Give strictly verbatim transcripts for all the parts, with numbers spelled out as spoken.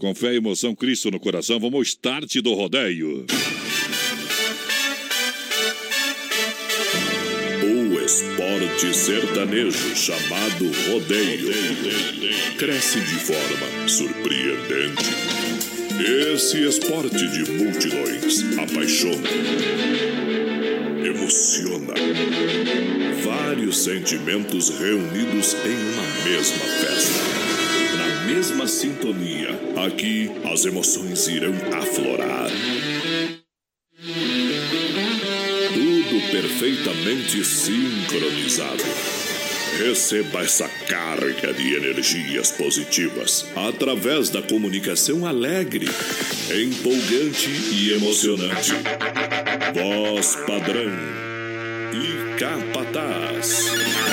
Com fé e emoção, Cristo no coração, vamos ao start do rodeio. O esporte sertanejo chamado rodeio cresce de forma surpreendente. Esse esporte de multidões apaixona, emociona. Vários sentimentos reunidos em uma mesma festa. Na mesma sintonia, aqui as emoções irão aflorar. Tudo perfeitamente sincronizado. Receba essa carga de energias positivas através da comunicação alegre, empolgante e emocionante. Voz padrão e capataz.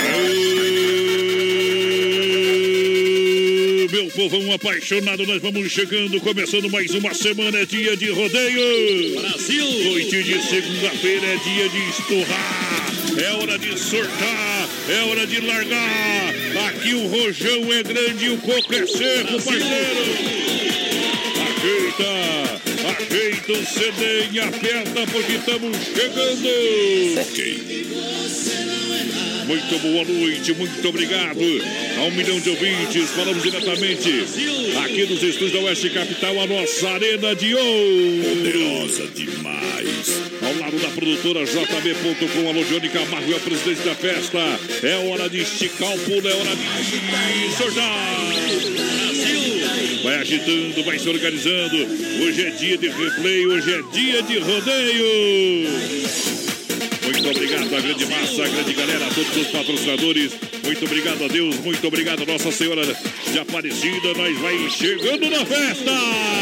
Meu povão apaixonado, nós vamos chegando, começando mais uma semana, é dia de rodeio. Brasil! Noite de segunda-feira é dia de esturrar, é hora de sortar, é hora de largar. Aqui o rojão é grande e o coco é seco, parceiro. Ajeita, ajeita o C D e aperta porque estamos chegando. Ok. Muito boa noite, muito obrigado a um milhão de ouvintes. Falamos diretamente aqui dos estúdios da Oeste Capital, a nossa Arena de Ouro. Poderosa demais. Ao lado da produtora J B ponto com, alô Johnny Camargo é o presidente da festa. É hora de esticar o pulo, é hora de sortar. Vai agitando, vai se organizando. Hoje é dia de replay, hoje é dia de rodeio. Muito obrigado à grande massa, à grande galera, a todos os patrocinadores. Muito obrigado a Deus, muito obrigado a Nossa Senhora de Aparecida. Nós vai chegando na festa.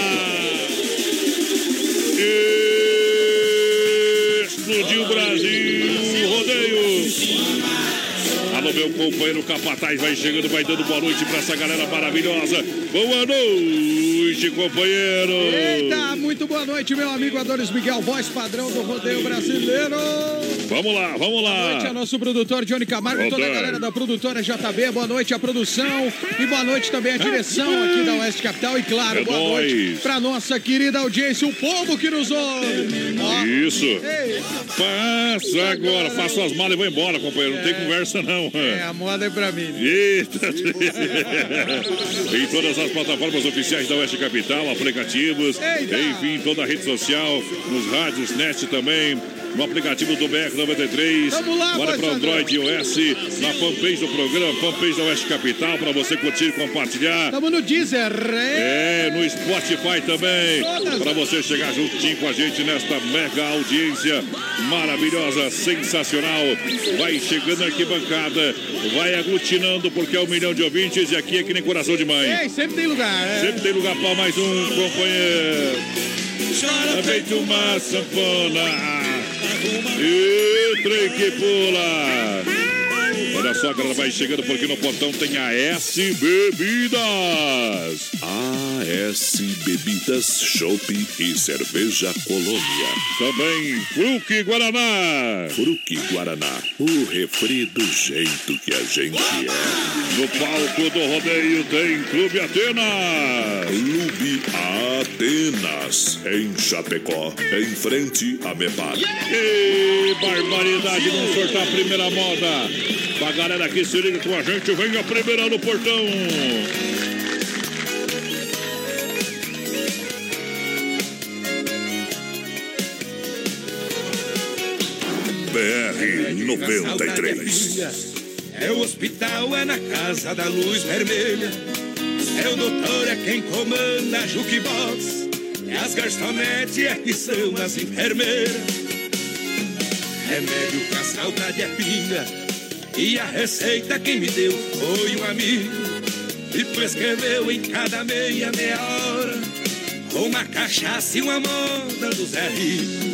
Explodiu o Brasil, rodeio. Alô, meu companheiro Capataz, vai chegando, vai dando boa noite pra essa galera maravilhosa. Boa noite, companheiro. Eita, muito boa noite, meu amigo Adonis Miguel, voz padrão do rodeio brasileiro. Vamos lá, vamos lá. Boa noite ao nosso produtor Johnny Camargo, toda a galera da produtora J B. Boa noite à produção e boa noite também à direção aqui da Oeste Capital. E claro, é boa nóis. noite pra nossa querida audiência, o povo que nos ouve. Ó. Isso. Ei. Passa agora, faça as malas e vou embora, companheiro. Não tem conversa, não. É, a moda é pra mim. Eita. Em todas as plataformas oficiais da Oeste Capital, aplicativos, Eita. enfim, toda a rede social, nos rádios, net também, no aplicativo do B R noventa e três. Vamos lá, bora para Android e iOS, na fanpage do programa, fanpage da Oeste Capital, para você curtir e compartilhar. Tamo no Deezer. É, no Spotify também, Todas. para você chegar juntinho com a gente nesta mega audiência maravilhosa, sensacional. Vai chegando na arquibancada, vai aglutinando, porque é um milhão de ouvintes e aqui é que nem coração de mãe. Ei, sempre tem lugar. É. Sempre tem lugar para mais um companheiro. Chora feito uma sanfona. E trem que pula. Olha só, galera, vai chegando porque no portão tem a S Bebidas. A S Bebidas, Chopp e Cerveja Colônia. Também Fruque Guaraná. Fruque Guaraná, o refri do jeito que a gente é. No palco do rodeio tem Clube Atenas. Clube Atenas, em Chapecó, em frente a Mepar. E barbaridade, vamos sortar a primeira moda. Pra galera que se liga com a gente, vem a primeira no portão. B R noventa e três. É o hospital, é na casa da luz vermelha. É o doutor, é quem comanda a jukebox. É as garçonetes, é que são as enfermeiras. Remédio pra saudade é pinga. E a receita quem me deu foi um amigo. E prescreveu em cada meia, meia hora uma cachaça e uma moda do Zé Rico.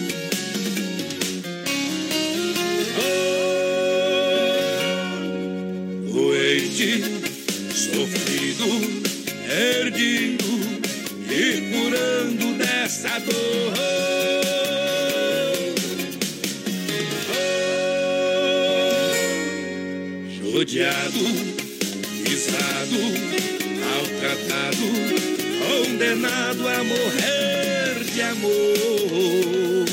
Doente, sofrido, erguido e curando dessa dor. Oh, judiado, pisado, maltratado, com condenado a morrer de amor.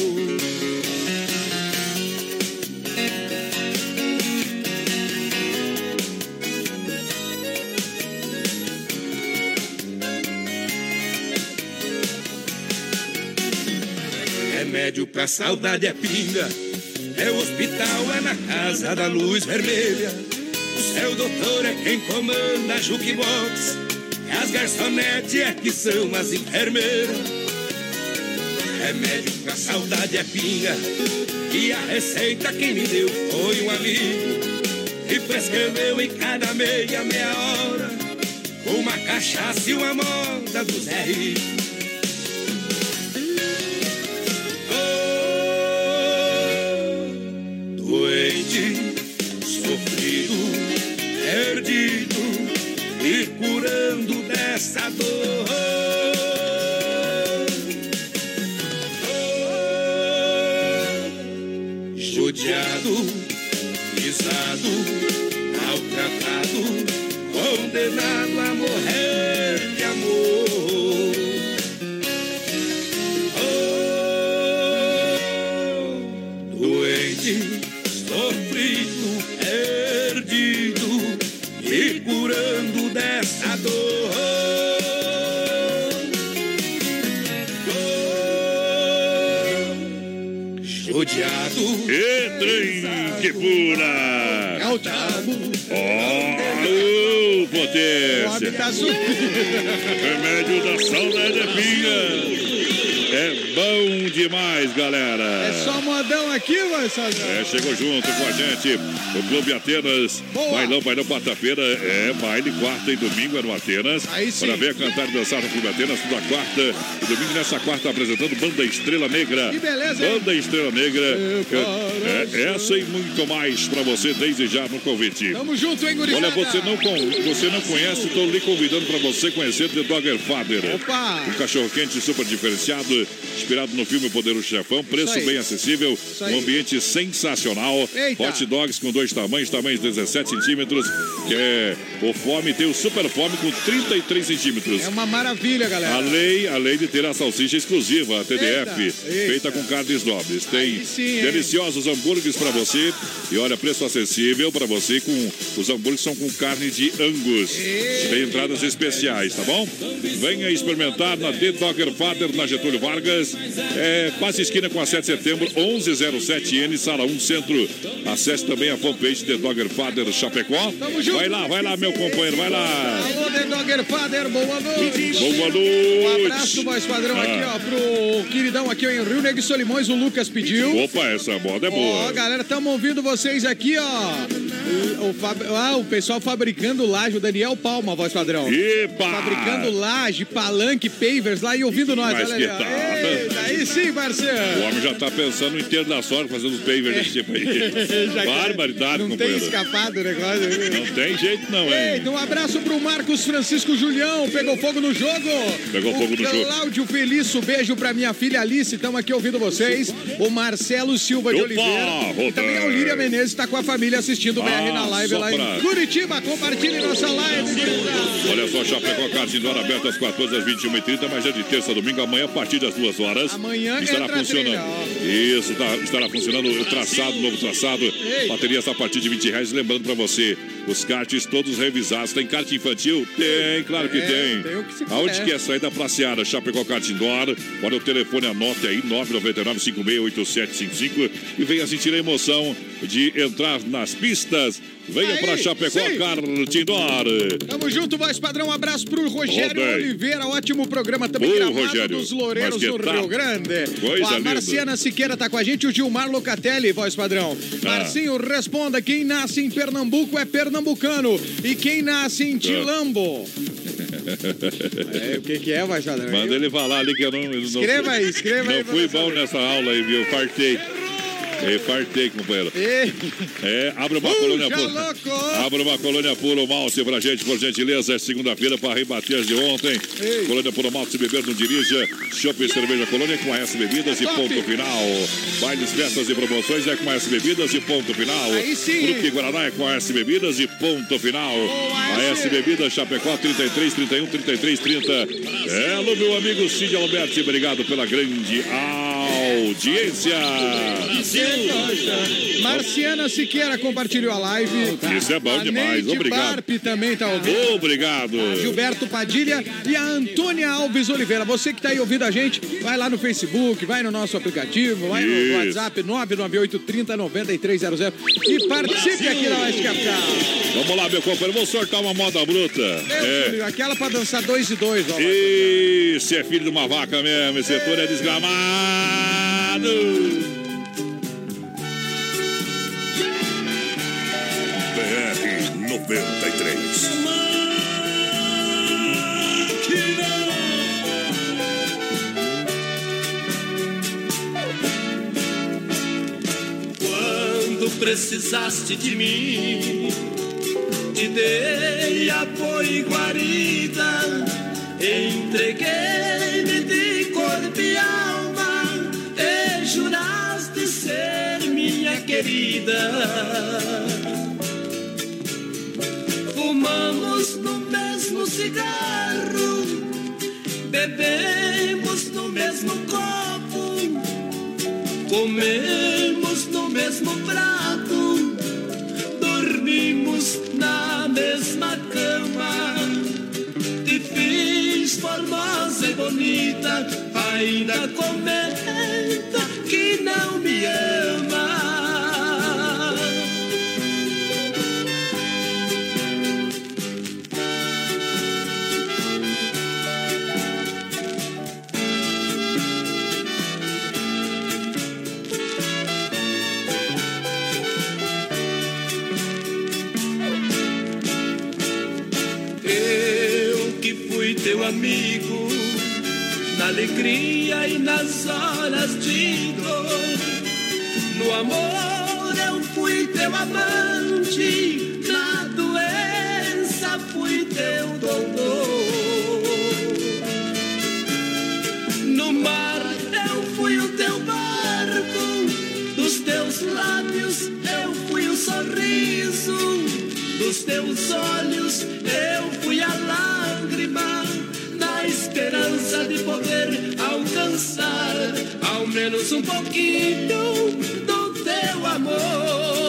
Remédio pra saudade é pinga, é o hospital, é na casa da luz vermelha. O seu doutor é quem comanda a jukebox, as garçonetes é que são as enfermeiras. Remédio pra saudade é pinga, e a receita quem me deu foi um amigo, que prescreveu em cada meia, meia hora, uma cachaça e uma moda do Zé Rico. Doente, sofrido, perdido e curando dessa dor. Oh, judiado, pisado, maltratado, condenado a morrer de amor. Oh, doente, sofrido, perdido e curando dessa dor. Oh, judiado. E trem que pura. É o diabo. Ó, oh, potência. O homem tá subindo. Remédio da saudade é pinga. É bom demais, galera. É só modão aqui, Marcelo. É, chegou junto com a gente o Clube Atenas. Boa. Bailão, bailão, quarta-feira. É, baile, quarta e domingo é no Atenas. Aí sim. Para ver cantar e dançar no Clube Atenas, toda quarta e domingo. Nessa quarta, apresentando Banda Estrela Negra. Que beleza, hein? Banda Estrela Negra. É, essa e muito mais para você desde já no convite. Tamo junto, hein, gurizada? Olha, você não, você não conhece, estou lhe convidando para você conhecer The Dogger Father. Opa! Um cachorro-quente super diferenciado, inspirado no filme O Poderoso Chefão, preço bem acessível, um ambiente sensacional. Eita. Hot dogs com dois tamanhos, tamanhos dezessete centímetros, que é o Fome, tem o Super Fome com trinta e três centímetros. É uma maravilha, galera. Além, além de ter a salsicha exclusiva, a T D F, Eita, feita eita. com carnes nobres. Tem sim, deliciosos hambúrgueres para você. E olha, preço acessível para você. Com os hambúrgueres são com carne de Angus. Eita. Tem entradas especiais, tá bom? Venha experimentar na The Dogger Father, na Getúlio Vargas. É quase esquina com a sete de setembro, onze zero sete N, Sala um Centro. Acesse também a fanpage The Dogger Father Chapecó. Tamo junto. Vai lá, vai lá, meu companheiro, vai lá. Alô, The Dogger Father, boa noite. Boa noite. Um abraço, voz padrão, Ah. aqui, ó, pro queridão aqui ó, em Rio Negro e Solimões, o Lucas pediu. Opa, essa moda é boa. Ó, galera, estamos ouvindo vocês aqui, ó. O, o, fab... ah, o pessoal fabricando laje, o Daniel Palma, voz padrão. Epa! Fabricando laje, palanque, pavers lá e ouvindo nós. Mas olha que ali, ó. tal? Eita, aí sim, parceiro. O homem já tá pensando no inteiro da sorte, fazendo os pavers desse tipo aí. Já- Barbaridade, Não tem companheiro. escapado o negócio. Não tem jeito não, hein? Eita, um abraço pro Marcos Francisco Julião, pegou fogo no jogo. Pegou o fogo no jogo. Cláudio Felício, beijo pra minha filha Alice, estamos aqui ouvindo vocês. O Marcelo Silva de Opa, Oliveira. E também a Rodan. Olíria Menezes está com a família assistindo o B R Ah, na live só lá pra- em Curitiba. Compartilhe nossa live, gurizada. Olha só, Chapecó Kart Indoor aberto às quatorze às vinte e uma e trinta, mas é de terça a domingo, amanhã a partir das duas horas. Amanhã estará entra a funcionando. trilha, ó. Isso, tá, estará funcionando o traçado, novo traçado. Ei. Baterias a partir de vinte reais. Lembrando pra você, os karts todos revisados. Tem kart infantil? Tem, claro que É, tem. tem o que se Aonde quiser. que é sair da Praceada? Chapecó Kart Indoor. Olha o telefone, anote aí, nove nove nove, cinco seis oito sete cinco cinco e venha sentir a emoção de entrar nas pistas. Venha Aí, pra Chapecó sim. Kart Indoor. Tamo junto, voz padrão. Um abraço pro Rogério Ó, bem. Oliveira. Ótimo programa também Ô, gravado Rogério, dos Loureiros mas que no tal? Rio Grande. Coisa Ó, a linda. Marciana Siqueira tá com a gente. O Gilmar Locatelli, voz padrão. Ah. Marcinho, responda. Quem nasce em Pernambuco é pernambucano. E quem nasce em Tilambo? É, o que que é, voz padrão? Manda ele falar ali que eu não... eu não Escreva aí, escreva não aí pra fui nós bom saber. nessa aula aí, viu? Fartei. E fartei, companheiro. Ei. É, abre uma Uh, colônia já pura. louco. Abre uma colônia puro malte pra gente, por gentileza. É segunda-feira para rebater as de ontem. Ei. Colônia puro malte, se beber, não dirija. Shopping Cerveja Colônia com a S Bebidas e Top. ponto final. Bailes, festas e promoções é com a S Bebidas e ponto final. Aí sim. Fruque Guaraná é com a S Bebidas e ponto final. Boa, A S Bebidas Chapecó trinta e três, trinta e um, trinta e três, trinta. É, alô, meu amigo Cid Alberti, obrigado pela grande audiência. Marciana Siqueira compartilhou a live. Isso é bom a demais, Neide obrigado. Barpi também tá ouvindo. Obrigado. Gilberto Padilha e a Antônia Alves Oliveira. Você que está aí ouvindo a gente, vai lá no Facebook, vai no nosso aplicativo, vai no Isso. WhatsApp nove nove oito, trinta, noventa e três zero zero e participe aqui da Oeste Capital. Vamos lá, meu companheiro, vou sortar uma moda bruta. É. Aquela para dançar dois e dois. Ó, Esse é filho de uma vaca mesmo, esse setor é desgramado. B R noventa e três. Quando precisaste de mim, te dei apoio e guarida, entreguei-me de corpo e alma e juraste ser minha querida. Fumamos no mesmo cigarro, bebemos no mesmo copo, comemos no mesmo prato, dormimos na mesma cama. Te fiz formosa e bonita, ainda comenta que não me ama. Teu amigo, na alegria e nas horas de dor. No amor eu fui teu amante, na doença fui teu doutor. No mar eu fui o teu barco, dos teus lábios eu fui o sorriso, dos teus olhos eu fui a lágrima, na esperança de poder alcançar ao menos um pouquinho do teu amor.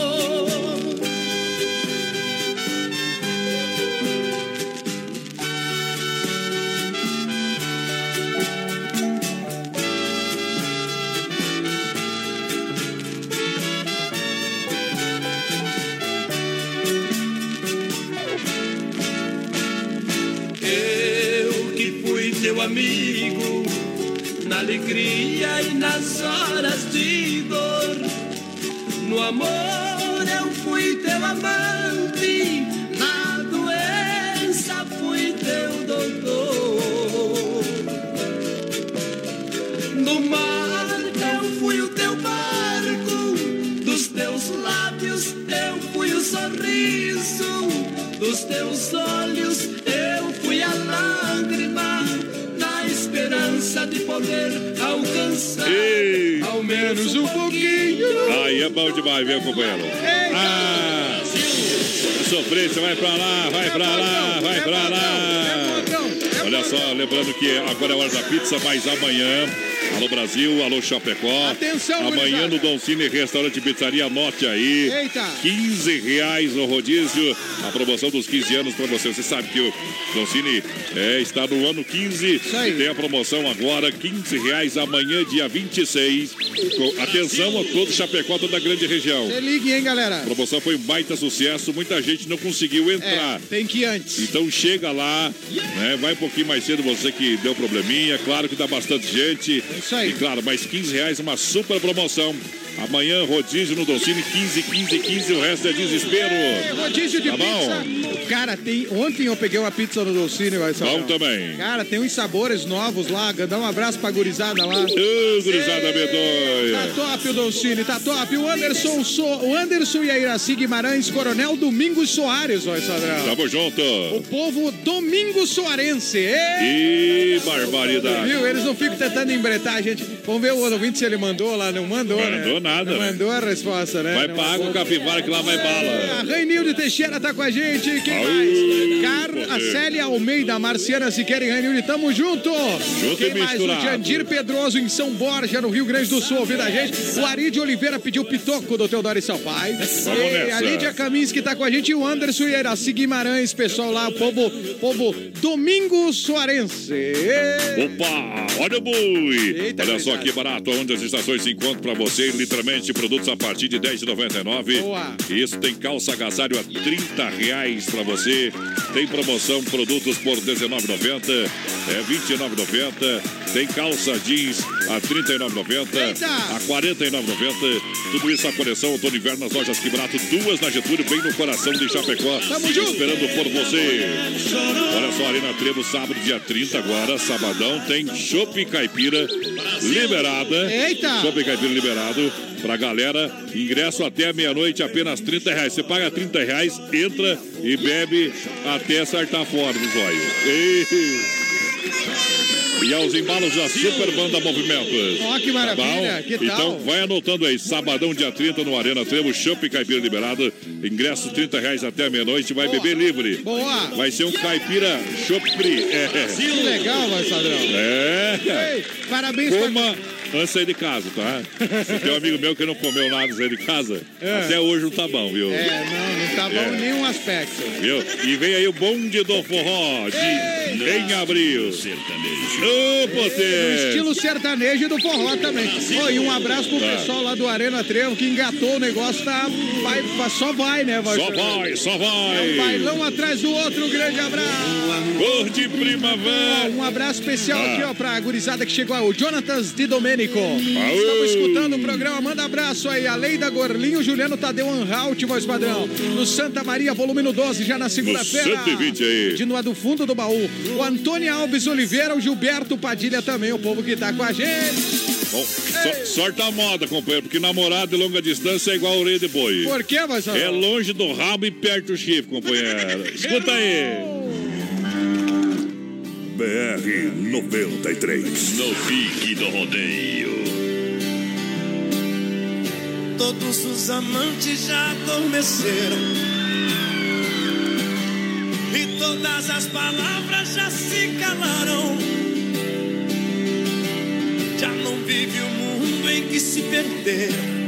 Teu amigo, na alegria e nas horas de dor. No amor eu fui teu amante, na doença fui teu doutor. No mar eu fui o teu barco, dos teus lábios eu fui o sorriso, dos teus olhos eu fui a lágrima, esperança de poder alcançar Ei. ao menos um pouquinho. Aí é bom demais, meu companheiro. Ah, sofrência, vai pra lá, vai pra lá, vai pra lá. Olha só, lembrando que agora é hora da pizza, mas amanhã, alô Brasil, alô Chapecó. Atenção, amanhã no Don Cine Restaurante Pizzaria, anote aí. Eita. quinze reais no rodízio, a promoção dos quinze anos pra você. Você sabe que o Don Cine é, está no ano quinze. Isso aí. E tem a promoção agora, quinze reais amanhã, dia vinte e seis. Atenção a todos Chapecó, toda a grande região. Se ligue, hein, galera. A promoção foi um baita sucesso, muita gente não conseguiu entrar. É, tem que ir antes. Então chega lá, né? Vai um pouquinho mais cedo, você que deu probleminha. Claro que dá bastante gente. Isso aí. E claro, mais quinze reais, uma super promoção. Amanhã, rodízio no Dolcine, quinze, quinze, quinze, o resto é desespero. É, rodízio de tá pizza. Bom? Cara, tem... ontem eu peguei uma pizza no Dolcine. Vai, bom também. Cara, tem uns sabores novos lá. Dá um abraço pra gurizada lá. Ô, gurizada medonha. Tá top o Dolcine, tá top. O Anderson, so... o Anderson e a Iraci Guimarães, Coronel Domingos Soares, vai, Sadrão. Tamo junto. O povo Domingos Soarense. Ih, barbaridade. Viu? Eles não ficam tentando embretar a gente. Vamos ver o ouvinte se ele mandou lá. Não mandou, Mandou né? Mandou nada. Não mandou a resposta, né? Vai não pra água, capivara, que lá vai bala. A Rainildo Teixeira tá com a gente. Quem mais? Car, a Célia Almeida, a Marciana Siqueira e Rainildo. Tamo junto. Junto Quem e mais? misturado. O Jandir Pedroso em São Borja, no Rio Grande do Sul, ouvindo a gente. O Ari de Oliveira pediu pitoco do Teodoro e Sampaio. E a Lídia Kaminski tá com a gente. E o Anderson e a Iraci Guimarães, pessoal lá, o povo, povo Domingos Soarense. Opa, olha o boi. Eita, olha só verdade. que barato, onde as estações se encontram pra você, literalmente, produtos a partir de dez reais e noventa e nove centavos. Boa. Isso tem calça agasalho a trinta reais pra você. Tem promoção, produtos por dezenove reais e noventa centavos. É vinte e nove reais e noventa centavos. Tem calça jeans a trinta e nove reais e noventa Eita. centavos. A quarenta e nove reais e noventa centavos. Tudo isso a coleção outono e inverno nas lojas Que Barato. Duas na Getúlio, bem no coração de Chapecó. Tamo junto. Esperando por você. Olha só, Arena Trevo, sábado, dia trinta agora, sabadão, tem Chopp Caipira liberada. Eita. Chopp Caipira liberado pra galera. Ingresso até meia-noite, apenas trinta reais. Você paga trinta reais, entra e bebe até sartar fora dos olhos. E... E aos embalos da Super Banda Movimentos. Ó, que maravilha, Tá que tal? Então vai anotando aí, sabadão, dia trinta, no Arena Trevo, Chopp Caipira liberado. Ingresso trinta reais até meia-noite, vai Boa. beber livre. Boa. Vai ser um caipira Chopp Free. É. Que legal, vai, Sadrão. É. Ei, parabéns Coma antes de sair de casa, tá? Tem um amigo meu que não comeu nada antes de sair de casa. É. Até hoje não tá bom, viu? É, não, não tá bom É. em nenhum aspecto. Viu? E vem aí o bonde do forró de em abril. Ô, No potência! estilo sertanejo e do forró também. Oh, e um abraço pro Tá. pessoal lá do Arena Trevo que engatou o negócio, tá? Vai, vai- só vai, né? Vai, Só vai, só É um vai! bailão atrás do outro, um grande abraço. Cor de primavera! Um abraço especial Ah. aqui, ó, pra gurizada que chegou, o Jonatas Di Domenico. Aô. Estamos escutando o programa, manda abraço aí. A Leida Gorlinho, Juliano Tadeu Anhalt, voz padrão. No Santa Maria, volume no doze, já na segunda-feira. cento e vinte aí. Continua do fundo do baú. O Antônio Alves Oliveira, o Gilberto Padilha também, o povo que tá com a gente. Bom, so, sorte a moda, companheiro, porque namorado de longa distância é igual a orelha de boi. Por quê, vai É longe do rabo e perto do chifre, companheiro. Escuta aí. B R noventa e três. No pique do rodeio. Todos os amantes já adormeceram e todas as palavras já se calaram. Já não vive o mundo em que se perderam.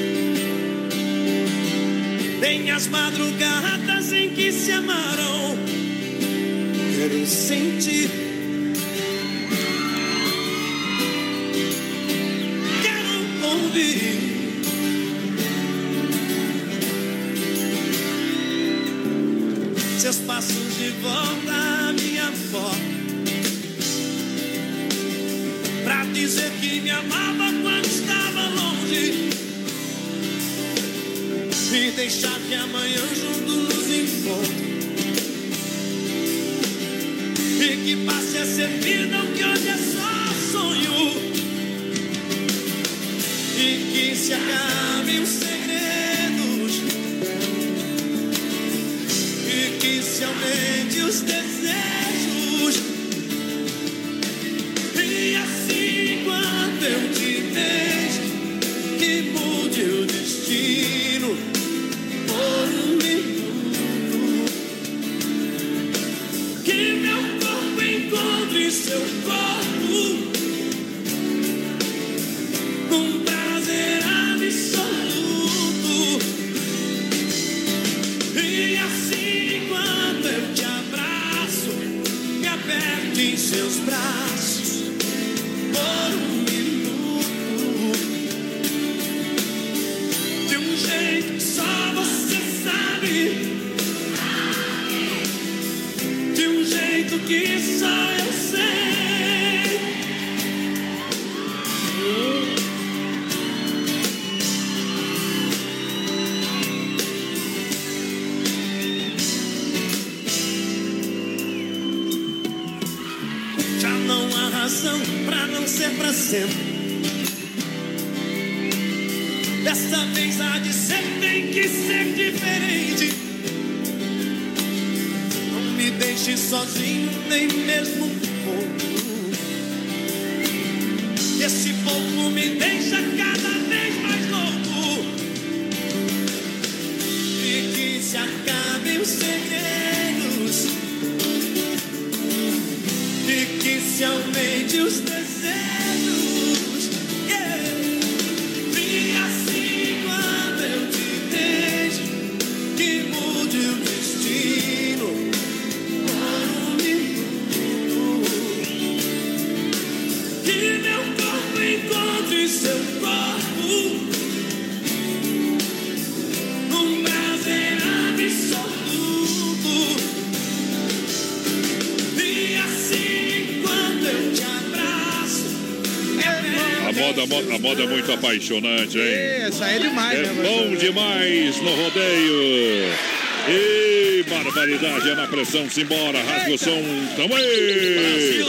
Nem as madrugadas em que se amaram. Quero sentir, quero ouvir seus passos de volta à minha avó, pra dizer que me amava quando estava longe e deixar que amanhã junto nos encontre e que passe a ser vida o que hoje é só sonho e que se acabem os segredos e que se aumente os desejos e assim quando eu te vejo que mude o destino por um minuto, que meu corpo encontre seu corpo com prazer absoluto e assim quando eu te abraço razão pra não ser pra sempre. Dessa vez há de ser, tem que ser diferente. Não me deixe sozinho, nem mesmo um pouco. Esse pouco me deixa cada vez mais louco. E que se acabem os segredos, e que se aumente os desejos. Yeah. E assim quando eu te vejo, que mude o destino por um minuto. Que meu corpo encontre seu corpo num prazer absoluto. E assim quando eu te abraço, A moda, a moda, a moda é muito apaixonante, hein? Essa é demais, É né, bom Marcelo? demais no rodeio. E barbaridade, é na pressão, simbora, rasga o som, tamo aí!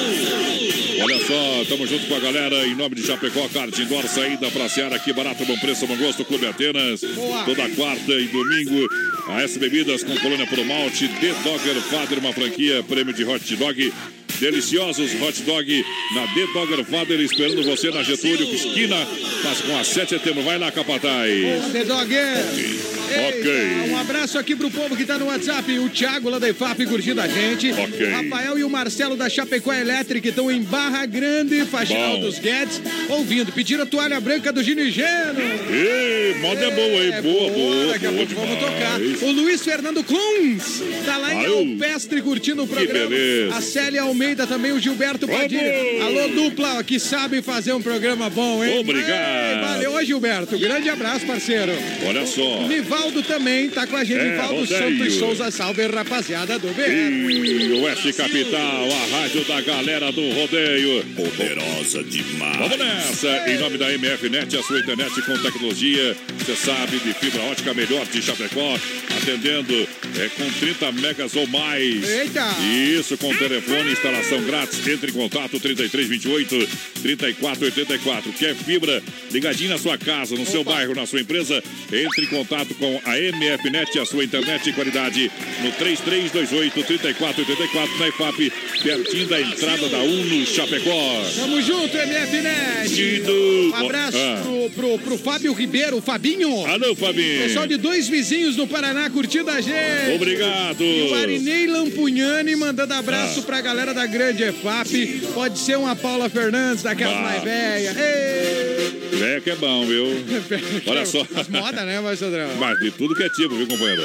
Olha só, tamo junto com a galera, em nome de Chapecó, Kart Indoor, saída pra Seara, aqui barato, bom preço, bom gosto, Clube Atenas, toda quarta e domingo, a S Bebidas com colônia pro malte, The Dogger Father, uma franquia, prêmio de hot dog, deliciosos hot dog na The Dogger Father, esperando você na Getúlio, esquina, passa com a sete de setembro, vai lá, Capataz. The Dogger. Ok. Um abraço aqui pro povo que tá no WhatsApp. O Thiago lá da I F A P curtindo a gente. Ok. O Rafael e o Marcelo da Chapecó Elétrica estão em Barra Grande, Faxinal Bom. dos Guedes, ouvindo. Pediram a toalha branca do Gino e Geno. Ih, moda é boa aí, É, boa, boa, Daqui a boa pouco vamos tocar. demais. O Luiz Fernando Cluns tá lá em Ai, Alpestre curtindo o programa. beleza. A Célia Almeida também, o Gilberto Vamos. Padilha. Alô, dupla, que sabe fazer um programa bom, hein? Obrigado. Ei, valeu, ô Gilberto. Grande abraço, parceiro. Olha só. O Nivaldo também tá com a gente. É, Nivaldo rodeio. Santos Souza, salve, rapaziada do B R. E Oeste Capital, a rádio da galera do rodeio. Poderosa demais. Vamos nessa! Em nome da M F Net, a sua internet com tecnologia, você sabe, de fibra ótica melhor de Chapecó, atendendo é, com trinta megas ou mais. Eita! Isso, com telefone, instalação grátis. Entre em contato, trinta e três, vinte e oito, trinta e quatro, oitenta e quatro. Quer fibra ligadinho na sua casa, no seu bairro, na sua empresa? Entre em contato com a M F Net, a sua internet de qualidade, no três três dois oito, trinta e quatro, oitenta e quatro, na I F A P, pertinho da entrada da Uno Chapecó. Tamo junto, M F Net. Tido. Um abraço Ah. pro, pro, pro Fábio Ribeiro, o Fabinho. Alô, Fabinho. Pessoal de dois vizinhos no Paraná curtindo a gente. Obrigado. E o Arinei Lampugnani mandando abraço Ah. pra galera da grande E F A P. Pode ser uma Paula Fernandes, daquelas Ah. mais velhas. Ei! É que é bom, viu? Olha só. As modas, né, Marcelo? Mas de tudo que é tipo, viu, companheiro?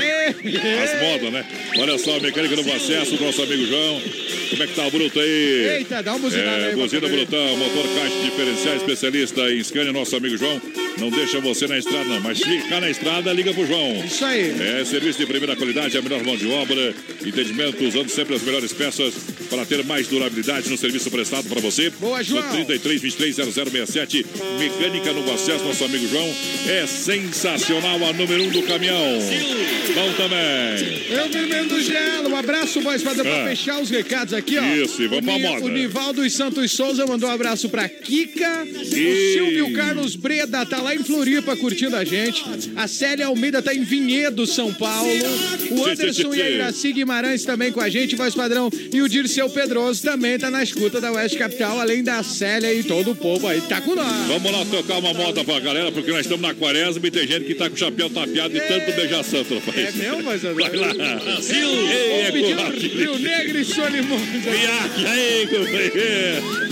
As modas, né? Olha só, a mecânica no acesso, o nosso amigo João. Como é que tá o Bruto aí? Eita, dá uma buzinada É, aí. buzina pra poder- Brutão, motor caixa diferencial, especialista em Scania, nosso amigo João. Não deixa você na estrada, não. Mas se ficar na estrada, liga pro João. Isso aí. É, serviço de primeira qualidade, a melhor mão de obra, entendimento, usando sempre as melhores peças para ter mais durabilidade no serviço prestado para você. Boa, João. No trinta e três, vinte e três, zero zero sessenta e sete, mecânica no acesso, nosso amigo João. É sensacional, a número um do caminhão. Bom também. Eu Firmando do Gelo, um abraço, voz padrão, pra Ah. fechar os recados aqui, ó. Isso, e vamos o pra Ni- moda. O Nivaldo e Santos Souza mandou um abraço pra Kika. E- O Silvio Carlos Breda tá lá em Floripa curtindo a gente. A Célia Almeida tá em Vinhedo, São Paulo. O Tchê, Anderson tchê, e a tchê. Iraci Guimarães também com a gente, voz padrão. E o Dirceu Pedroso também tá na escuta da Oeste Capital, além da Célia e todo o povo aí tá com nós. Vamos lá tocar uma moda pra galera, porque nós estamos na quaresma e tem gente que tá com o chapéu tapeado de tanto beijar santo, rapaz. É mesmo, voz padrão? Vai lá. Brasil! Vamos Ei, pedir é Rio Negro e Solimões. Viaja aí, companheiro.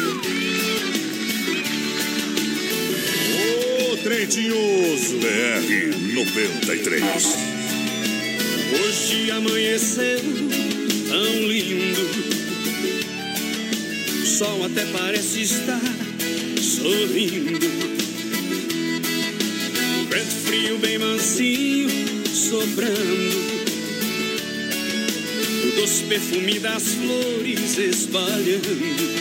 O trem tinhoso. B R noventa e três. Hoje amanheceu tão lindo, o sol até parece estar sorrindo. Vento frio bem mansinho soprando, o doce perfume das flores espalhando.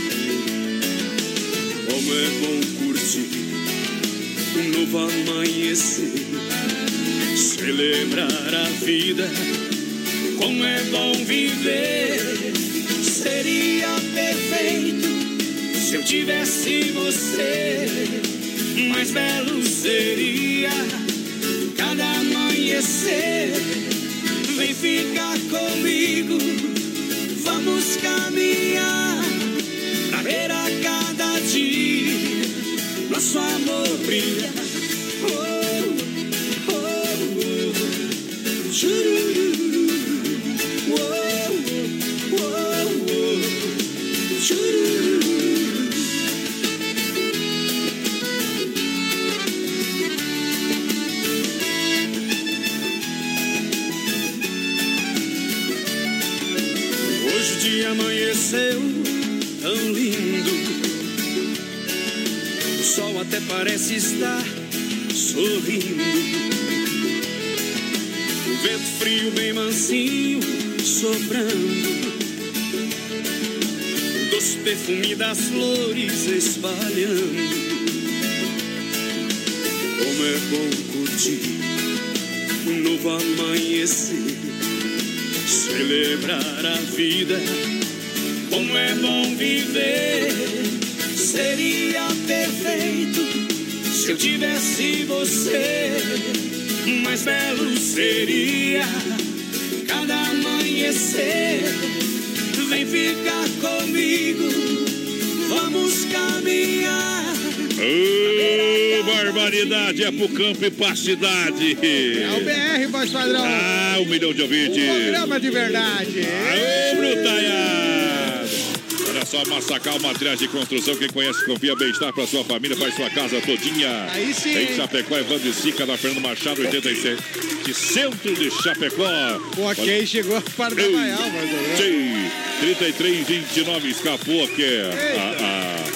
Como é bom curtir um novo amanhecer, celebrar a vida, como é bom viver. Seria perfeito Se eu tivesse você, mais belo seria cada amanhecer. Vem ficar comigo, vamos caminhar pra ver a cada dia nosso amor brilha. Oh, oh, oh. Chururu. Oh, oh, oh. Chururu. Hoje o dia amanheceu tão lindo. O sol até parece estar sorrindo. O vento frio bem mansinho soprando. O doce perfume das flores espalhando. Como é bom curtir um novo amanhecer, celebrar a vida. Como é bom viver. Seria perfeito se eu tivesse você. Mais belo seria cada amanhecer. Vem ficar comigo, vamos caminhar. Ô, oh, barbaridade, é pro campo e pra cidade. É o B R, voz padrão. Ah, um milhão de ouvintes. Um programa de verdade. Aô, brutaiado. Olha só, Massacal, materiais de construção. Quem conhece, confia, bem-estar pra sua família, faz sua casa todinha. Aí sim. Em Chapecó, Evandro e Sica, na Fernando Machado, oitenta e sete. De centro de Chapecó. O ok Olha... chegou para o Baial, mas sim, trinta e três, vinte e nove, escapou aqui. Ah, ah.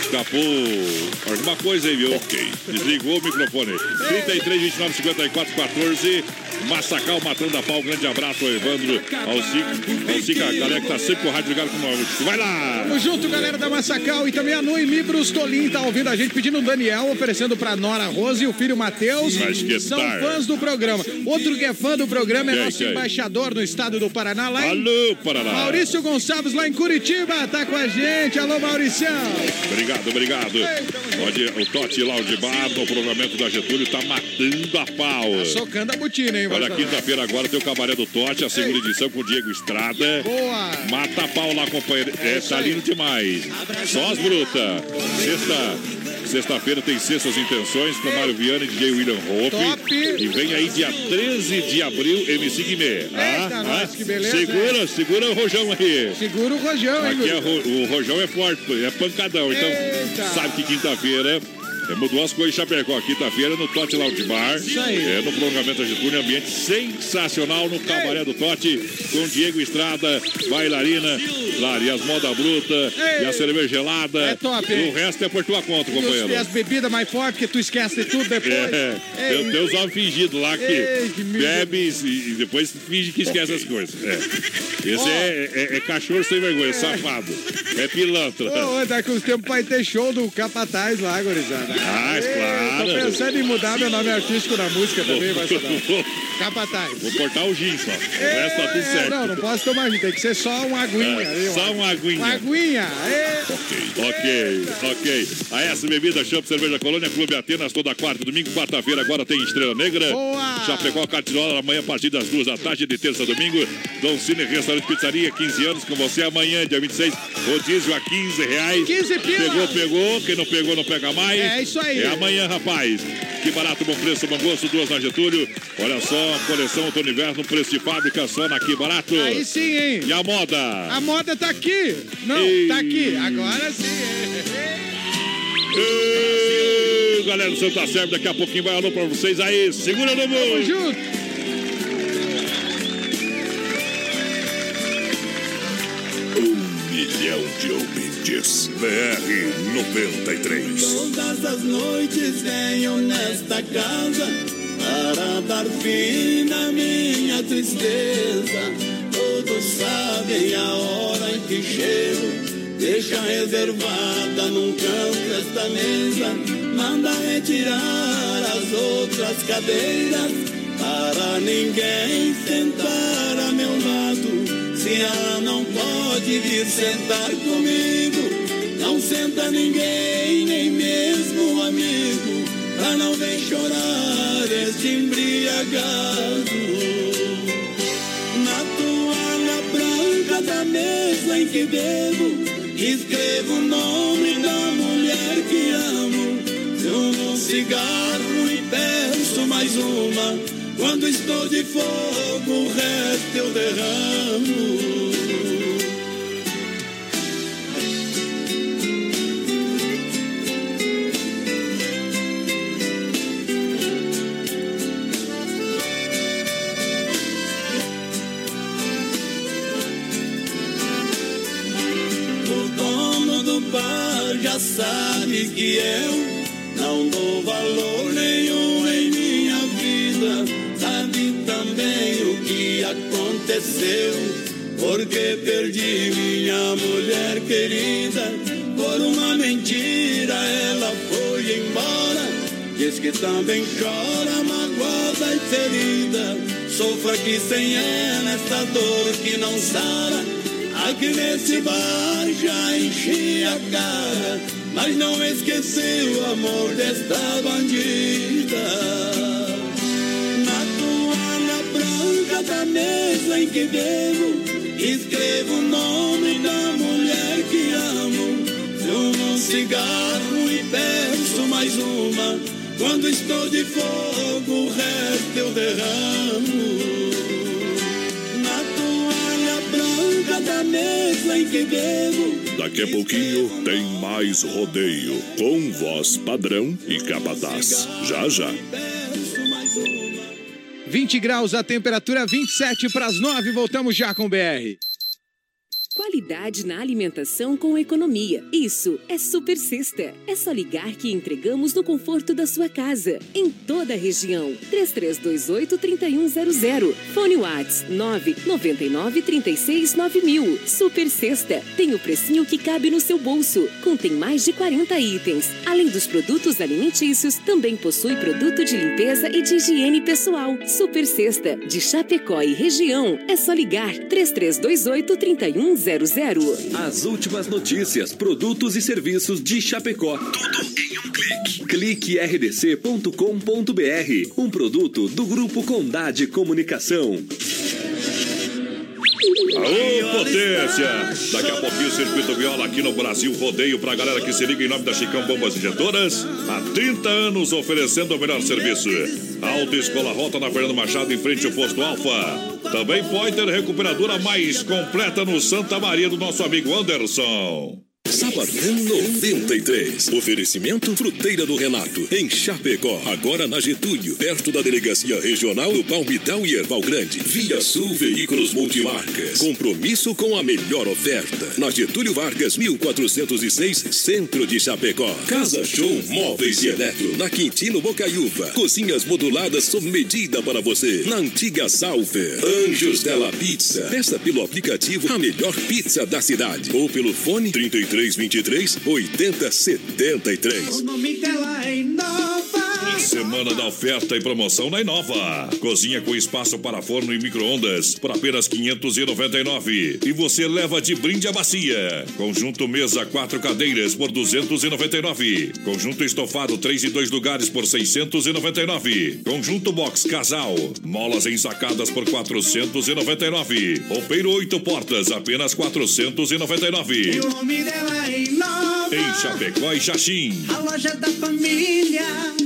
Escapou alguma coisa aí, viu? Ok. Desligou o microfone. trinta e três, vinte e nove, cinquenta e quatro, quatorze. Massacal, matando a pau. Grande abraço ao Evandro, ao Sica, ao Sica, a galera que tá sempre com o rádio ligado com nós. Vai lá! Tamo junto, galera da Massacal. E também a Noemi Brustolin tá ouvindo a gente, pedindo o Daniel, oferecendo pra Nora Rose e o filho Matheus. São fãs do programa. Outro que é fã do programa é que nosso que embaixador no estado do Paraná, lá em... Alô, Paraná. Maurício Gonçalves, lá em Curitiba, tá com a gente. Alô, Mauricião. Obrigado, obrigado. Pode, o Totti Lounge Bar, no prolongamento da Getúlio, tá matando a pau. Tá socando a botina, hein? Olha, quinta-feira agora tem o Cabaré do Totti, a segunda edição com o Diego Estrada. Boa! Mata a pau lá, companheiro. É, tá lindo demais. Só as brutas. Sexta... Sexta-feira tem Sextas Intenções com Mário Viana e D J William Hope. Top! E vem aí dia treze de abril, M C Guimê. Eita, Ah, nossa, ah, que beleza, segura, hein? segura o rojão aí. Segura o rojão, hein, Aqui é Gugu? ro- o rojão é forte, é pancadão. Então, Eita. sabe que quinta-feira é, mudou as coisas em Chapecó. Quinta-feira no Totti Lounge Bar. Isso aí. É, no prolongamento da Getúlio, ambiente sensacional no Cabaré do Totti, com Diego Estrada, bailarina, claro, e as moda bruta, Ei. e a cerveja gelada. É top, E hein? o resto é por tua conta, E, os, companheiro. e as bebidas mais fortes, que tu esquece de tudo depois. É, Ei, tem, tem os homens fingidos lá que, Ei, que mídia. bebe e, e depois finge que esquece as coisas. É. Esse Ó. é, é- é cachorro sem vergonha, safado. É pilantra. Ô, daqui uns tempos vai ter show do Capataz lá, gurizada. Ah, Ei, claro. Tô pensando em mudar meu nome artístico na música também, vai ser Capataz. Vou cortar o gin só. O resto tá tudo É, certo. não, não posso tomar gin, tem que ser só uma aguinha. É, aí, ó. só uma aguinha. Uma aguinha. Ei. Ok, ok. A S Bebida, Champ, Cerveja Colônia, Clube Atenas, toda quarta, domingo, quarta-feira, agora tem Estrela Negra. Boa! Chapecó, Cartinola, amanhã a partir das duas da tarde, de terça a domingo. Dom Cine, Restaurante Pizzaria, quinze anos com você amanhã, dia vinte e seis. Rodízio a quinze reais. quinze pila. Pegou, pegou. Quem não pegou, não pega mais. É isso aí. É amanhã, rapaz. Que barato, bom preço, bom gosto, duas na Getúlio. Olha só, coleção outono e inverno, preço de fábrica, só na Que Barato. Aí sim, hein? E a moda? A moda tá aqui. Não, Ei. tá aqui. Agora sim. Ei, galera do Santa Sérvia, daqui a pouquinho vai alô pra vocês aí. Segura no Tamo mundo. junto. Um milhão de ouvintes. B R noventa e três. Todas as noites venho nesta casa para dar fim na minha tristeza. Todos sabem a hora em que chego. Deixa reservada num canto esta mesa. Manda retirar as outras cadeiras para ninguém sentar a meu lado. Se ela não pode vir sentar comigo, não senta ajuda ninguém, nem mesmo um amigo, pra não ver chorar este embriagado. Na toalha branca da mesa em que bebo, escrevo o nome da mulher que amo. Fumo um cigarro e peço mais uma. Quando estou de fogo, o resto eu derramo. Já sabe que eu não dou valor nenhum em minha vida. Sabe também o que aconteceu, porque perdi minha mulher querida. Por uma mentira ela foi embora. Diz que também chora, magoada e ferida. Sofro aqui sem ela esta dor que não sara. Aqui nesse bar já enchi a cara, mas não esqueci o amor desta bandida. Na toalha branca da mesa em que bebo, escrevo o nome da mulher que amo. Fumo um cigarro e peço mais uma. Quando estou de fogo, o resto eu derramo. Da mesa em que bebo. Daqui a pouquinho tem mais rodeio com voz padrão e capataz. Já, já. vinte graus a temperatura, vinte e sete para as nove. Voltamos já com o B R. Qualidade na alimentação com economia. Isso é Super Sexta. É só ligar que entregamos no conforto da sua casa, em toda a região. três três dois oito, três um zero zero. Fone WhatsApp nove nove nove, três seis nove mil. Super Sexta tem o precinho que cabe no seu bolso. Contém mais de quarenta itens. Além dos produtos alimentícios, também possui produto de limpeza e de higiene pessoal. Super Sexta, de Chapecó e região. É só ligar três três dois oito, três um zero zero. As últimas notícias, produtos e serviços de Chapecó. Tudo em um clique. clique r d c ponto com ponto b r. Um produto do Grupo Condade Comunicação. Aô, potência! Daqui a pouquinho o Circuito Viola aqui no Brasil Rodeio pra galera que se liga em nome da Chicão Bombas Injetoras. Há trinta anos oferecendo o melhor serviço. Autoescola Rota na Fernando Machado em frente ao Posto Alfa. Também Pointer, recuperadora mais completa no Santa Maria do nosso amigo Anderson. Sabadão noventa e três. Oferecimento Fruteira do Renato, em Chapecó. Agora na Getúlio, perto da Delegacia Regional do Palmitão e Erval Grande. Via Sul Veículos Multimarcas. Compromisso com a melhor oferta. Na Getúlio Vargas, mil quatrocentos e seis, Centro de Chapecó. Casa Show Móveis e Eletro, na Quintino Bocaiúva. Cozinhas moduladas sob medida para você. Na antiga Salfer. Anjos Della Pizza. Peça pelo aplicativo a melhor pizza da cidade. Ou pelo fone trinta e três, vinte e três, oitenta, setenta e três. O nome dela é Inova. Semana da oferta e promoção na Inova. Cozinha com espaço para forno e micro-ondas por apenas quinhentos e noventa e nove reais. E você leva de brinde a bacia. Conjunto mesa, quatro cadeiras por duzentos e noventa e nove reais. Conjunto estofado, três e dois lugares por seiscentos e noventa e nove reais. Conjunto box casal, molas ensacadas por quatrocentos e noventa e nove reais. Roupeiro oito portas, apenas quatrocentos e noventa e nove reais. E o nome dela é Inova. Em Chapecó e Xaxim. A loja da família.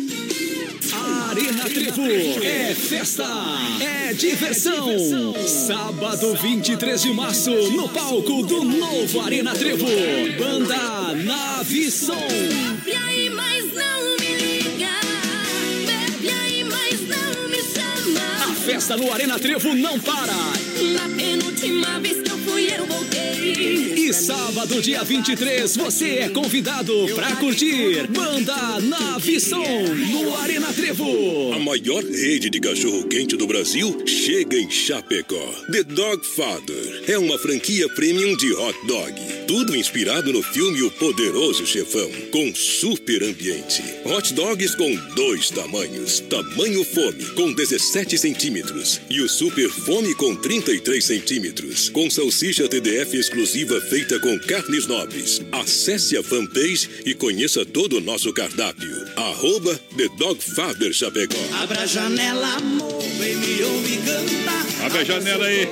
Arena Trevo é festa, é diversão. Sábado vinte e três de março, no palco do novo Arena Trevo, banda Navição. Bebe aí, mas não me liga. Bebe aí, mas não me chama. A festa no Arena Trevo não para. Na penúltima vez que eu fui, eu voltei. E sábado, dia vinte e três, você é convidado pra curtir Banda Navição no Arena Trevo. A maior rede de cachorro-quente do Brasil chega em Chapecó. The Dog Father é uma franquia premium de hot dog. Tudo inspirado no filme O Poderoso Chefão, com super ambiente. Hot dogs com dois tamanhos. Tamanho fome, com dezessete centímetros. E o super fome com trinta e três centímetros. Com salsicha T D F exclusiva exclusiva feita com carnes nobres. Acesse a fanpage e conheça todo o nosso cardápio. Arroba The Dog Father Chapecó. Abra a janela, amor, vem me ouvir cantar. Abre a janela aí.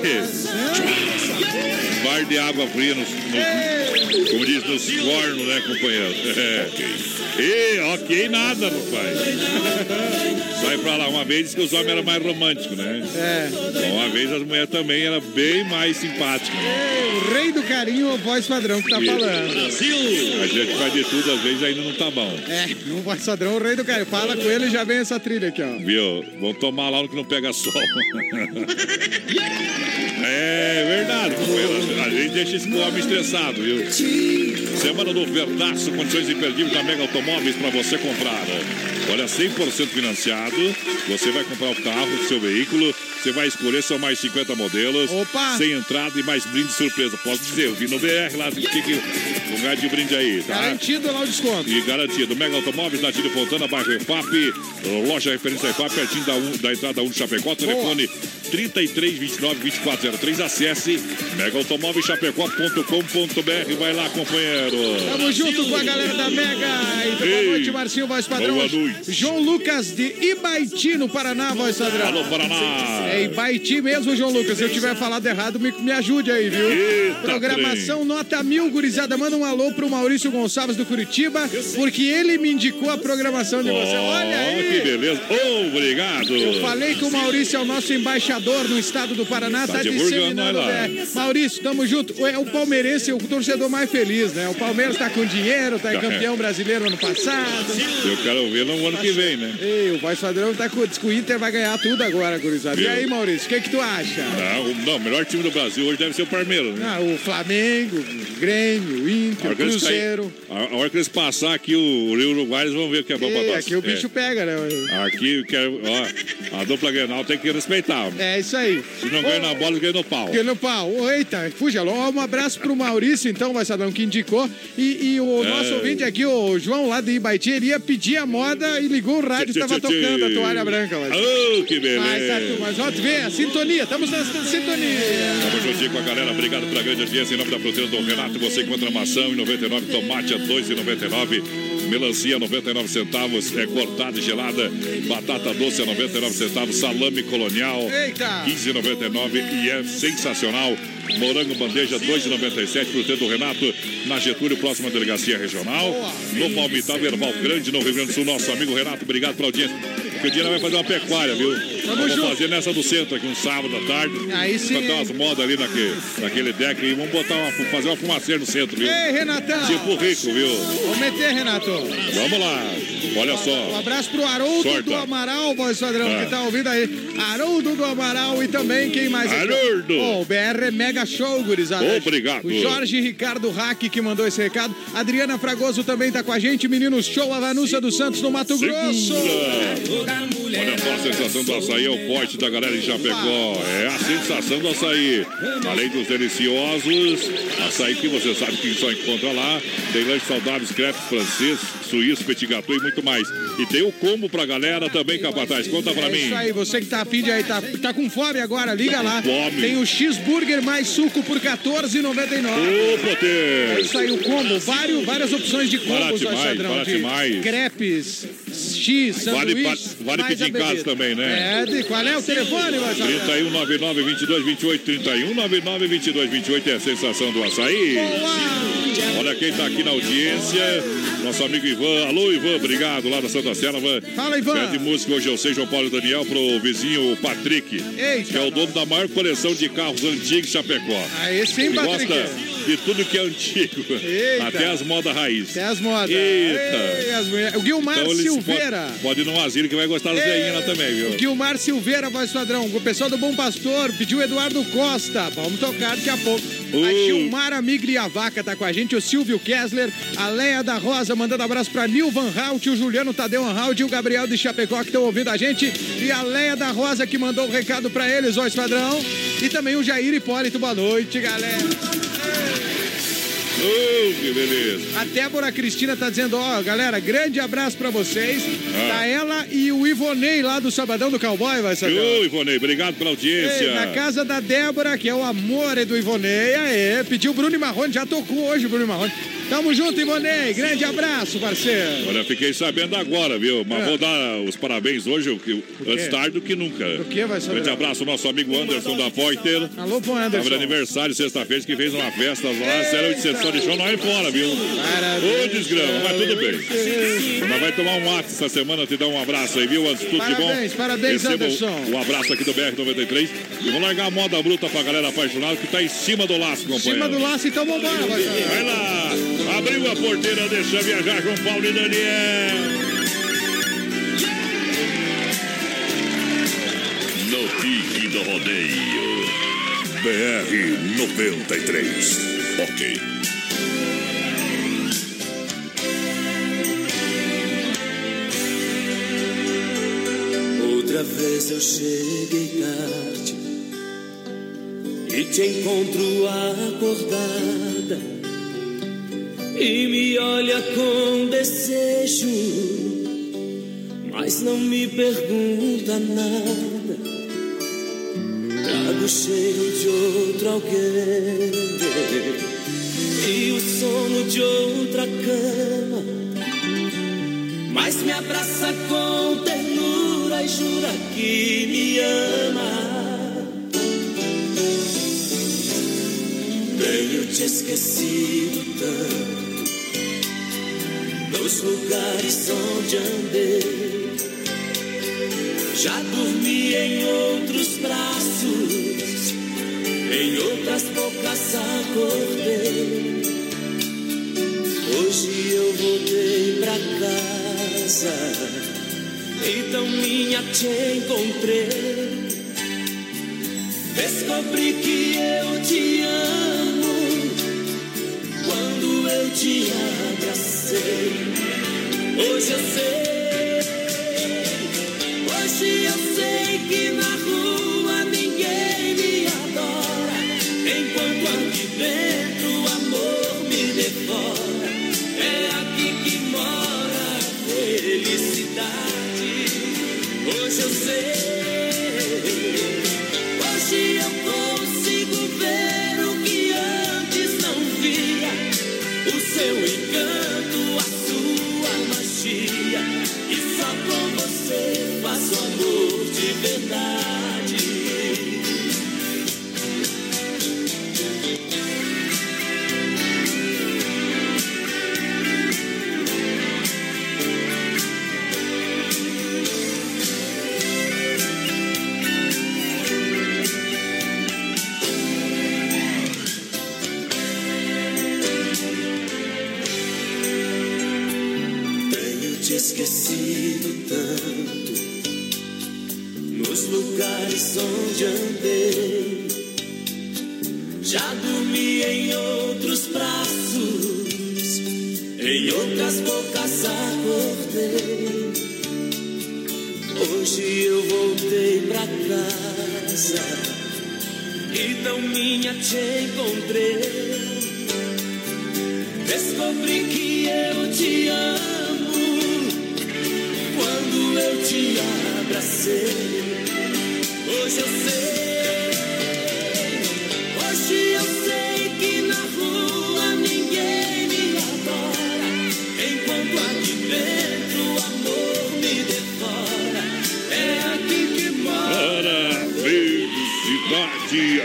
Bar de água fria, nos, nos, como diz, nos cornos, né, companheiro? É. E ok, nada, rapaz. Sai pra lá. Uma vez que os homens eram mais românticos, né? É. Uma vez as mulheres também eram bem mais simpáticas. É, o rei do carinho, o voz padrão que tá E... falando. Brasil! A gente faz de tudo, às vezes ainda não tá bom. É, o voz padrão, o rei do carinho. Fala com ele e já vem essa trilha aqui, ó. Viu? Vamos tomar lá no que não pega sol. É verdade, companheiro. A gente deixa esse homem estressado, viu? Semana do Ofertaço, condições imperdíveis da Mega Automóveis para você comprar. Olha, cem por cento financiado. Você vai comprar o carro do seu veículo. Você vai escolher, são mais cinquenta modelos. Opa! Sem entrada e mais brinde surpresa. Posso dizer, eu vi no B R lá, tem que lugar de brinde aí, tá? Garantido lá o desconto. E garantido. Mega Automóveis, na Tílio Fontana, bairro E F A P. Loja referência E F A P, pertinho da, um, da entrada um de Chapecó. Telefone trinta e três, vinte e nove, vinte e quatro zero três. Acesse mega automóveis chapecó ponto com ponto b r. Vai lá, companheiro. Tamo junto com a galera da Mega. Então, boa noite, Marcinho, voz padrão. Boa noite. João Lucas de Ibaiti, no Paraná, voz padrão. Alô, Paraná. É Ibaiti mesmo, João Lucas. Se eu tiver falado errado, me, me ajude aí, viu? Eita, Programação trem. nota mil, gurizada. Manda um alô pro Maurício Gonçalves do Curitiba, porque ele me indicou a programação de você. Olha aí. Que beleza. Obrigado. Eu falei que o Maurício é o nosso embaixador no estado do Paraná, tá, Tá disseminando. divulgando, vai lá. É. Maurício, tamo junto. É o palmeirense, o torcedor mais feliz, né? O Palmeiras tá com dinheiro, tá Tá. campeão brasileiro ano passado. Eu quero ver no ano que vem, né? Ei, o voz padrão tá com, diz que o Inter vai ganhar tudo agora, gurizada. E Viu? aí, Maurício, o que que tu acha? Não, não, o melhor time do Brasil hoje deve ser o Palmeiras, né? Ah, o Flamengo, o Grêmio, o A Inter, hora o que eles Cruzeiro. cair- a hora que eles passar aqui o Rio Uruguai, eles vão ver o que é bom pra Ei, nós. aqui o bicho pega, né? É. Aqui, que é- ó, a dupla Grenal tem que respeitar. É isso aí. Se não ganha na bola, ganha no pau. Porque no pau. Eita, fuja logo. Um abraço pro Maurício, então, vai Sadão, que indicou. E, e o É. nosso ouvinte aqui, o João, lá de Ibaiti, ele ia pedir a moda e ligou o rádio e Tchê, estava tchê, tchê. tocando a toalha branca. Mas, Oh, que beleza. mas, tá, tu- mas ó, tu vê, a sintonia, estamos na sintonia. Tamo juntinho com a galera. Obrigado pela grande audiência. Em nome da fruteira do Renato, você encontra maçã em noventa e nove, tomate a dois reais e noventa e nove, melancia a noventa e nove centavos, é cortada e gelada, batata doce a noventa e nove centavos, salame colonial Eita! quinze reais e noventa e nove e é sensacional. Morango bandeja dois reais e noventa e sete, fruteira do Renato, na Getúlio, próxima delegacia regional. No Palmital, Erval Grande, no Rio Grande do Sul. Nosso amigo Renato, obrigado pela audiência. Porque o dia vai fazer uma pecuária, viu? Vamos junto. fazer nessa do centro aqui, um sábado à tarde. Aí sim, Botar hein? umas modas ali naquele, naquele deck e vamos botar uma, fazer uma fumaceira no centro, viu? Ei, Renatão! Tipo rico, viu? Vamos meter, Renato. Vamos lá. Olha Um só. abraço pro Haroldo Sorta. do Amaral, voz padrão, Ah. que tá ouvindo aí. Haroldo do Amaral e também quem mais? aqui? Haroldo. Oh, o B R é mega show, gurizada. Obrigado. O Jorge Ricardo Hack que mandou esse recado. Adriana Fragoso também tá com a gente. Meninos show, a Vanúcia dos Santos no Mato Grosso. Olha só, a sensação do açaí é o forte da galera em Chapecó. É a sensação do açaí. Além dos deliciosos, açaí que você sabe que só encontra lá. Tem lanches saudáveis, crepes francês, suíço, petit gâteau e muito mais. E tem o combo pra galera também, Capataz. Conta pra É mim. isso aí, você que tá afim de aí, tá, tá com fome agora, liga lá. Fome. Tem o cheeseburger mais suco por quatorze reais e noventa e nove. Ô, É poder! isso aí, o combo, vários, várias opções de Barato combos, demais, Alexandrão. barato De demais. crepes, X, Vale- sanduíche. vale- vale mais pedir a em casa bebida. também, né? É, de, qual é o telefone, Alexandrão? trinta e um, noventa e nove, vinte e dois, vinte e oito, trinta e um, noventa e nove, vinte e dois, vinte e oito é a sensação do açaí. Olha quem tá aqui na audiência, nosso amigo Ivan. Alô, Ivan, obrigado lá da Santa Selva. Fala, Ivan. Pede música hoje eu sei, João Paulo e Daniel, pro vizinho Patrick, Eita. que é o dono da maior coleção de carros antigos de Chapecó. Aí sim, Ele Patrick. gosta de tudo que é antigo, Eita. até as modas raiz. Até as modas. Eita. Ei, as mulheres. O Guilmar Então ele Silveira. pode, pode ir num asilo que vai gostar das Ei, veinhas lá também, viu? Guilmar Silveira, voz padrão. O pessoal do Bom Pastor pediu Eduardo Costa. Vamos tocar daqui a pouco. A Uh. Gilmara Migri a Vaca tá com a gente. O Silvio Kessler. A Leia da Rosa mandando abraço pra Nil Van Hout. O Juliano Tadeu Van Hout e o Gabriel de Chapecó que estão ouvindo a gente. E a Leia da Rosa que mandou o recado pra eles, voz padrão. E também o Jair Hipólito. Boa noite, galera. Oh, que beleza. A Débora Cristina tá dizendo, ó, galera, grande abraço pra vocês. Ah. Tá ela e o Ivonei lá do Sabadão do Cowboy, vai saber. Ô, Ivonei, obrigado pela audiência. Ei, na casa da Débora, que é o amor do Ivonei. Aê, pediu o Bruno e Marrone, já tocou hoje o Bruno e Marrone. Tamo junto, Ivonei. Grande abraço, parceiro. Olha, fiquei sabendo agora, viu? Mas É. vou dar os parabéns hoje, o que- antes tarde do que nunca. O que vai saber? Grande abraço ao nosso amigo Anderson da Pointer. Alô, pro Anderson. Tava de aniversário sexta-feira, que fez uma festa lá, zero oitocentos, só deixou nós fora, viu? Ô, desgrama, mas tudo bem. Mas vai tomar um mate essa semana, te dar um abraço aí, viu? Antes, tudo de bom. Parabéns, parabéns, Receba Anderson. o, o abraço aqui do B R noventa e três. E vamos largar a moda bruta pra galera apaixonada que tá em cima do laço, Em cima companheiro. do laço, então vambora, vai. Vai lá, abriu a porteira, deixa viajar João Paulo e Daniel. No pique do rodeio. B R noventa e três. Ok. Outra vez eu cheguei tarde e te encontro acordada e me olha com desejo, mas não me pergunta nada. Trago o cheiro de outro alguém e o sono de outra cama, mas me abraça com ternura e jura que me ama. Tenho te esquecido tanto nos lugares onde andei. Já dormi em outros braços, em outras bocas acordei. Hoje eu voltei pra casa, então minha te encontrei. Descobri que eu te amo quando eu te abracei. Hoje eu sei, hoje eu sei que na rua ninguém me adora, enquanto aqui dentro o amor me devora. É aqui que mora a felicidade. Hoje eu sei, hoje eu consigo ver o que antes não via, o seu encanto, a sua magia, e só com você faço amor de verdade. Te esquecido tanto nos lugares onde andei. Já dormi em outros braços, em outras bocas acordei. Hoje eu voltei pra casa, então minha te encontrei. Descobri que eu te amo quando eu te abracei. Hoje eu sei, hoje eu sei que na rua ninguém me adora, enquanto aqui dentro o amor me devora. É aqui que mora. Para felicidade.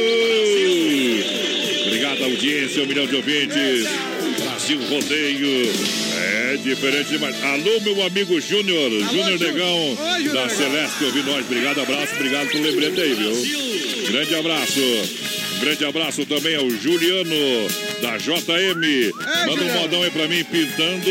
Aô! Obrigado, audiência, um milhão de ouvintes. Brasil Rodeio. É diferente demais. Alô, meu amigo Júnior. Júnior Negão, da Celeste, ouvindo nós. Obrigado, abraço. Obrigado pelo lembrete aí, viu? Grande abraço. Um grande abraço também ao Juliano, da J M. Manda um modão aí pra mim, pintando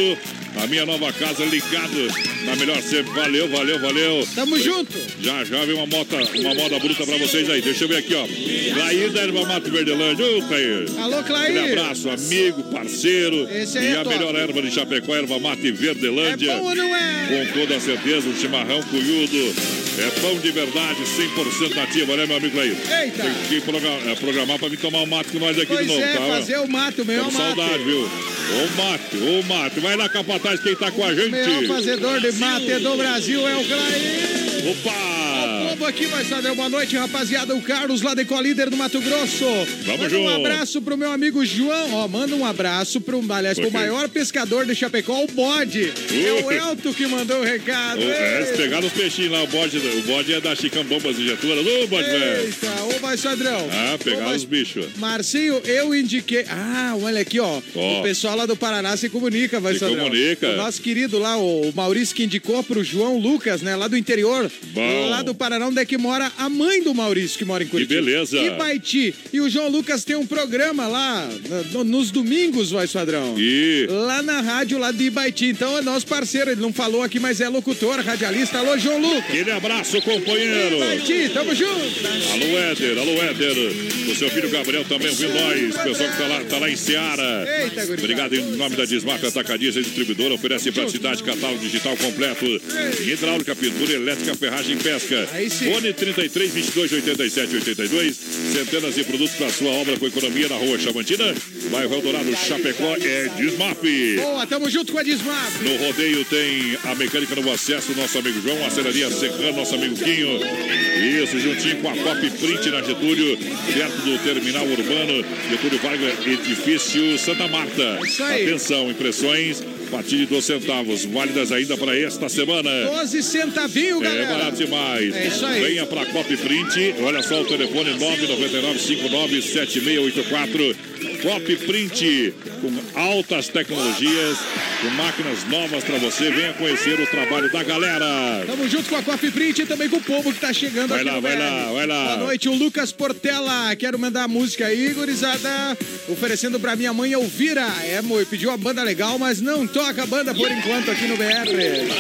a minha nova casa ligado na melhor sempre. Valeu, valeu, valeu. Tamo junto. Já, já vem uma moda, uma moda bruta pra vocês aí. Deixa eu ver aqui, ó. Clair da Erva Mate Verdelândia. Ô, Clair. Alô, Clair. Um abraço, amigo, parceiro. Esse aí e é a top. melhor erva de Chapecó, Erva Mate Verdelândia. É bom ou não é? Com toda certeza, um chimarrão cunhudo. É pão de verdade, cem por cento nativa, né, meu amigo Clair? Eita. Tem que programar, é, programar pra vir tomar um mate com nós aqui Pois de novo, é, tá? fazer o mate, o melhor Tamo mate. saudade, viu? Ô mate, ô mate. Vai lá, Capataz, quem tá com a gente. O melhor fazedor de mate do Brasil é o Clair. Opa! O povo aqui vai saber. Boa noite, rapaziada. O Carlos lá de Colíder do Mato Grosso. Vamos manda junto. um abraço pro meu amigo João. Ó, manda um abraço pro, aliás, pro maior pescador de Chapecó, o Bode. Uh. É o Elton que mandou o recado. Oh, é, eles pegaram os peixinhos lá, o bode, o bode é da Chicão Bombas e Geturas. Ô, bode, velho. Eita, ô, vai, Sadrão. Ah, pegaram Ô, vai- os bichos. Marcinho, eu indiquei. Ah, olha aqui, ó. Ó. O pessoal lá do Paraná se comunica, vai, Se Sadrão. comunica. O nosso querido lá, o Maurício, que indicou pro João Lucas, né? Lá do interior. Bom. Lá do Paraná, onde é que mora a mãe do Maurício, que mora em Curitiba. beleza. Ibaiti. E o João Lucas tem um programa lá no- nos domingos, vai, Sadrão. E Lá na rádio, lá de Ibaiti. Então é nosso parceiro. Ele não falou aqui, mas é locutor, radialista. Alô, João Lucas. aquele abraço, companheiro. Ibaiti, tamo junto. Alô, Éder, alô, Éder. O seu filho Gabriel também ouvindo nós. O pessoal que tá lá, tá lá em Seara. Eita, gurizada. Obrigado em nome da Desmaf Atacadista e Distribuidora. Oferece praticidade, catálogo digital completo. Hidráulica, pintura, elétrica, ferragem e pesca. Aí sim. Fone trinta e três, vinte e dois, oitenta e sete, oitenta e dois. Centenas de produtos para sua obra com economia na rua Chavantina. Bairro Eldorado, Chapecó, é Desmaf. Boa, tamo junto com a Desmaf. No rodeio tem a mecânica no acesso, nosso amigo João, a Serraria Serrano, nosso amigo Quinho. Isso, juntinho com a Cop Print na Getúlio, perto do terminal urbano, Getúlio Vargas, edifício Santa Marta. Isso aí. Atenção, impressões, a partir de doze centavos, válidas ainda para esta semana. doze centavinhos, galera. É barato demais. É isso aí. Venha pra Cop Print. Olha só o telefone nove nove nove, cinco nove sete seis oito quatro. Cop Print, com altas tecnologias, com máquinas novas pra você. Venha conhecer o trabalho da galera. Tamo junto com a Coffee Print e também com o povo que tá chegando Vai aqui lá, no vai B R. lá, vai lá. Boa noite, o Lucas Portela. Quero mandar a música aí, gurizada. Oferecendo pra minha mãe Elvira. É, amor, pediu a banda legal, mas não toca a banda por enquanto aqui no B R.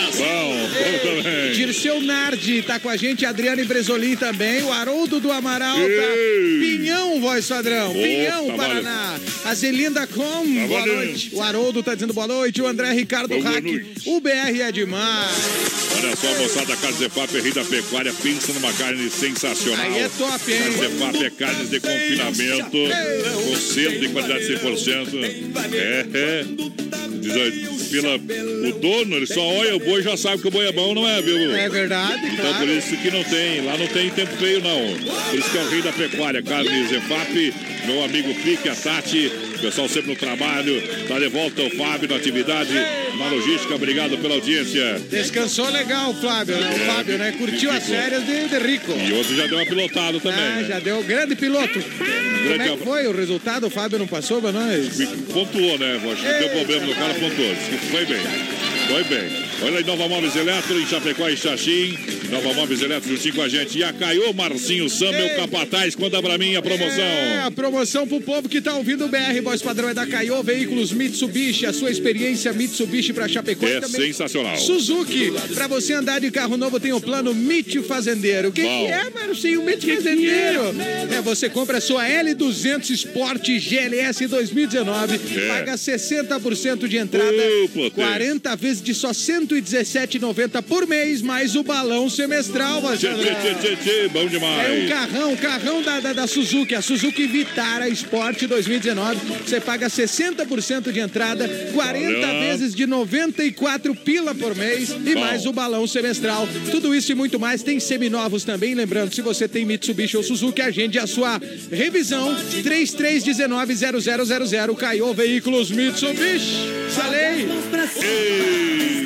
Bom, bom também. Dirceu Nardi tá com a gente, Adriane Bresolim também, o Haroldo do Amaral, tá? Ei. Pinhão, voz padrão, Opa, Pinhão, tá Paraná. A Zelinda Com, Tá boa valendo. noite. O Haroldo tá dizendo boa noite, o André Ricardo Boa Hack. noite. O B R é demais. Olha só, moçada, Carne Zefap, Rei da Pecuária, pensa numa carne sensacional. Aí é top, hein? Carne Zefap é carnes de confinamento, com selo de qualidade cem por cento. É, é. Diz aí, pela, o dono, ele só olha o boi e já sabe que o boi é bom, não é, viu? É verdade, Então claro. por isso que não tem, lá não tem tempo feio não. Por isso que é o Rei da Pecuária, Carne Zefap, meu amigo Pique, a Tati, o pessoal sempre no trabalho, tá de volta o Fábio na atividade, na logística, obrigado pela audiência. Descansou legal, Flávio, né? O É, Fábio, né? Curtiu as ficou. férias de, de rico. E outro já deu uma pilotada também. Ah, né? já deu grande piloto. Como é que abra- foi o resultado? O Fábio não passou pra nós? Pontuou, né? Acho que deu problema no cara, pontuou. Disse que foi bem. Foi bem. Olha aí, Nova Móveis Eletro, em Chapecó e Xaxim. Nova Móveis Eletro juntinho com a gente. E a Caiô, Marcinho, Sam, meu capataz, conta pra mim a promoção. É, a promoção pro povo que tá ouvindo o B R, voz padrão é da Caiô Veículos Mitsubishi, a sua experiência Mitsubishi pra Chapecó. É e também sensacional. Suzuki, pra você andar de carro novo tem o plano Mit Fazendeiro. O que, que Bom. é, Marcinho, Mit Fazendeiro? É, você compra a sua L duzentos Sport G L S dois mil e dezenove, É. paga sessenta por cento de entrada, Ô, potência. quarenta vezes de só cento e dezessete reais e noventa centavos por mês, mais o balão semestral, voz Tchê, padrão. tchê, tchê, tchê, bom É um demais. carrão, carrão da, da, da Suzuki, a Suzuki Vitara Sport dois mil e dezenove. Você paga sessenta por cento de entrada, quarenta Olha. vezes de noventa e quatro pila por mês e Bom. mais o balão semestral. Tudo isso e muito mais. Tem seminovos também. Lembrando, se você tem Mitsubishi ou Suzuki, agende a sua revisão. três três um nove zero zero zero zero. Caiô Veículos Mitsubishi. Falei. Ei,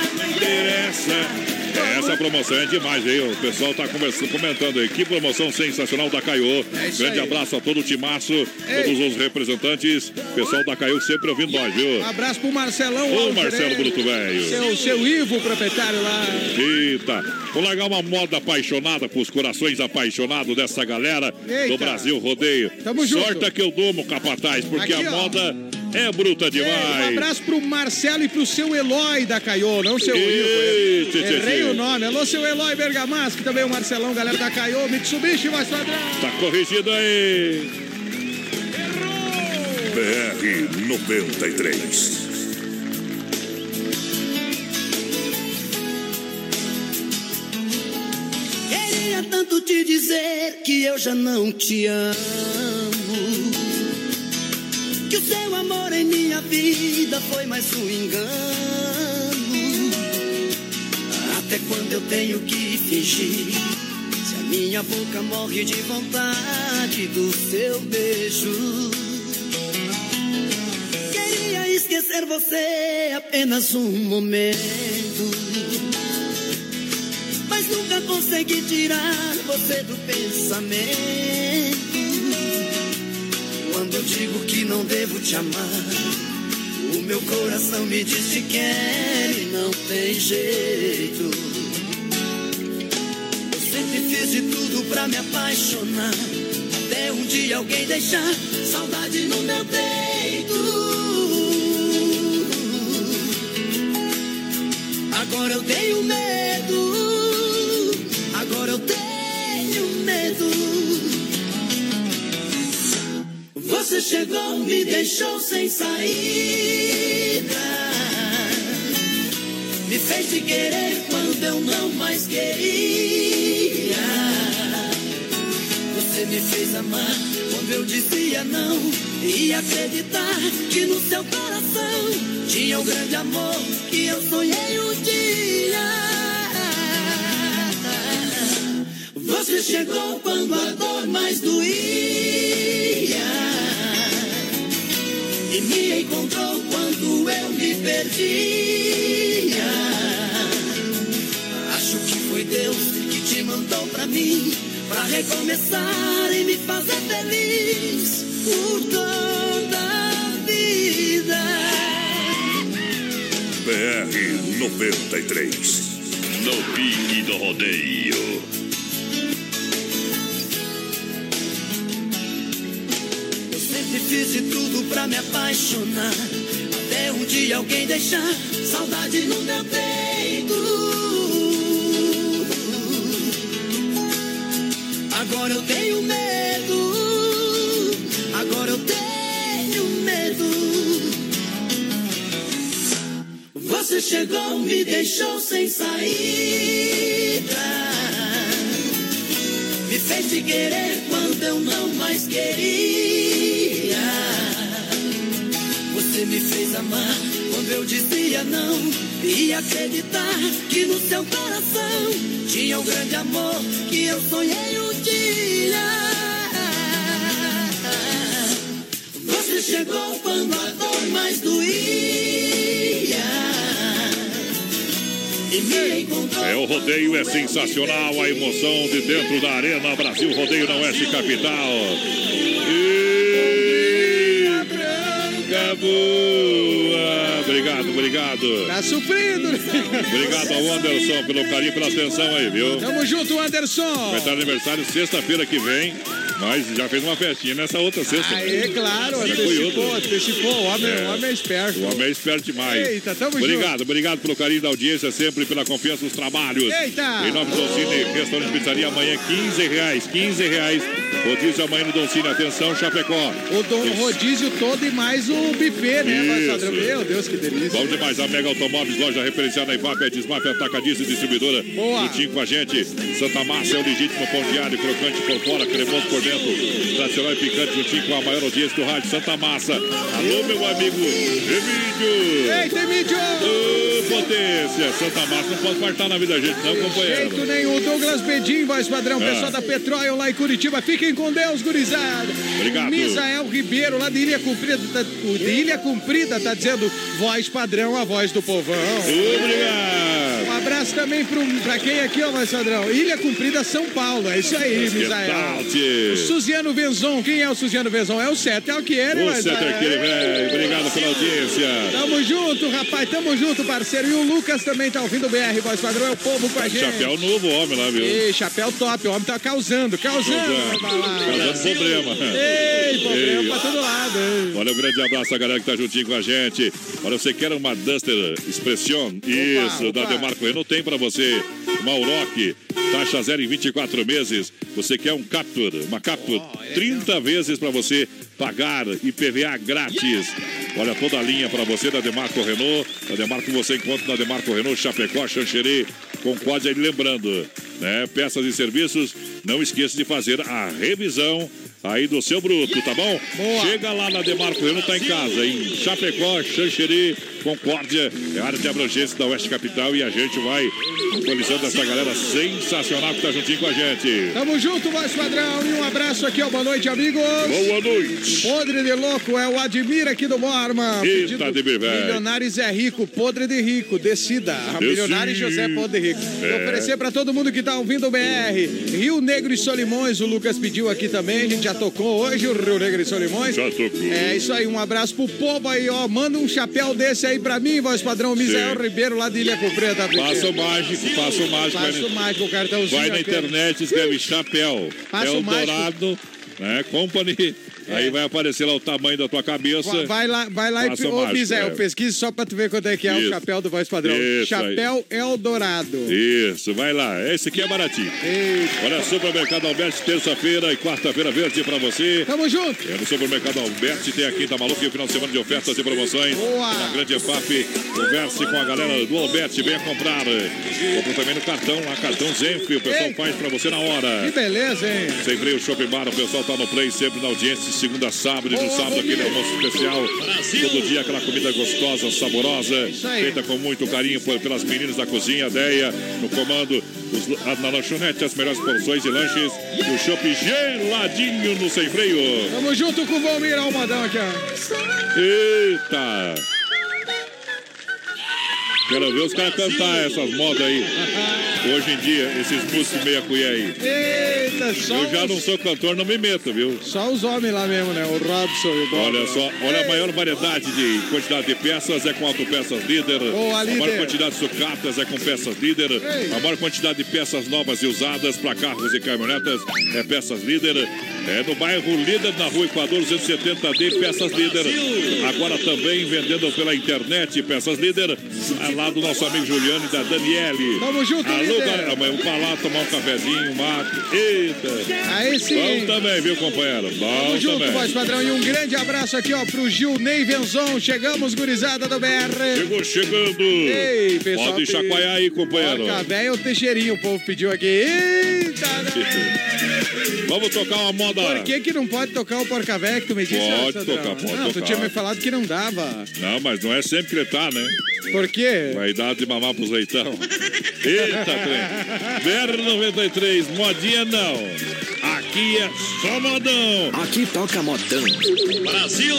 interessa. Essa promoção é demais, aí. O pessoal tá conversando, comentando aí. Que promoção sensacional da Caiô. É isso Grande aí. abraço a todo o timaço, todos os representantes. Pessoal da Caiô sempre ouvindo nós, viu? Um abraço pro Marcelão. Ô, Alves, Marcelo né? Bruto Velho. Seu, seu Ivo, proprietário lá. Eita, vou largar uma moda apaixonada pros corações apaixonados dessa galera Eita. do Brasil Rodeio. Tamo junto. Sorte que eu durmo, capataz, porque Aqui, a ó. moda é bruta demais. Um abraço pro Marcelo e pro seu Eloy da Caiô, não seu Ei, Rio. tchê, tchê, Errei tchê. o nome. Alô, seu Eloy Bergamasco, também o Marcelão, galera da Caiô, Mitsubishi, mais padrão. Tá corrigido aí. B R noventa e três. Queria tanto te dizer que eu já não te amo, que o seu amor em minha vida foi mais um engano. Até quando eu tenho que fingir, se a minha boca morre de vontade do seu beijo. Queria esquecer você apenas um momento, mas nunca consegui tirar você do pensamento. Quando eu digo que não devo te amar, o meu coração me diz que quer e não tem jeito. Eu sempre fiz de tudo pra me apaixonar, até um dia alguém deixar saudade no meu peito. Agora eu tenho medo, agora eu tenho medo. Você chegou, me deixou sem saída, me fez te querer quando eu não mais queria. Você me fez amar quando eu dizia não, e acreditar que no seu coração tinha um grande amor que eu sonhei um dia. Você chegou quando a dor mais doía e me encontrou quando eu me perdia. Acho que foi Deus que te mandou pra mim, pra recomeçar e me fazer feliz por toda a vida. B R noventa e três. No pique do rodeio. Eu sempre fiz de tudo pra me apaixonar, até um dia alguém deixar saudade no meu peito. Agora eu tenho medo, agora eu tenho medo. Você chegou, me deixou sem saída, me fez te querer quando eu não mais queria. Você me fez amar quando eu dizia não, e acreditar que no seu coração tinha um grande amor que eu sonhei um dia. Você chegou quando a dor mais doía e me encontrou. É, o rodeio é sensacional, a emoção de dentro da Arena Brasil, rodeio na Oeste Capital. E... Branca boa. Obrigado, obrigado. Tá sofrendo, né? Obrigado ao Anderson pelo carinho e pela atenção aí, viu? Tamo junto, Anderson. Vai estar aniversário sexta-feira que vem, mas já fez uma festinha nessa outra sexta. Aê, claro, já antecipou, antecipou. O homem é. o homem é esperto. O homem é esperto demais. Eita, tamo obrigado, junto. Obrigado pelo carinho da audiência, sempre pela confiança nos trabalhos. Eita! Em nome do Doncini, restaurante pizzaria, amanhã quinze reais, quinze reais. Rodízio amanhã no Doncini, atenção, Chapecó. O do, rodízio todo e mais o buffet, né, Isso. Padrão? Meu Deus, que delícia. Bom demais, a Mega Automóveis, loja referenciada na I V A P, é Desmap, atacadista e distribuidora. Boa. Juntinho com a gente. Santa Massa é o legítimo pão diário, crocante por fora, cremoso por dentro. Tradicional e picante, juntinho com a maior audiência do rádio, Santa Massa. Alô, meu amigo Emílio. Eita, Emílio. Ô, potência. Santa Massa não pode faltar na vida da gente, não, companheiro. Jeito nenhum. Douglas Bedin, voz padrão, Ah. pessoal da Petróleo lá em Curitiba. Fiquem com Deus, gurizada. Obrigado. Misael Ribeiro, lá de Ilha Comprida, tá, o de Ilha Comprida, tá dizendo voz padrão, a voz do povão. Obrigado. Um abraço também pro, pra quem aqui, ó, voz padrão. Ilha Comprida, São Paulo. É isso aí, Misael. O Suziano Venzon, quem é o Suziano Venzon? É o Sete Alquiere, O mas Sete Alquiere, velho. Obrigado pela audiência. Tamo junto, rapaz, tamo junto, parceiro. E o Lucas também tá ouvindo o B R, voz padrão, é o povo com a gente. Chapéu novo, homem lá, viu? Ei, chapéu top, o homem tá causando, causando. Causando problema. Ei, problema Ei. pra todo lado. Ei. Olha, um grande abraço a galera que tá juntinho com a gente. Olha, você quer uma Duster Expression? Isso, opa. da Demarco Renault tem pra você. Uma Auroch, taxa zero em vinte e quatro meses. Você quer um Captur, uma Captur, Oh, trinta vezes pra você pagar I P V A grátis. Olha, toda a linha pra você da Demarco Renault. Da Demarco você encontra na Demarco Renault, Chapecó, Xanxerê, Concórdia. E lembrando, né, peças e serviços, não esqueça de fazer a revisão aí do seu bruto, tá bom? Boa. Chega lá na Demarco Renault, tá em casa, em Chapecó, Xanxerê, Concórdia, é área de abrangência da Oeste Capital e a gente vai atualizando essa galera sensacional que tá juntinho com a gente. Tamo junto, voz padrão, e um abraço aqui, ó, boa noite, amigos. Boa noite. Podre de louco, é o Admir aqui do Borma. Eita, Admir, velho. Milionários é rico, podre de rico, decida. Milionário José Podre de Rico. É. Vou oferecer pra todo mundo que tá ouvindo o B R. Rio Negro e Solimões, o Lucas pediu aqui também, a gente já tocou hoje, o Rio Negro e Solimões. Já tocou. É isso aí, um abraço pro povo aí, ó. Manda um chapéu desse aí pra mim, voz padrão, Misael Ribeiro, lá de Ilha Compreta. Passo mágico, passo mágico. Passo mágico, o cartãozinho. Vai na aqui. internet, escreve chapéu. Passo Eldorado, né? Company. Aí vai aparecer lá o tamanho da tua cabeça. Vai, vai lá, vai lá Passo e ô, mágico, Misael, é. pesquise só pra tu ver quanto é que é Isso. o chapéu do voz padrão. Isso Chapéu Eldorado. Isso, vai lá. Esse aqui é baratinho. Eita. Olha, Supermercado Alberti, terça-feira e quarta-feira verde pra você. Tamo junto. É no Supermercado Alberti, tem aqui, tá maluco? E o final de semana de ofertas e promoções. Boa. Na grande E F A P, converse com a galera do Alberti, venha comprar. Compra também no cartão, lá, cartão Zenf, o pessoal Ei. faz pra você na hora. Que beleza, hein? Sem freio, Shopping Bar, o pessoal tá no play, sempre na audiência, de segunda a sábado, e no Boa, sábado aquele almoço especial. Todo dia aquela comida gostosa, saborosa, Isso aí. feita com muito carinho por- pelas meninas da cozinha, Deia, no comando, os- a- na lanchonete, as melhores porções e lanches, e o shopping geladinho no Sem Freio. Tamo junto com o Valmir Almadão aqui, ó. Eita! Quero ver os caras cantar essas modas aí. Hoje em dia, esses músicos meia colher aí. Eita, só Eu já os, não sou cantor, não me meto, viu? só os homens lá mesmo, né? O Robson e o Bob. Olha só, olha a maior variedade de quantidade de peças é com Autopeças Líder. Boa, A líder. maior quantidade de sucatas é com Peças Líder. Ei. A maior quantidade de peças novas e usadas para carros e caminhonetas é Peças Líder. É no bairro Líder, na rua Equador duzentos e setenta D, Peças Líder. Agora também vendendo pela internet Peças Líder. Ao lado do nosso amigo Juliano e da Daniele. Tamo junto, Alô, líder. galera, vamos pra lá tomar um cafezinho, um mato. Eita! Aí sim. Bom também, viu, companheiro? Bom Tamo junto, também. voz padrão. E um grande abraço aqui, ó, pro Gil Ney Venzon. Chegamos, gurizada do B R. Chegou chegando. Ei, pessoal. Pode chacoalhar aí, companheiro. Porca velha ou Teixeirinho, o povo pediu aqui. Eita, né? Vamos tocar uma moda. Por que que não pode tocar o Porca Véia que tu me disse? Pode Sandrão? tocar, pode Não, tu tocar. tinha me falado que não dava. Não, mas não é sempre que ele tá, né? Por quê? Vai dar de mamar pros leitão. Eita, trem. B R noventa e três, modinha não. Aqui é só modão. Aqui toca modão. Brasil!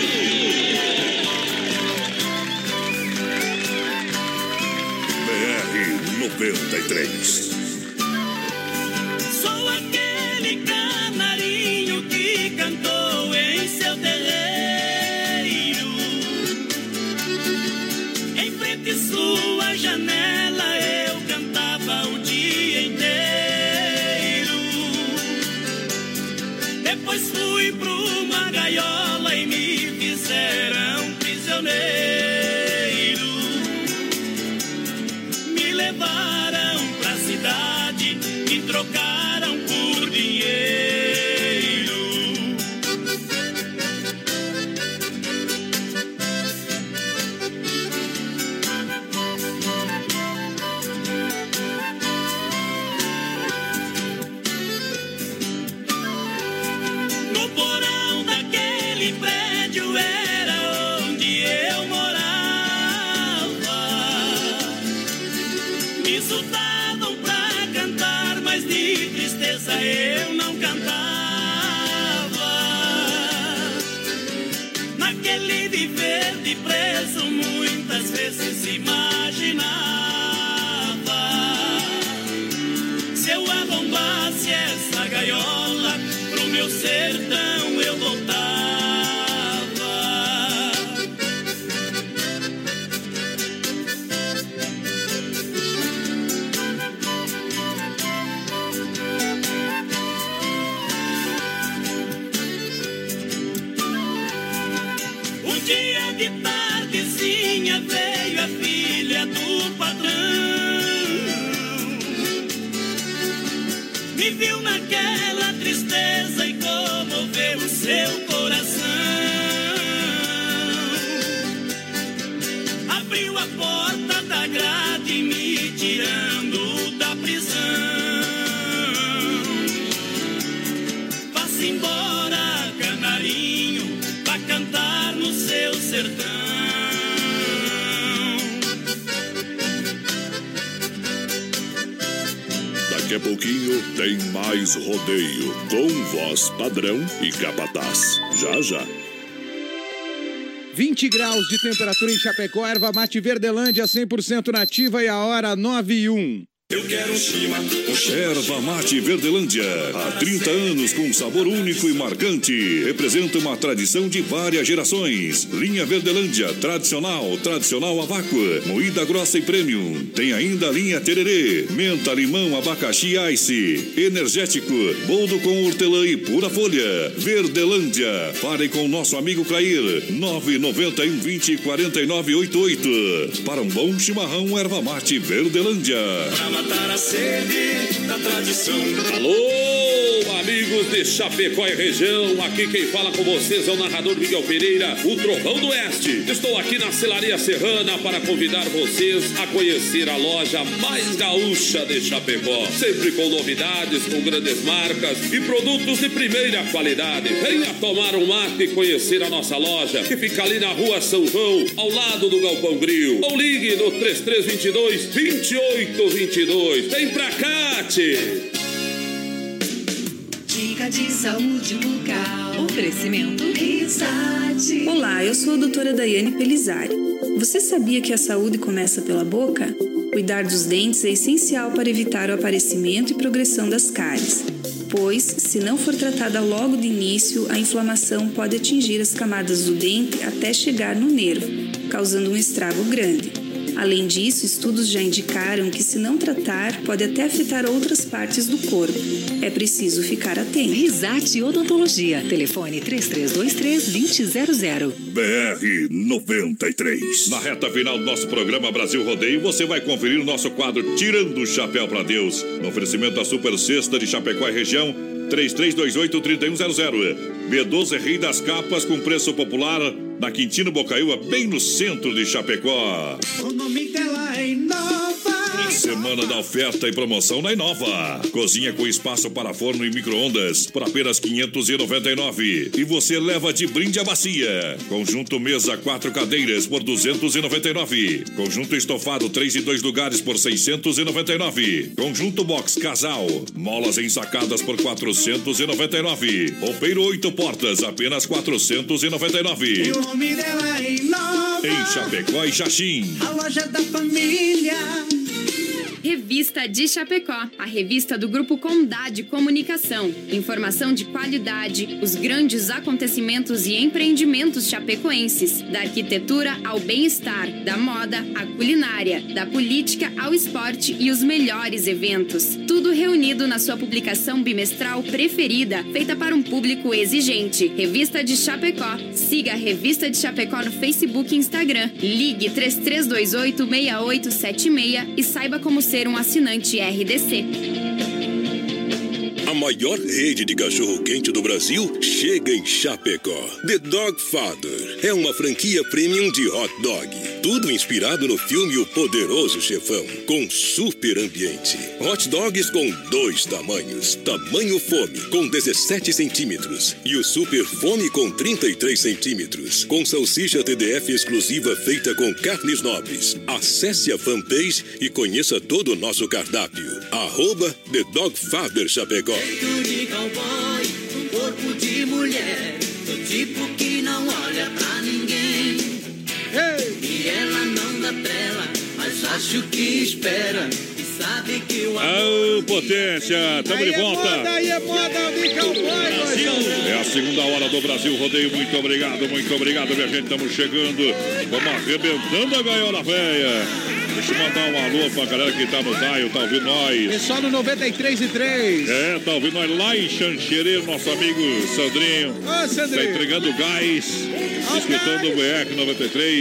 B R noventa e três. Sou aquele canarinho que cantou em seu terreiro. Em frente à sua janela eu cantava o dia inteiro. Depois fui pra uma gaiola e me fizeram prisioneiro. Me levaram pra cidade, me trocaram por dinheiro. No porão daquele prédio era onde eu morava. Me insultavam pra cantar, mas de tristeza eu não cantava. Naquele viver de preso muitas vezes imaginava. Se eu arrombasse essa gaiola, pro meu sertão eu voltava. me viu naquela tristeza e comoveu o seu coração. Abriu a porta da grade me tirando da prisão. Vá-se embora, canarinho, vá cantar no seu sertão. Daqui a pouquinho tem mais rodeio com voz padrão e capataz. Já, já. vinte graus de temperatura em Chapecó, erva mate Verdelândia cem por cento nativa e a hora nove e um. Eu quero um chima, um chima. Erva mate Verdelândia. Há trinta anos com um sabor único e marcante. Representa uma tradição de várias gerações. Linha Verdelândia, tradicional, tradicional a vácuo, moída grossa e premium. Tem ainda a linha Tererê, menta, limão, abacaxi ice, energético, boldo com hortelã e pura folha. Verdelândia. Fale com o nosso amigo Clair. nove nove um, vinte, quarenta e nove, oitenta e oito. Para um bom chimarrão, erva mate Verdelândia. Matar a sede da tradição. Alô, amigos de Chapecó e região, aqui quem fala com vocês é o narrador Miguel Pereira, o Trovão do Oeste. Estou aqui na Celaria Serrana para convidar vocês a conhecer a loja mais gaúcha de Chapecó, sempre com novidades, com grandes marcas e produtos de primeira qualidade. Venha tomar um mate e conhecer a nossa loja, que fica ali na rua São João, ao lado do Galpão Grill. Ou ligue no três três dois dois, vinte e oito vinte e dois. Vem pra cá, tchê! Dica de saúde bucal. Oferecimento Risate. Olá, eu sou a doutora Daiane Pelizari. Você sabia que a saúde começa pela boca? Cuidar dos dentes é essencial para evitar o aparecimento e progressão das cáries, pois, se não for tratada logo de início, a inflamação pode atingir as camadas do dente até chegar no nervo, causando um estrago grande. Além disso, estudos já indicaram que, se não tratar, pode até afetar outras partes do corpo. É preciso ficar atento. Risate Odontologia. Telefone três três dois três, dois zero zero. B R noventa e três. Na reta final do nosso programa Brasil Rodeio, você vai conferir o nosso quadro Tirando o Chapéu pra Deus. No oferecimento da Super Sexta de Chapecó e região, três três dois oito, três um zero zero. B doze Rei das Capas com preço popular na Quintino Bocaiúva, bem no centro de Chapecó. O nome dela é Inova. Semana da oferta e promoção na Inova. Cozinha com espaço para forno e micro-ondas por apenas quinhentos e noventa e nove reais. E você leva de brinde a bacia. Conjunto mesa quatro cadeiras por duzentos e noventa e nove reais. Conjunto estofado três e dois lugares por seiscentos e noventa e nove reais. Conjunto box casal. Molas ensacadas por quatrocentos e noventa e nove reais. Roupeiro oito portas apenas quatrocentos e noventa e nove reais. E o nome dela é Inova. Em Chapecó e Xaxim. A loja da família. Revista de Chapecó, a revista do Grupo Condade Comunicação. Informação de qualidade, os grandes acontecimentos e empreendimentos chapecoenses, da arquitetura ao bem-estar, da moda à culinária, da política ao esporte e os melhores eventos. Tudo reunido na sua publicação bimestral preferida, feita para um público exigente. Revista de Chapecó. Siga a Revista de Chapecó no Facebook e Instagram. Ligue três três dois oito, seis oito sete seis e saiba como ser um assinante R D C. A maior rede de cachorro-quente do Brasil chega em Chapecó. The Dog Father é uma franquia premium de hot dog. Tudo inspirado no filme O Poderoso Chefão, com super ambiente. Hot dogs com dois tamanhos. Tamanho Fome, com dezessete centímetros. E o Super Fome, com trinta e três centímetros. Com salsicha T D F exclusiva feita com carnes nobres. Acesse a fanpage e conheça todo o nosso cardápio. Arroba The Dog Father Chapecó. Jeito de cowboy, um corpo de mulher, do tipo que não olha pra ninguém. Hey. E ela não dá trela, mas acho que espera e sabe que o amor... Ô, potência, tamo de volta. É moda, aí é moda de cowboy, Brasil. É a segunda hora do Brasil Rodeio. Muito obrigado, muito obrigado, minha gente. Estamos chegando, vamos arrebentando a gaiola véia. Deixa eu mandar um alô pra galera que tá no Daio, tá ouvindo nós. Pessoal no noventa e três e três. É, tá ouvindo nós lá em Xanxerê, nosso amigo Sandrinho. Ô, Sandrinho. Tá entregando gás, escutando o B R noventa e três.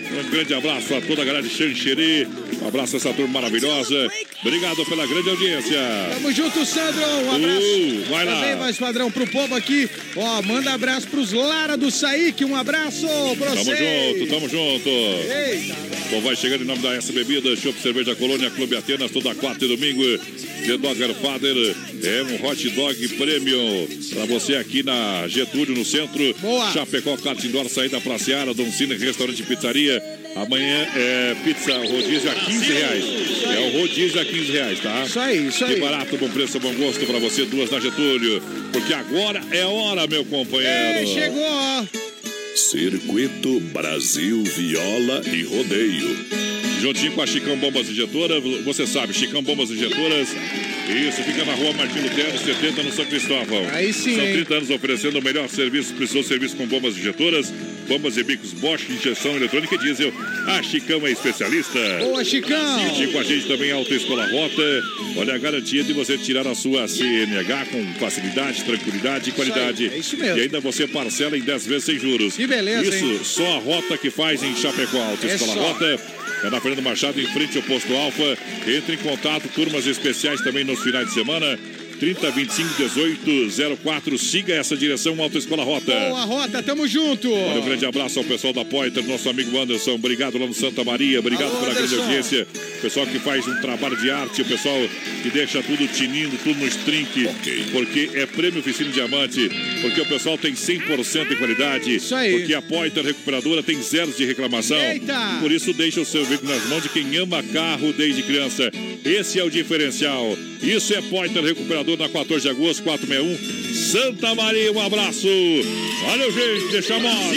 Um grande abraço a toda a galera de Xanxerê. Um abraço a essa turma maravilhosa. Obrigado pela grande audiência. Tamo junto, Sandro. Um abraço. Uh, vai lá. Também, mais padrão, pro povo aqui. Ó, manda abraço pros Lara do Saíque. Um abraço pra Tamo vocês. junto, tamo junto. Eita. Bom, vai chegando em nome da S Bebida, Chopp Cerveja Colônia, Clube Atenas, toda quarta e domingo. The Dogger Father é um hot dog premium pra você aqui na Getúlio, no centro. Boa. Chapecó, Kart Indoor, saída pra Seara, Dom Cine, restaurante e pizzaria. Amanhã é pizza rodízio a quinze reais. É o rodízio a quinze reais, tá? Isso aí, isso aí. Que barato, bom preço, bom gosto pra você, duas na Getúlio. Porque agora é hora, meu companheiro. Ei, chegou. Circuito Brasil Viola e Rodeio. Juntinho com a Chicão Bombas Injetoras, você sabe, Chicão Bombas Injetoras. Isso, fica na rua Martim Lutero, setenta, no São Cristóvão. Aí sim, São hein? trinta anos oferecendo o melhor serviço, precisou de serviço com bombas injetoras, bombas e bicos Bosch, injeção eletrônica e diesel. A Chicão é especialista. Boa, Chicão! Juntinho com a gente também a Autoescola Rota. Olha a garantia de você tirar a sua C N H com facilidade, tranquilidade e qualidade. Isso aí, é isso mesmo. E ainda você parcela em dez vezes sem juros. Que beleza, Isso, hein? só a Rota que faz em Chapecó. Autoescola É só. Rota. É na Fernando Machado, em frente ao Posto Alfa. Entre em contato, turmas especiais também nos finais de semana. trinta, vinte e cinco, dezoito, zero quatro. Siga essa direção, Autoescola Rota. Boa, Rota, tamo junto. Olha, um grande abraço ao pessoal da Poiter, nosso amigo Anderson. Obrigado lá no Santa Maria. Obrigado Alô, pela grande Anderson. audiência. O pessoal que faz um trabalho de arte, o pessoal que deixa tudo tinindo, tudo no string. Ok. Porque é prêmio Oficina Diamante. Porque o pessoal tem cem por cento de qualidade. Isso aí. Porque a Poiter Recuperadora tem zeros de reclamação. Eita. Por isso, deixa o seu veículo nas mãos de quem ama carro desde criança. Esse é o diferencial. Isso é Poiter Recuperador na quatorze de agosto, quatrocentos e sessenta e um. Santa Maria, um abraço. Valeu, gente. Deixa a moto.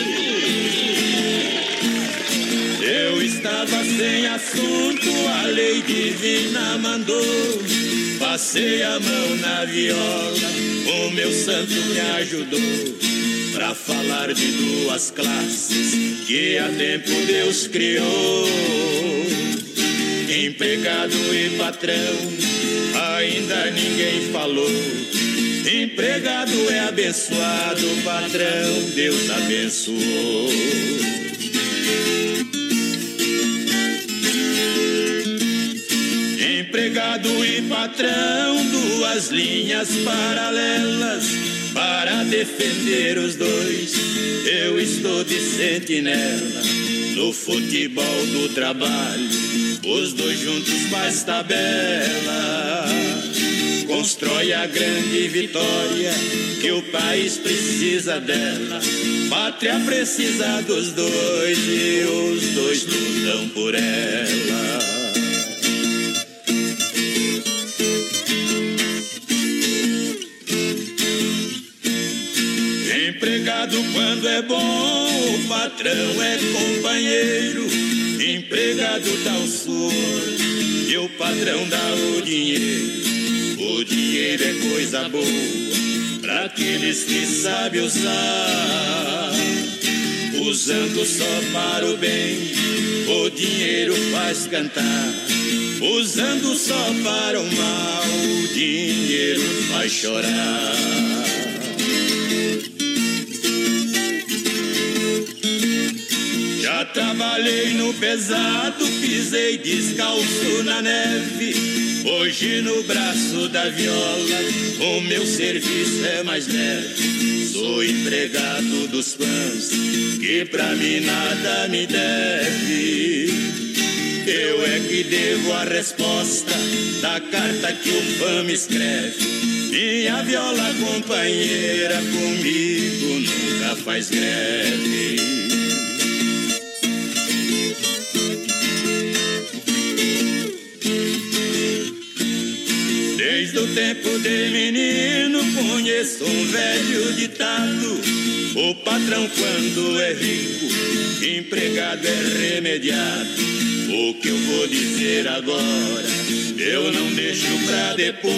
Eu estava sem assunto, a lei divina mandou. Passei a mão na viola, o meu santo me ajudou. Pra falar de duas classes que há tempo Deus criou. Empregado e patrão, ainda ninguém falou. Empregado é abençoado, patrão, Deus abençoou. Empregado e patrão, duas linhas paralelas para defender os dois. Eu estou de sentinela no futebol do trabalho, os dois juntos faz tabela. Constrói a grande vitória que o país precisa dela. Pátria precisa dos dois e os dois lutam por ela. Empregado quando é bom, o patrão é companheiro. Empregado dá o suor e o patrão dá o dinheiro. O dinheiro é coisa boa pra aqueles que sabem usar. Usando só para o bem, o dinheiro faz cantar. Usando só para o mal, o dinheiro faz chorar. Já trabalhei no pesado, pisei descalço na neve. Hoje no braço da viola, o meu serviço é mais leve. Sou empregado dos fãs, que pra mim nada me deve. Eu é que devo a resposta da carta que o fã me escreve. Minha viola companheira comigo nunca faz greve. Desde o tempo de menino conheço um velho ditado: o patrão quando é rico, empregado é remediado. O que eu vou dizer agora, eu não deixo pra depois.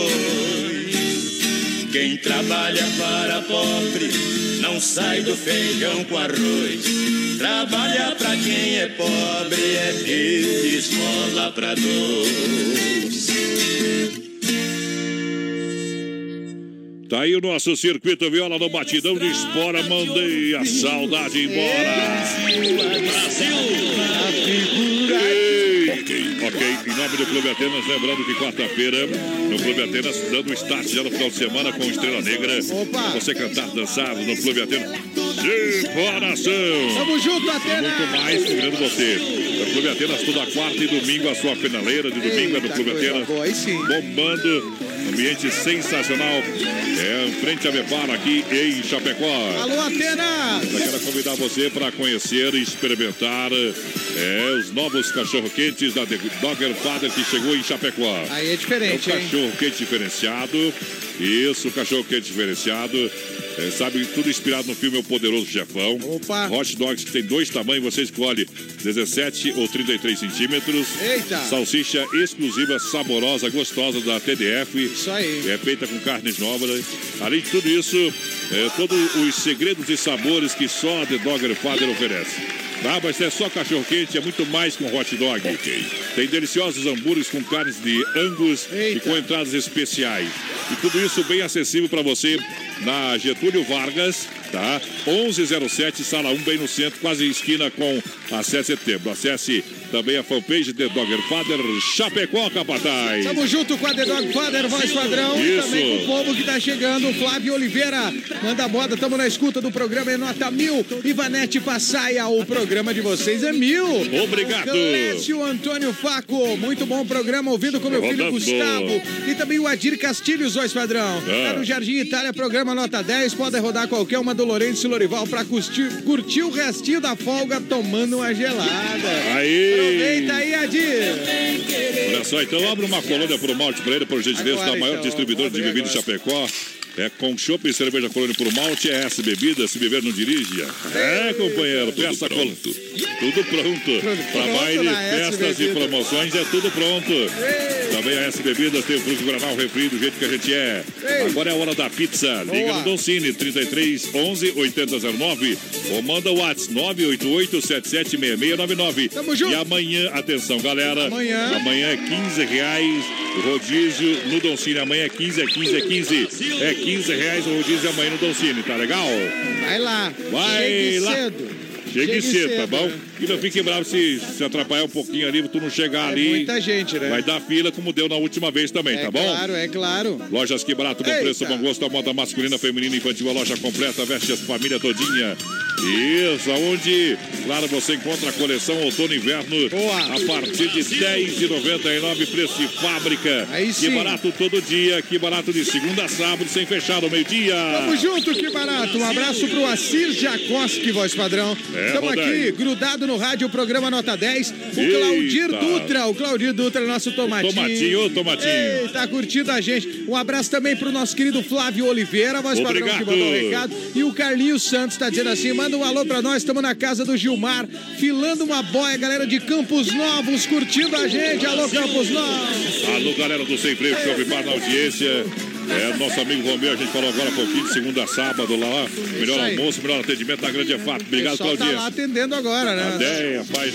Quem trabalha para pobre não sai do feijão com arroz. Trabalha pra quem é pobre é ter de esmola pra dois. Tá aí o nosso circuito viola no batidão de espora. Mandei a saudade embora. Brasil! Ok, ok. Em nome do Clube Atenas, lembrando que quarta-feira no Clube Atenas, dando start já no final de semana com Estrela Negra. Opa! Você cantar, dançar no Clube Atenas. De coração! Tamo junto, Atenas! Muito mais querendo você. No Clube Atenas, toda quarta e domingo, a sua finaleira de domingo. Eita, é no Clube Atenas. Boa, aí sim. Bombando. Ambiente sensacional. É, em frente a Bepar, aqui em Chapecó. Alô, Atenas! Eu quero convidar você para conhecer e experimentar é, os novos cachorro-quentes da The Dogger Father que chegou em Chapecó. Aí é diferente, é um cachorro-quente diferenciado. Isso, cachorro-quente diferenciado. É, sabe, tudo inspirado no filme O Poderoso Chefão. Opa! Hot dogs que tem dois tamanhos, você escolhe dezessete ou trinta e três centímetros. Eita! Salsicha exclusiva, saborosa, gostosa da T D F. Isso aí. É feita com carnes novas. Além de tudo isso, é, todos os segredos e sabores que só a The Dogger Father oferece. Tá, mas é só cachorro-quente, é muito mais que um hot dog. Okay. Tem deliciosos hambúrgueres com carnes de Angus Eita. E com entradas especiais. E tudo isso bem acessível para você na Getúlio Vargas, tá? onze zero sete, sala um, bem no centro, quase esquina com a sete de setembro. Acesse também a fanpage The Dogger Father Chapecó, capataz. Tamo junto com a The Dogger Father, voz padrão. Isso. E também com o povo que tá chegando. Flávio Oliveira, manda moda, tamo na escuta do programa, é nota mil. Ivanete Passaia, o programa de vocês é mil. Obrigado. Clécio Antônio Faco, muito bom programa, ouvindo com meu filho Gustavo. E também o Adir Castilhos, voz padrão. Ah. Tá no Jardim Itália, programa nota dez, pode rodar qualquer uma do Lourenço e Lorival pra curtir, curtir o restinho da folga tomando uma gelada. Aí. Aproveita aí, Adir. Olha só, então abre uma colônia pro malte pra ele, por gentileza, da maior então, distribuidora de bebidas de Chapecó. É com chopp e cerveja colônia por malte, é S Bebida, se beber não dirige. É, companheiro, peça pronto. Tudo pronto. Para baile, festas e promoções, é tudo pronto. Também a S Bebidas tem o fruto granal refri do jeito que a gente é. Agora é a hora da pizza. Liga no Doncini, trinta e três, onze, oitenta zero nove. Ou manda o WhatsApp nove oito oito, sete sete seis seis nove nove. Tamo junto. E amanhã, atenção, galera. Amanhã. Amanhã é quinze reais o rodízio no Doncini. Amanhã é quinze, é quinze, é quinze. É quinze reais o rodízio amanhã no Doncini, tá legal? Vai lá. Vai Chegue lá. cedo. Chegue, Chegue cedo, cedo, tá bom? né? E não fique bravo se, se atrapalhar um pouquinho ali, tu não chegar É ali. muita gente, né? Vai dar fila como deu na última vez também, É tá bom? claro, é claro. Lojas Que Barato, bom Eita. preço, bom gosto, a moda masculina, feminina, infantil, a loja completa, veste a família todinha. Isso, aonde, claro, você encontra a coleção outono e inverno Boa. a partir de dez de noventa e nove, preço de fábrica. Aí sim. Que Barato todo dia, Que Barato de segunda a sábado, sem fechar ao meio-dia. Tamo junto, Que Barato. Um abraço pro Assir Jacoski, voz padrão. É, Estamos aqui, grudado no rádio, o programa Nota dez. O Eita. Claudir Dutra, o Claudir Dutra, nosso tomatinho. Tomatinho, ô tomatinho. Ei, tá curtindo a gente. Um abraço também pro nosso querido Flávio Oliveira, voz padrão, que mandou um recado. E o Carlinhos Santos tá dizendo assim, manda um alô pra nós, estamos na casa do Gilmar, filando uma boia, galera de Campos Novos, curtindo a gente. Alô, Campos Novos. Alô, galera do Sem Freio, Shopping Bar na audiência. É, nosso amigo Romeu, a gente falou agora há pouquinho, de segunda a sábado lá. Melhor almoço, melhor atendimento na Grande EFAP. Obrigado pela audiência. audiência. Tá lá atendendo agora, né? Ideia, rapaz.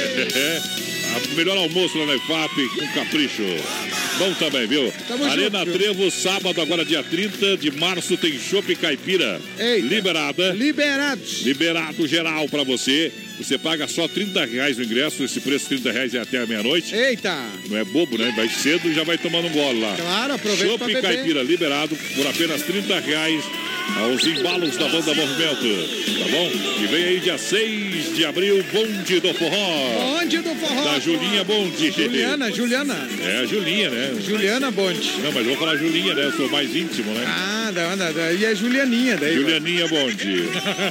É, a melhor almoço lá na EFAP, com capricho. Bom também, viu? Tamo Arena junto, Trevo, sábado, agora dia trinta de março, tem chopp caipira. Eita. Liberada. Liberados. Liberado geral pra você. Você paga só trinta reais o ingresso. Esse preço, trinta reais, é até a meia-noite. Eita. Não é bobo, né? Vai cedo e já vai tomando um gole lá. Claro, aproveita pra Chopp beber. caipira liberado por apenas trinta reais aos embalos da Banda Movimento. Tá bom? E vem aí dia seis de abril, Bonde do Forró. Bonde do Forró. Da Julinha Bonde. Juliana, Juliana. É a Julinha, né? Juliana Bonde. Não, mas eu vou falar Julinha, né? Eu sou mais íntimo, né? Ah, da, da, da, e é Julianinha daí. Julianinha Bonde.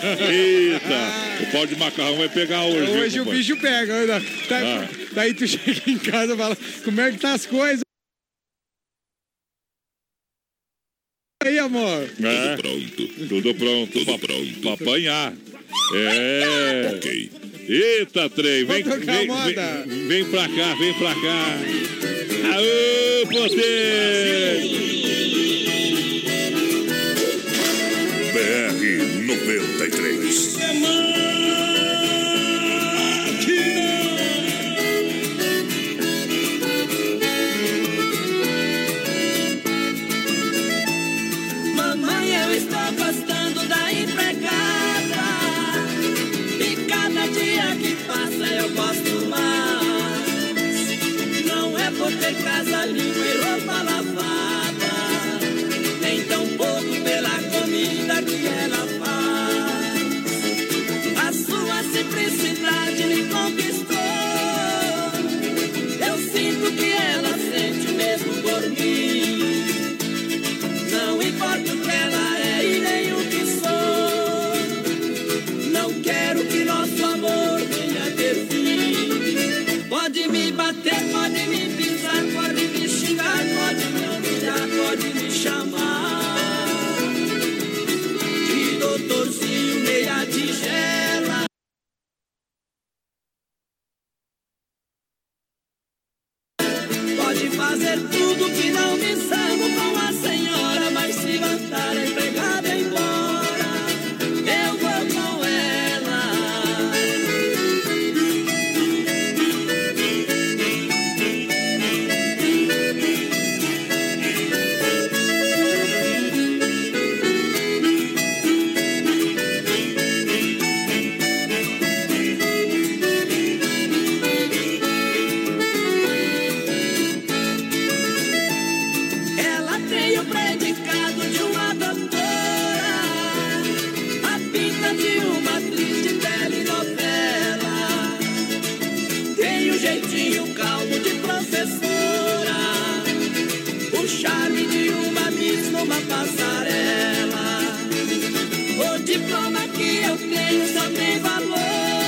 Eita, o pau de macarrão vai pegar hoje. Hoje viu, o compadre? bicho pega. Tá, Ah. Daí tu chega em casa e fala, como é que tá as coisas? Aí, amor. É. Tudo pronto. Tudo pronto. Tudo pra, pronto. Pra apanhar. É. Ok. Eita, trem. Vem, Vou tocar vem, moda. vem, vem pra cá, vem pra cá. Aô, potência! B R noventa e três. Mamãe fazer tudo que não me salvo com a senhora, mas se mandar a empregada embora, eu vou com ela. Ela tem o predicado de uma doutora, a pinta de uma atriz de telenovela, tem o jeitinho calmo de professora, o charme de uma miss numa passarela. O diploma que eu tenho só tem valor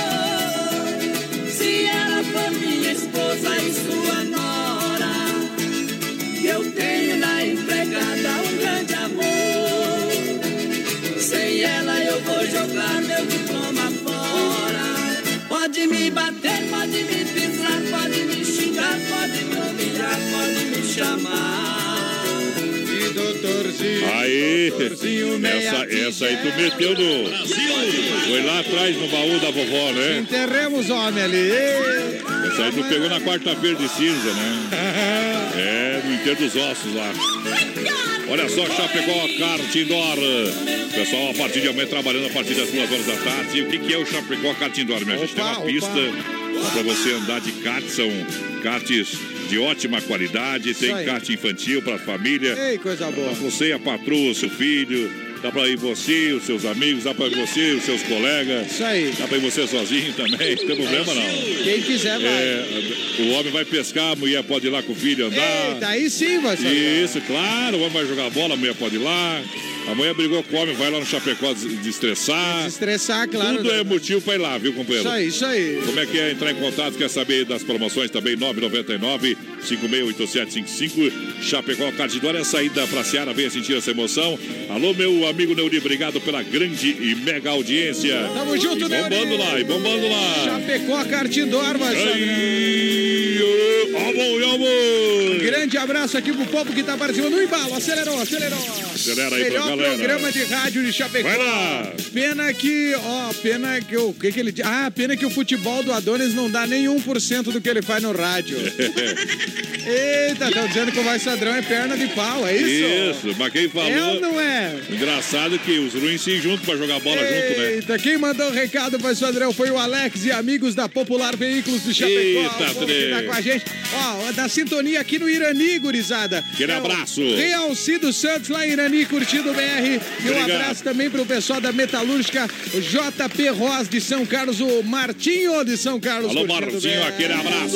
se ela for minha esposa e sua nora. Eu tenho na empregada um grande amor, sem ela eu vou jogar meu diploma fora. Pode me bater, pode me pisar, pode me xingar, pode me humilhar, pode me chamar de doutorzinho. Aí, doutorzinho essa, essa aí tu meteu no... Foi lá atrás no baú da vovó, né? Enterremos o homem ali. Essa aí tu pegou na quarta-feira de cinza, né? É, no enterro dos ossos lá. Olha só, Chapecó Kart Indoor. Pessoal, a partir de amanhã trabalhando a partir das duas horas da tarde. E o que, que é o Chapecó Kart Indoor, minha gente? Tem uma pista para você andar de kart. São karts de ótima qualidade. Tem kart infantil para a família. Ei, coisa boa. Você e a patroa, seu filho. Dá pra ir você, os seus amigos, dá pra ir você, os seus colegas. Isso aí. Dá pra ir você sozinho também, não tem problema não. Quem quiser vai. É, o homem vai pescar, a mulher pode ir lá com o filho andar. Eita, aí sim vai ser. Isso, claro, o homem vai jogar bola, a mulher pode ir lá. A mulher brigou com o homem, vai lá no Chapecó desestressar. Desestressar, claro. Tudo é motivo pra ir lá, viu, companheiro? Isso aí, isso aí. Como é que é entrar em contato? Quer saber das promoções também? nove nove nove, cinco seis oito sete cinco cinco. Chapecó Cardidor é a saída pra Seara. Venha sentir essa emoção. Alô, meu amigo Neuri, obrigado pela grande e mega audiência. Tamo junto, Neuri. Bombando lá, e bombando lá. Chapecó Cardidor, vai Amor, amor. Grande abraço aqui pro povo que tá participando no embalo. Acelerou, acelerou. Acelera aí Melhor pra galera. programa de rádio de Chapecó. Vai lá. Pena que, ó, pena que o que que ele Ah, pena que o futebol do Adonis não dá nem um por cento do que ele faz no rádio. Eita, estão dizendo que o Vai Sadrão é perna de pau, é isso? Isso, mas quem falou... É ou não é? Engraçado que os ruins se juntam pra jogar bola Eita, junto, né? Eita, quem mandou o recado para o Sadrão foi o Alex e amigos da Popular Veículos de Chapecó. Eita, o povo que tá com a gente. Ó, da sintonia aqui no Irani, gurizada. Aquele é abraço. Realcido Santos lá em Irani, curtindo o B R. E um Obrigado. abraço também pro pessoal da Metalúrgica, o J P Ross de São Carlos, o Martinho de São Carlos. Alô, curtindo o B R. Marcinho, aquele abraço.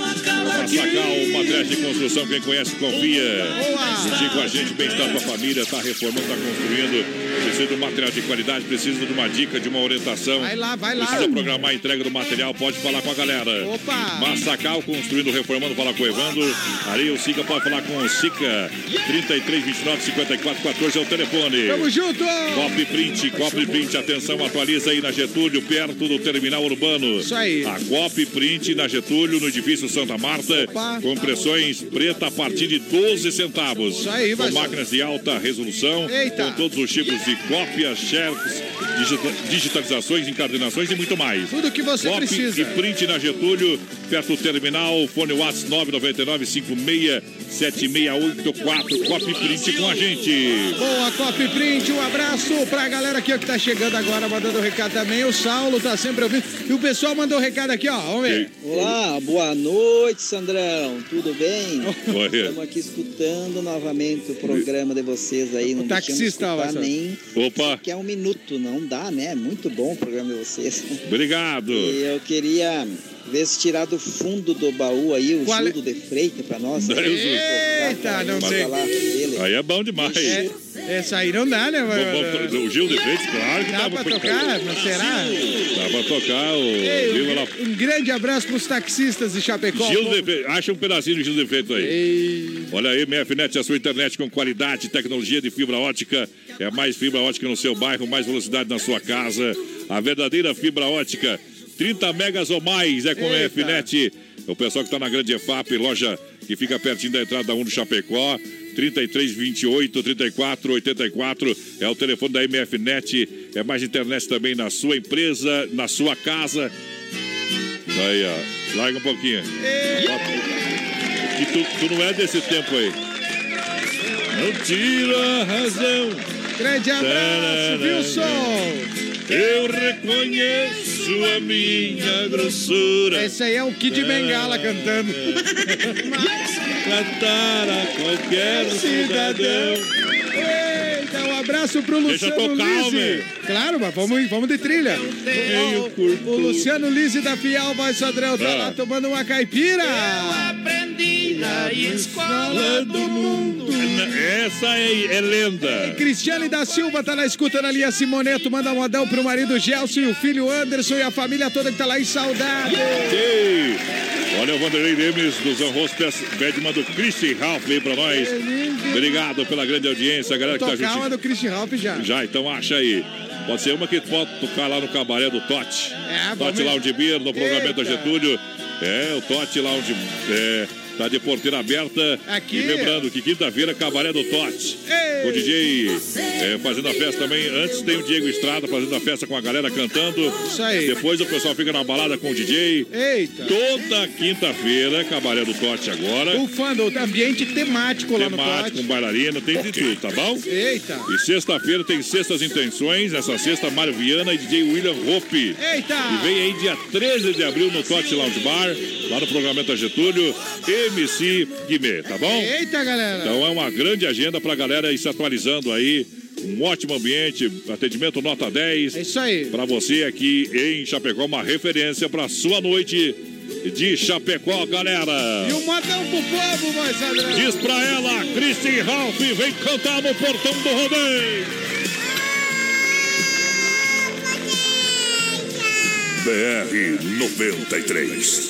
Massacal, materiais de construção, quem conhece, confia. Curtir com a gente, bem-estar com a família, tá reformando, tá construindo. Precisa de um material de qualidade, precisa de uma dica, de uma orientação. Vai lá, vai lá. Precisa programar a entrega do material, pode falar com a galera. Opa! Massacal, construindo, reformando, fala com o Evandro. Aí o Sica pode falar com o Sica. trinta e três, vinte e nove, cinquenta e quatro, quatorze é o telefone. Tamo junto! Copy Print, Copy Print, atenção, atualiza aí na Getúlio, perto do terminal urbano. Isso aí. A Copy Print na Getúlio, no edifício Santa Marta, Opa. com impressões preta a partir de doze centavos. Isso aí, vai com ser. máquinas de alta resolução, Eita. com todos os tipos de cópias, xerox, digita- digitalizações, encadernações e muito mais. Tudo que você Copy precisa. e Print na Getúlio, perto do terminal, fone WhatsApp nove nove nove, cinco seis sete seis oito quatro. Copy Print com a gente. Boa, Copy Print, um abraço pra galera aqui ó, que tá chegando agora, mandando recado também. O Saulo tá sempre ouvindo. E o pessoal mandou recado aqui, ó. Vamos ver. Olá, boa noite, Sandrão. Tudo bem? Oi. Estamos aqui escutando novamente o programa de vocês aí. Não O taxista, deixamos escutar vai, nem Opa. que é um minuto, não dá, né? Muito bom o programa de vocês. Obrigado. E eu queria ver se tirar do fundo do baú aí o Qual é? Gildo de Freitas pra nós. Deus Eita, não Bota sei. lá dele. Aí é bom demais. É, essa aí não dá, né? Vamos- vamos- o Gil de Freitas, claro que Dá dá pra tocar? Não será? Dá pra tocar o Ei, Viva lá. um, um grande abraço pros taxistas de Chapecó. Gil de Freitas, acha um pedacinho do Gil de Freitas aí. Olha aí, M F Net, a sua internet com qualidade, tecnologia de fibra ótica. É mais fibra ótica no seu bairro, mais velocidade na sua casa. A verdadeira fibra ótica. trinta megas ou mais é com a Eita. M F Net. O pessoal que está na Grande E F A P, loja que fica pertinho da entrada da um do Chapecó. trinta e três, vinte e oito, trinta e quatro, oitenta e quatro é o telefone da M F Net. É mais internet também na sua empresa, na sua casa. Aí, ó. Larga um pouquinho. Que tu, tu não é desse tempo aí. Não tira a razão. Grande abraço, Wilson. Eu reconheço a minha grossura. Esse aí é o Kid Bengala cantando. Cantar a qualquer cidadão. Eita, um abraço pro Luciano tocar, Lise. Claro, mas vamos, vamos de trilha. O, o Luciano Lise da Fiel Voz Padrão tá ah. lá tomando uma caipira. Eu aprendi na escola do mundo. Essa é, é lenda. Cristiane da Silva tá na escuta na linha Simoneto. Manda um modão pro marido Gelson e o filho Anderson e a família toda que tá lá em saudade. Ei. Olha o Vanderlei Lemes dos Anrostas, Bedman do Christian Ralph veio pra nós. Obrigado pela grande audiência, a galera que tá juntinho. Tocar uma do Christian Ralph já. Já, então acha aí. Pode ser uma que pode tocar lá no cabaré do Totti. É, Totti Lounge Beer, no programamento da Getúlio. É, o Totti Lounge é, tá de porteira aberta. Aqui. E lembrando que quinta-feira, cabaré do Totti. O D J é, fazendo a festa também. Antes tem o Diego Estrada fazendo a festa com a galera cantando. Isso aí. Depois o pessoal fica na balada com o D J. Eita. Toda quinta-feira, cabaré do Totti agora. Ufando, ambiente temático lá no Totti. Temático, com bailarina, tem de tudo, tá bom? Eita. E sexta-feira tem Sextas Intenções. Nessa sexta, Mário Viana e D J William Hope. Eita. E vem aí dia treze de abril no Totti Lounge Bar, lá no programamento da Getúlio, M C Guimê, tá bom? Eita, galera. Então é uma grande agenda pra galera ir se atualizando aí. Um ótimo ambiente, atendimento nota dez. É isso aí. Pra você aqui em Chapecó, uma referência pra sua noite de Chapecó, galera. E um modão pro povo, voz padrão. Diz pra ela, Christian Ralph, vem cantar no portão do rodeio. B R noventa e três.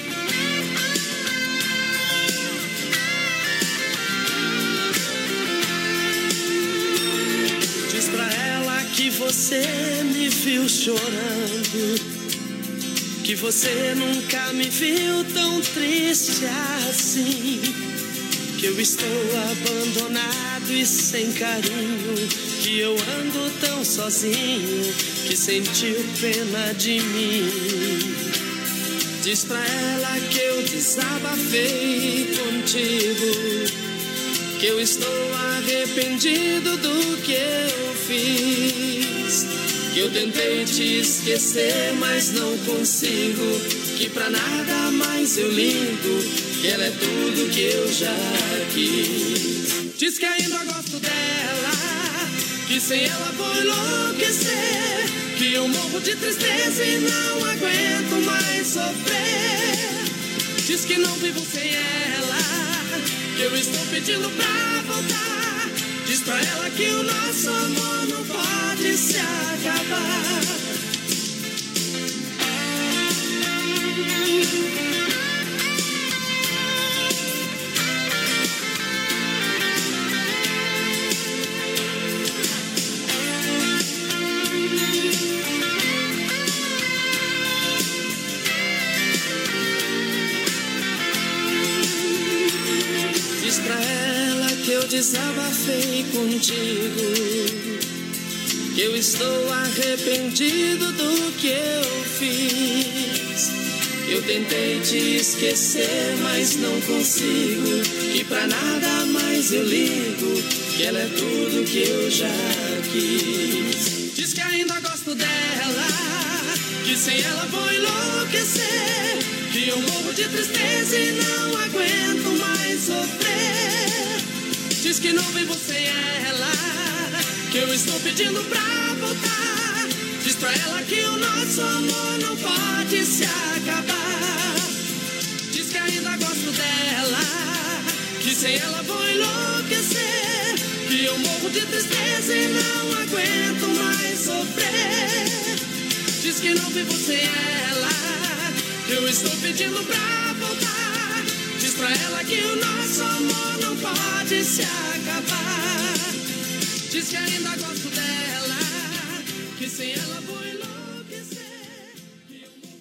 Diz pra ela que você me viu chorando, que você nunca me viu tão triste assim, que eu estou abandonado e sem carinho, que eu ando tão sozinho, que sentiu pena de mim. Diz pra ela que eu desabafei contigo, que eu estou arrependido do que eu fiz, que eu tentei te esquecer, mas não consigo, que pra nada mais eu ligo, que ela é tudo que eu já quis. Diz que ainda gosto dela, que sem ela vou enlouquecer, que eu morro de tristeza e não aguento mais sofrer. Diz que não vivo sem ela, que eu estou pedindo pra voltar. Diz pra ela que o nosso amor não pode se acabar. Diz pra ela que eu desabafei contigo, que eu estou arrependido do que eu fiz, que eu tentei te esquecer, mas não consigo, que pra nada mais eu ligo, que ela é tudo que eu já quis. Diz que ainda gosto dela, que sem ela vou enlouquecer, que eu morro de tristeza e não aguento mais sofrer. Diz que não vivo sem ela, que eu estou pedindo pra voltar. Diz pra ela que o nosso amor não pode se acabar. Diz que ainda gosto dela, que sem ela vou enlouquecer, que eu morro de tristeza e não aguento mais sofrer. Diz que não vivo sem ela, que eu estou pedindo pra voltar. Diz pra ela que o nosso amor não pode se acabar. Diz que ainda gosto dela, que sem ela vou enlouquecer. Aí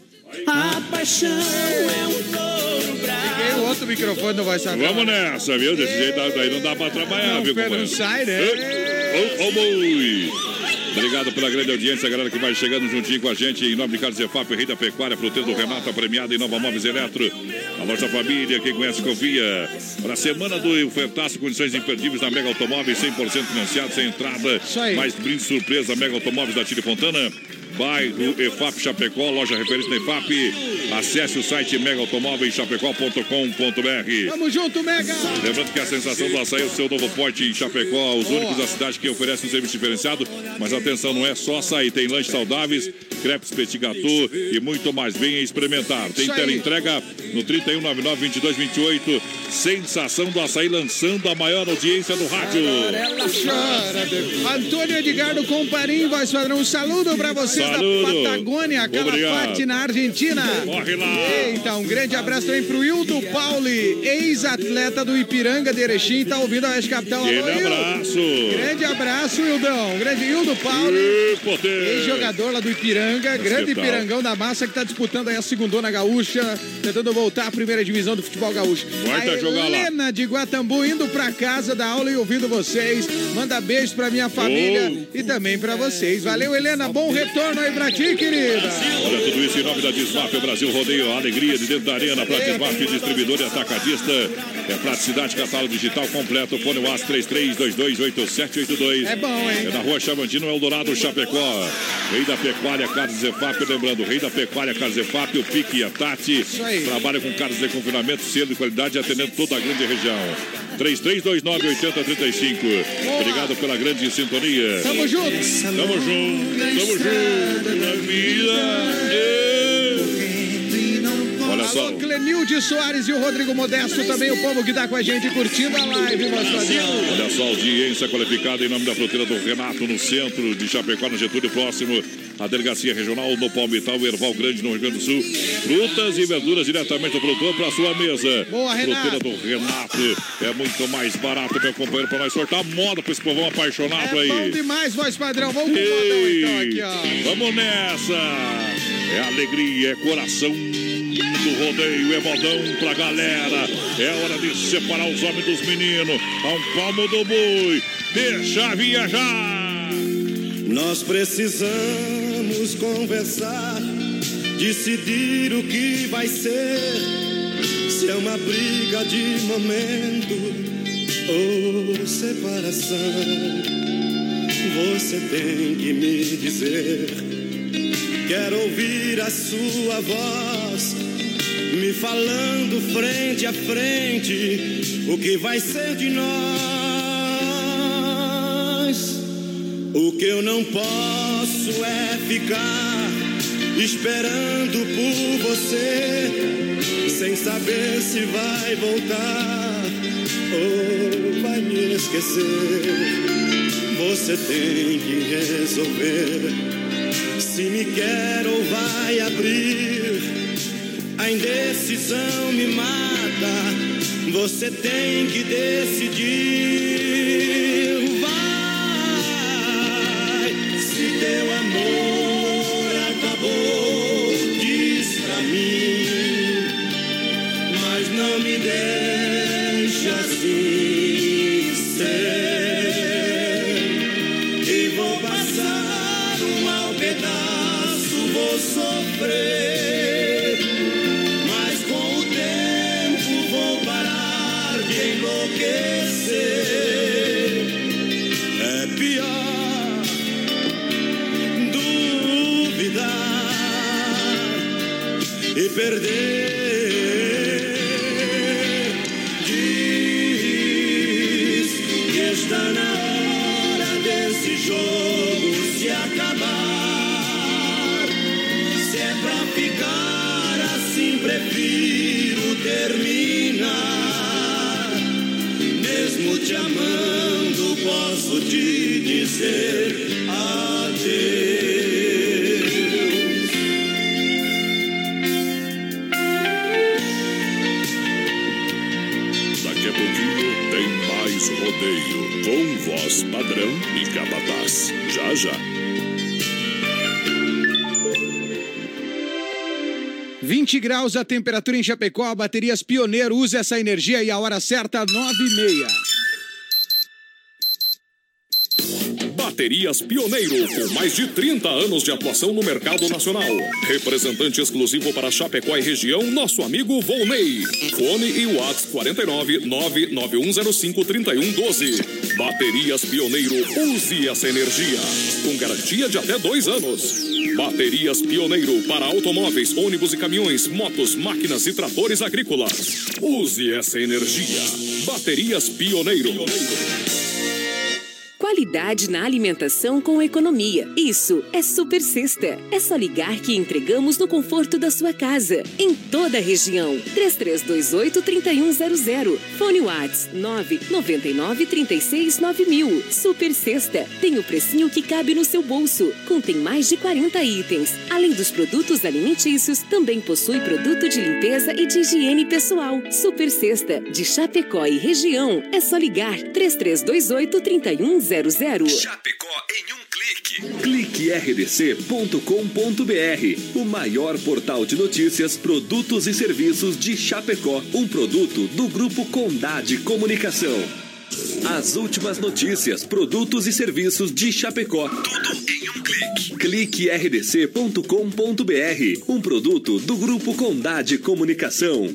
A paixão é um touro bravo. Liguei o outro microfone, não vai sair. Vamos nessa, viu? Desse jeito daí não dá pra trabalhar, não, viu, companheiro? Não sai, né? Ô, ô, boi! Obrigado pela grande audiência, a galera que vai chegando juntinho com a gente. Em nome de Carlos Zefap, Rei da Pecuária, Fruteiro do Renato, premiada em Nova Móveis Eletro. A loja família, quem conhece, confia. Para a semana do ofertaço, condições imperdíveis na Mega Automóveis, cem por cento financiado, sem entrada. Mais brinde surpresa, Mega Automóveis da Tire Fontana. Bairro E F A P Chapecó, loja referência da E F A P. Acesse o site mega automóveis chapecó ponto com ponto br. Tamo junto, Mega! Lembrando que a sensação do açaí é o seu novo forte em Chapecó, os únicos da cidade que oferecem um serviço diferenciado. Mas atenção, não é só açaí, tem lanches saudáveis, crepes petit gâteau e muito mais. Venha experimentar. Tem teleentrega no trinta e um, noventa e nove, vinte e dois, vinte e oito. Sensação do açaí lançando a maior audiência do rádio. Ela chora. Antônio Edgardo Comparim, voz padrão, um saludo pra vocês Saludo. da Patagônia, Calafate, na Argentina. Corre lá. Eita, um grande abraço também pro Hildo Pauli, ex-atleta do Ipiranga de Erechim, tá ouvindo a Oeste Capital. Grande Alô, abraço. Grande abraço, Hildão. Grande Hildo Pauli, ex-jogador lá do Ipiranga, grande tal? Ipirangão da massa que tá disputando aí a segundona gaúcha, tentando voltar à primeira divisão do futebol gaúcho. Vai a jogar lá. Helena de Guatambu indo pra casa da aula e ouvindo vocês. Manda beijos pra minha família Oh. e também pra vocês. Valeu, Helena. Bom retorno aí pra ti, querida. Olha tudo isso em nome da Desmaf, Brasil Rodeio, a alegria de dentro da arena, para Desmaf, distribuidor e atacadista. É praticidade, catálogo digital completo, fone U A S três três dois dois oito sete oito dois. É bom, hein? É na rua Chavantino, Eldorado, Chapecó. Rei da Pecuária, Carlos Zefap, lembrando, Rei da Pecuária, Carlos Zefap, o Pique e a Tati. Isso aí. Trabalha com carros de confinamento, selo de qualidade, atendendo toda a grande região. três três dois nove, oito zero três cinco. Obrigado pela grande sintonia. Tamo junto. Tamo junto. Tamo junto na vida. Olha só. Alô, Clenilde Soares e o Rodrigo Modesto, também o povo que tá com a gente curtindo a live, voz padrão. Olha só, audiência qualificada em nome da Fruteira do Renato, no centro de Chapecó, no Getúlio, próximo à Delegacia Regional, no Palmital, Erval Grande, no Rio Grande do Sul. Frutas e verduras diretamente do produtor para sua mesa. Boa, Renato. Fruteira do Renato é muito mais barato, meu companheiro, para nós sortar moda para esse povão apaixonado aí. É bom demais, voz padrão. Vamos com o modão então aqui, ó. Vamos nessa. É alegria, é coração do rodeio, é modão pra galera. É hora de separar os homens dos meninos. A um palmo do boi. Deixa viajar. Nós precisamos conversar, decidir o que vai ser. Se é uma briga de momento ou separação, você tem que me dizer. Quero ouvir a sua voz me falando frente a frente o que vai ser de nós. O que eu não posso é ficar esperando por você, sem saber se vai voltar ou vai me esquecer. Você tem que resolver se me quer ou vai abrir. A indecisão me mata, você tem que decidir. Vai, se teu amor acabou, diz pra mim, mas não me deixe assim ser. E vou passar um mau pedaço, vou sofrer, mas com o tempo vou parar de enlouquecer. É pior duvidar e perder. Diz que está na hora desse jogo se acabar. Se é pra ficar assim, prefiro terminar. Mesmo te amando, posso te dizer adeus. Daqui a pouquinho tem mais rodeio com voz padrão e capataz. Já, já. vinte graus a temperatura em Chapecó, baterias Pioneiro, use essa energia e a hora certa, nove e meia. Baterias Pioneiro, com mais de trinta anos de atuação no mercado nacional. Representante exclusivo para Chapecó e região, nosso amigo Volney. Fone e WhatsApp quarenta e nove, nove nove um zero cinco, trinta e um doze. Baterias Pioneiro, use essa energia. Com garantia de até dois anos. Baterias Pioneiro para automóveis, ônibus e caminhões, motos, máquinas e tratores agrícolas. Use essa energia. Baterias Pioneiro. Qualidade na alimentação com economia. Isso é Super Sexta. É só ligar que entregamos no conforto da sua casa. Em toda a região. três três dois oito, três um zero zero. Fone WhatsApp nove nove nove, três seis nove mil. Super Sexta. Tem o precinho que cabe no seu bolso. Contém mais de quarenta itens. Além dos produtos alimentícios, também possui produto de limpeza e de higiene pessoal. Super Sexta. De Chapecó e região. É só ligar três três dois oito, três um zero zero. Chapecó em um clique. clique r d c ponto com ponto b r. O maior portal de notícias, produtos e serviços de Chapecó. Um produto do Grupo Condade Comunicação. As últimas notícias, produtos e serviços de Chapecó. Tudo em um clique. clique r d c ponto com ponto b r. Um produto do Grupo Condade Comunicação.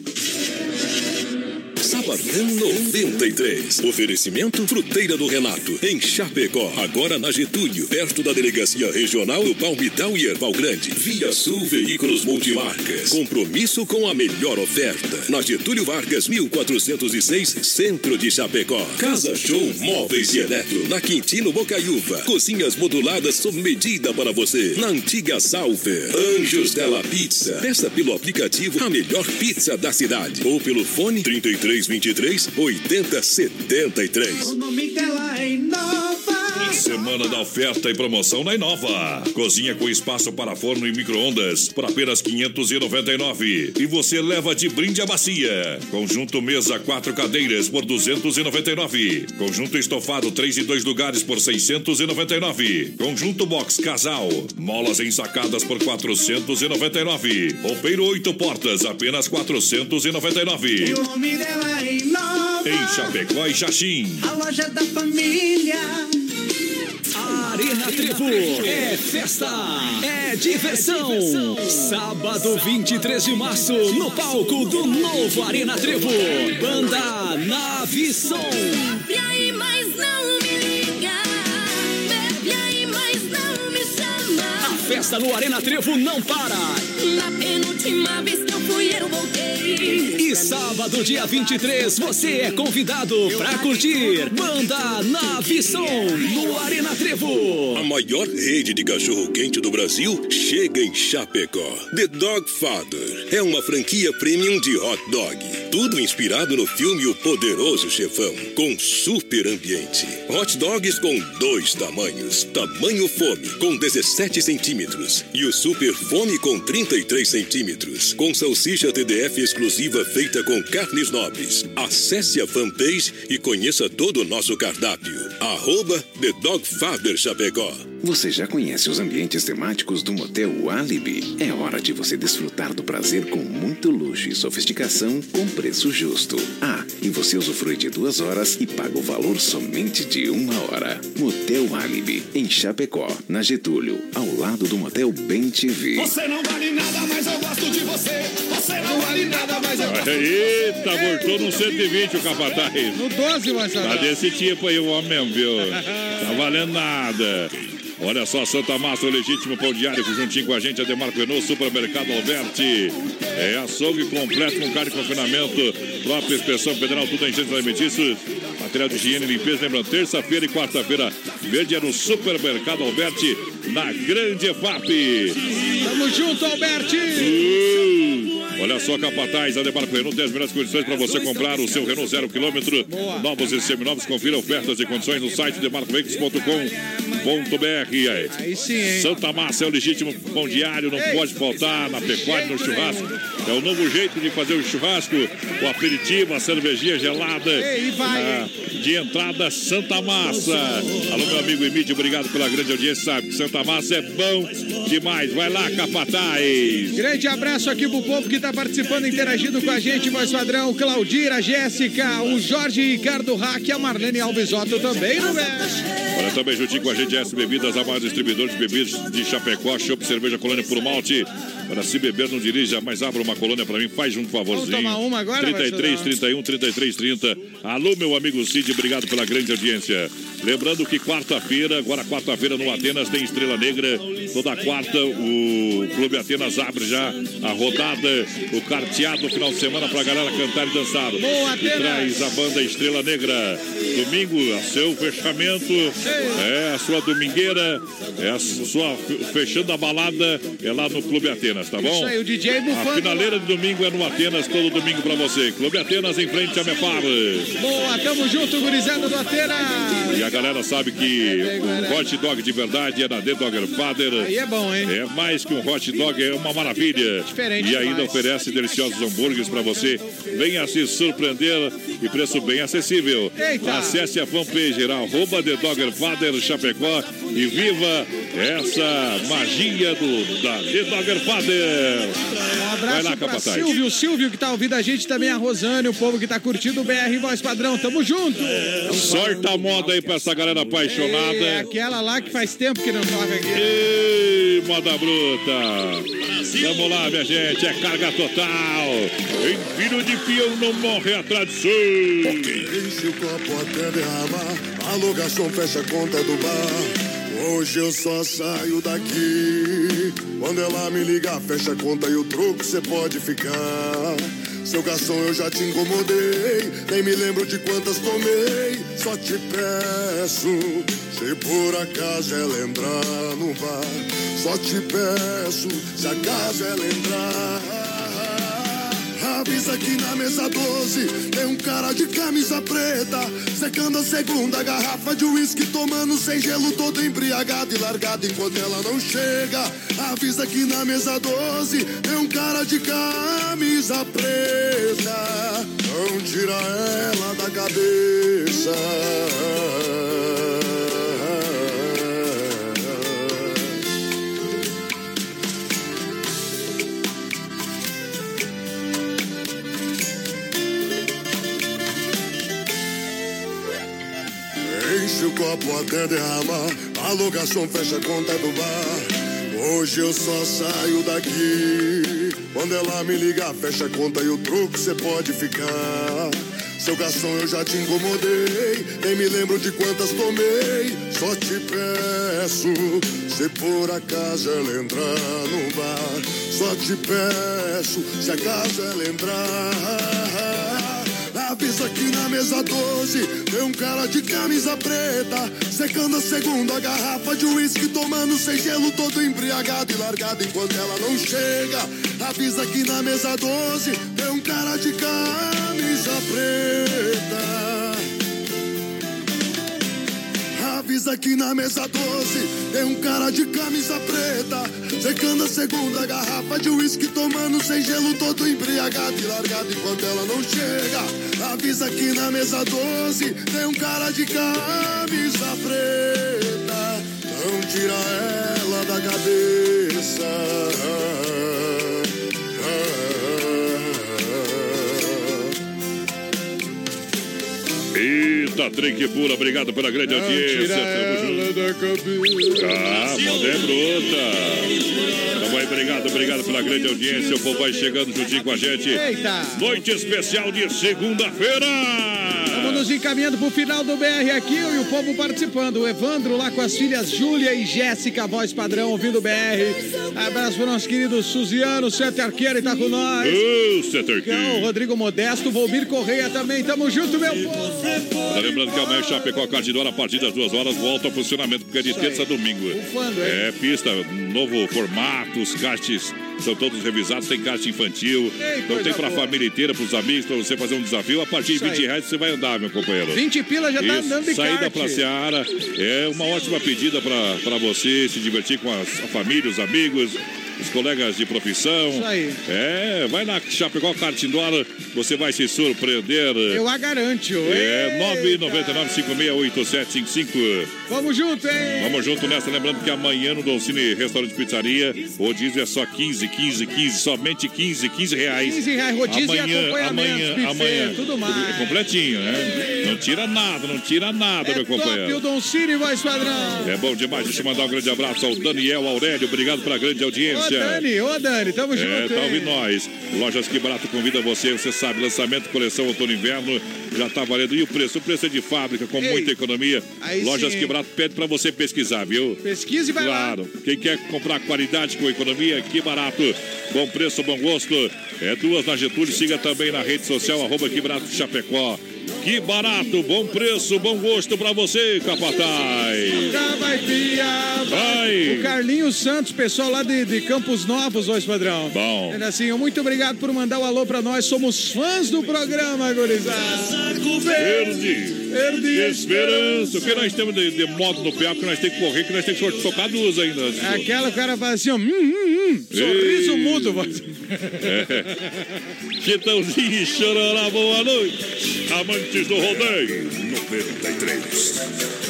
Sabadão noventa e três. Oferecimento Fruteira do Renato, em Chapecó. Agora na Getúlio, perto da Delegacia Regional do Palmital e Erval Grande. Via Sul Veículos Multimarcas. Compromisso com a melhor oferta. Na Getúlio Vargas, mil quatrocentos e seis, Centro de Chapecó. Casa Show Móveis e Eletro, na Quintino Bocaiúva. Cozinhas moduladas sob medida para você. Na antiga Salfer. Anjos Della Pizza. Peça pelo aplicativo a melhor pizza da cidade. Ou pelo fone trinta e três, vinte e três, oitenta, setenta e três. O nome dela é Inova. Semana da oferta e promoção na Inova. Cozinha com espaço para forno e micro-ondas por apenas quinhentos e noventa e nove reais. E você leva de brinde a bacia. Conjunto mesa quatro cadeiras por duzentos e noventa e nove reais. Conjunto estofado três e dois lugares por seiscentos e noventa e nove reais. Conjunto box casal. Molas ensacadas por quatrocentos e noventa e nove reais. Roupeiro oito portas apenas quatrocentos e noventa e nove reais. E o nome dela é Inova. Em Chapecó e Xaxim. A loja da família. Arena Trevo é festa, é diversão. é diversão. Sábado vinte e três de março, no palco do novo Arena Trevo. Banda Navição. Bebe aí, mas não me liga. Bebe aí, mas não me chama. A festa no Arena Trevo não para. Na penúltima vez que eu fui, eu voltei. E sábado, dia vinte e três, você é convidado pra curtir Banda Navição no Arena Trevo. A maior rede de cachorro-quente do Brasil chega em Chapecó. The Dog Father é uma franquia premium de hot dog. Tudo inspirado no filme O Poderoso Chefão, com super ambiente. Hot dogs com dois tamanhos. Tamanho fome, com dezessete centímetros. E o super fome com trinta e três centímetros. Com salsicha T D F exclusiva feita com carnes nobres. Acesse a fanpage e conheça todo o nosso cardápio. Arroba The Dog Father Chapecó. Você já conhece os ambientes temáticos do Motel Alibi? É hora de você desfrutar do prazer com muito luxo e sofisticação com preço justo. Ah, e você usufrui de duas horas e paga o valor somente de uma hora. Motel Alibi, em Chapecó, na Getúlio, ao lado do Motel Bem T V. Você não vale nada, mas eu gosto de você. Você não vale nada, mas eu gosto de você. Eita, voltou no cento e vinte o capataz. No doze, Marcelo. Tá desse tipo aí o homem mesmo, viu? Tá valendo nada. Olha só, Santa Massa, o legítimo pão diário, juntinho com a gente, Ademarco Renault, Supermercado Alberti. É açougue completo com carne de confinamento, própria inspeção federal, tudo em gêneros alimentícios, material de higiene e limpeza. Lembrando, terça-feira e quarta-feira, verde é no Supermercado Alberti, na Grande E F A P. Tamo junto, Alberti! Uh. Olha só, Capataz, a Demarco Renault tem as melhores condições para você comprar o seu Renault zero quilômetro. Novos e seminovos, confira ofertas e condições no site demarco veículos ponto com ponto br. Aí sim, hein? Santa Massa é o legítimo pão diário, não pode faltar na pecuária, no churrasco. É o novo jeito de fazer o churrasco, o aperitivo, a cervejinha gelada. E vai, ah, de entrada, Santa Massa. Alô, meu amigo Emílio, obrigado pela grande audiência. Sabe que Santa Massa é bom demais. Vai lá, Capataz. Grande abraço aqui pro povo que tá participando, interagindo com a gente, voz padrão, Claudira, Jéssica, o Jorge Ricardo Hack, a Marlene Alves Otto também, não é? Olha, também juntinho com a gente, S Bebidas, a mais distribuidor de bebidas de Chapecó, Chopp, cerveja, colônia por malte. Para se beber, não dirija, mas abra uma colônia pra mim, faz um favorzinho. Vamos tomar uma agora, trinta e três, trinta e um, trinta e três, trinta. Alô, meu amigo Cid, obrigado pela grande audiência. Lembrando que quarta-feira, agora quarta-feira no Atenas tem Estrela Negra. Toda quarta o Clube Atenas abre já a rodada, o carteado final de semana pra galera cantar e dançar. Boa, e traz a banda Estrela Negra. Domingo, a seu fechamento, é a sua domingueira, é a sua fechando a balada, é lá no Clube Atenas, tá bom? Isso aí, o D J bufando. A finaleira de domingo é no Atenas, todo domingo pra você. Clube Atenas em frente a Mepar. Boa, tamo junto, gurizada do Atenas. E a galera sabe que um hot dog de verdade é na The Dogger Father. Aí é bom, hein? É mais que um hot dog, é uma maravilha. Diferente E ainda demais. oferece deliciosos hambúrgueres pra você. Venha se surpreender e preço bem acessível. Eita. Acesse a fanpage, arroba The Dogger Father Chapecó e viva essa magia do, da The Dogger Father. Um abraço Vai lá, pra Capataz. Silvio, o Silvio que tá ouvindo a gente também, a Rosane, o povo que tá curtindo o B R Voz Padrão, tamo junto. Sorta a moda aí pra essa galera apaixonada. É aquela lá que faz tempo que não toca aqui. Ei, moda bruta. Vamos lá, minha gente, é carga total. Em filho de peão não morre a tradição. Enche o copo até derramar, a locação fecha a conta do bar. Hoje eu só saio daqui quando ela me ligar, fecha a conta e o troco cê pode ficar. Seu garçom, eu já te incomodei, nem me lembro de quantas tomei. Só te peço, se por acaso ela entrar no bar. Só te peço, se acaso ela entrar. Avisa que na mesa doze tem um cara de camisa preta, secando a segunda garrafa de uísque, tomando sem gelo, todo embriagado e largado enquanto ela não chega. Avisa que na mesa doze tem um cara de camisa preta, não tira ela da cabeça. Enche o copo até derramar, a locação fecha a conta do bar. Hoje eu só saio daqui quando ela me ligar, fecha a conta e o troco cê pode ficar. Seu garçom, eu já te incomodei, nem me lembro de quantas tomei. Só te peço, se por acaso ela entrar no bar. Só te peço, se acaso ela entrar. Avisa que na mesa doze tem um cara de camisa preta, secando a segunda garrafa de uísque, tomando sem gelo, todo embriagado e largado enquanto ela não chega. Avisa que na mesa doze tem um cara de camisa preta. Avisa que na mesa doze tem um cara de camisa preta, secando a segunda garrafa de uísque, tomando sem gelo, todo embriagado e largado enquanto ela não chega. Avisa que na mesa doze tem um cara de camisa preta, não tira ela da cabeça. Eita, trinque pura, obrigado pela grande Não audiência. tira Tamo junto. ela da cabeça. Ah, moda é bruta. Então vai, obrigado, obrigado pela grande audiência. O povo vai chegando juntinho com a gente. Eita. Noite especial de segunda-feira. Estamos nos encaminhando pro final do B R aqui e o povo participando. O Evandro lá com as filhas Júlia e Jéssica, voz padrão, ouvindo o B R. Abraço pro nosso querido Suziano, Sete Arqueiro, tá com nós. Ô, Sete O Arqueiro. Rodrigo Modesto, Volmir Correia também. Tamo junto, meu povo. Tá lembrando que amanhã Chapecó, Cardidora, a partir das duas horas, volta ao funcionamento, porque é de terça a domingo. Ufando, hein? É pista, novo formato, os karts são todos revisados, tem kart infantil. Ei, então tem pra boa. Família inteira, pros amigos, pra você fazer um desafio. A partir de vinte reais você vai andar, meu companheiro. vinte pila já tá Isso, andando de saída kart. pra Seara é uma ótima pedida pra, pra você se divertir com as, a família, os amigos, os colegas de profissão. Isso aí. É, vai na Chapecó Kart Indoor, você vai se surpreender. Eu a garanto. É, nove nove nove cinco seis oito sete cinco cinco. Vamos junto, hein? Vamos junto nessa, lembrando que amanhã no Doncini Restaurante Pizzaria, rodízio é só quinze, quinze, quinze, somente quinze, quinze reais. quinze reais, rodízio amanhã, e acompanhamento, amanhã, buffet, amanhã, tudo mais. É completinho, né? Não tira nada, não tira nada, é meu companheiro. Top, o Doncini, voz padrão. É bom demais, deixa eu mandar um grande abraço ao Daniel Aurélio, obrigado pela grande audiência. Ô, Dani, ô, Dani, tamo é, junto. É, tá hein? ouvindo nós. Lojas Que Barato convida você, você sabe, lançamento, coleção outono e inverno, já tá valendo. E o preço? O preço é de fábrica, com Ei, muita economia. Lojas sim. Que Barato pede pra você pesquisar, viu? Pesquise e vai claro. lá. Claro. Quem quer comprar qualidade com economia, Que Barato. Bom preço, bom gosto. É duas na Getúlio. Siga também na rede social, arroba Que Barato Chapecó. Que barato, bom preço, bom gosto pra você, Capataz. Vai. O Carlinhos Santos, pessoal lá de, de Campos Novos, voz padrão. Bom. É assim, muito obrigado por mandar o alô pra nós. Somos fãs do programa, gurizada. Verde. Verde esperança. O que nós temos de, de moto no pé, que nós temos que correr, que nós temos que tocar duas ainda. É aquela, o cara fala assim, ó, hum, hum, hum, sorriso Ei. mudo. É. Chitãozinho e Chororá, boa noite. Amantes do rodeio. noventa e três.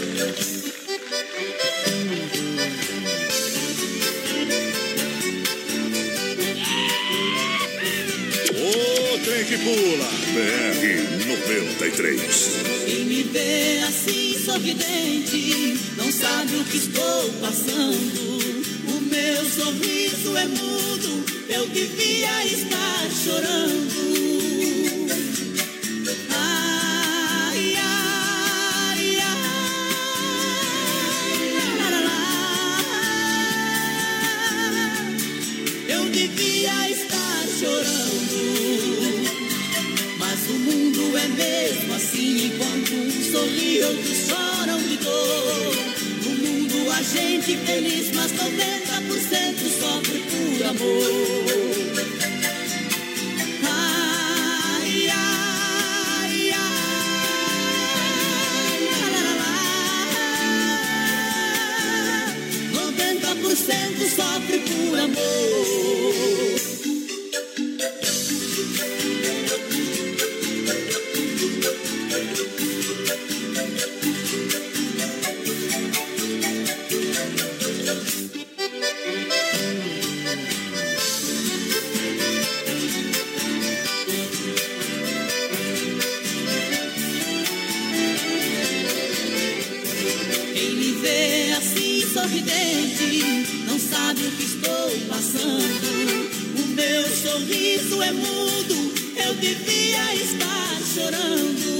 O trem que pula. B R noventa e três. Quem me vê assim sorridente não sabe o que estou passando. O meu sorriso é mudo, eu devia estar chorando. Ai, ai, ai, lá, lá, lá. Eu devia estar chorando. Mas o mundo é mesmo assim, enquanto um sorri, outros choram de dor. No mundo a gente feliz, mas noventa por cento sofre por amor. Ai, ai, ai, lá, lá, lá. noventa por cento sofre por amor. Sorridente, não sabe o que estou passando. O meu sorriso é mudo, eu devia estar chorando.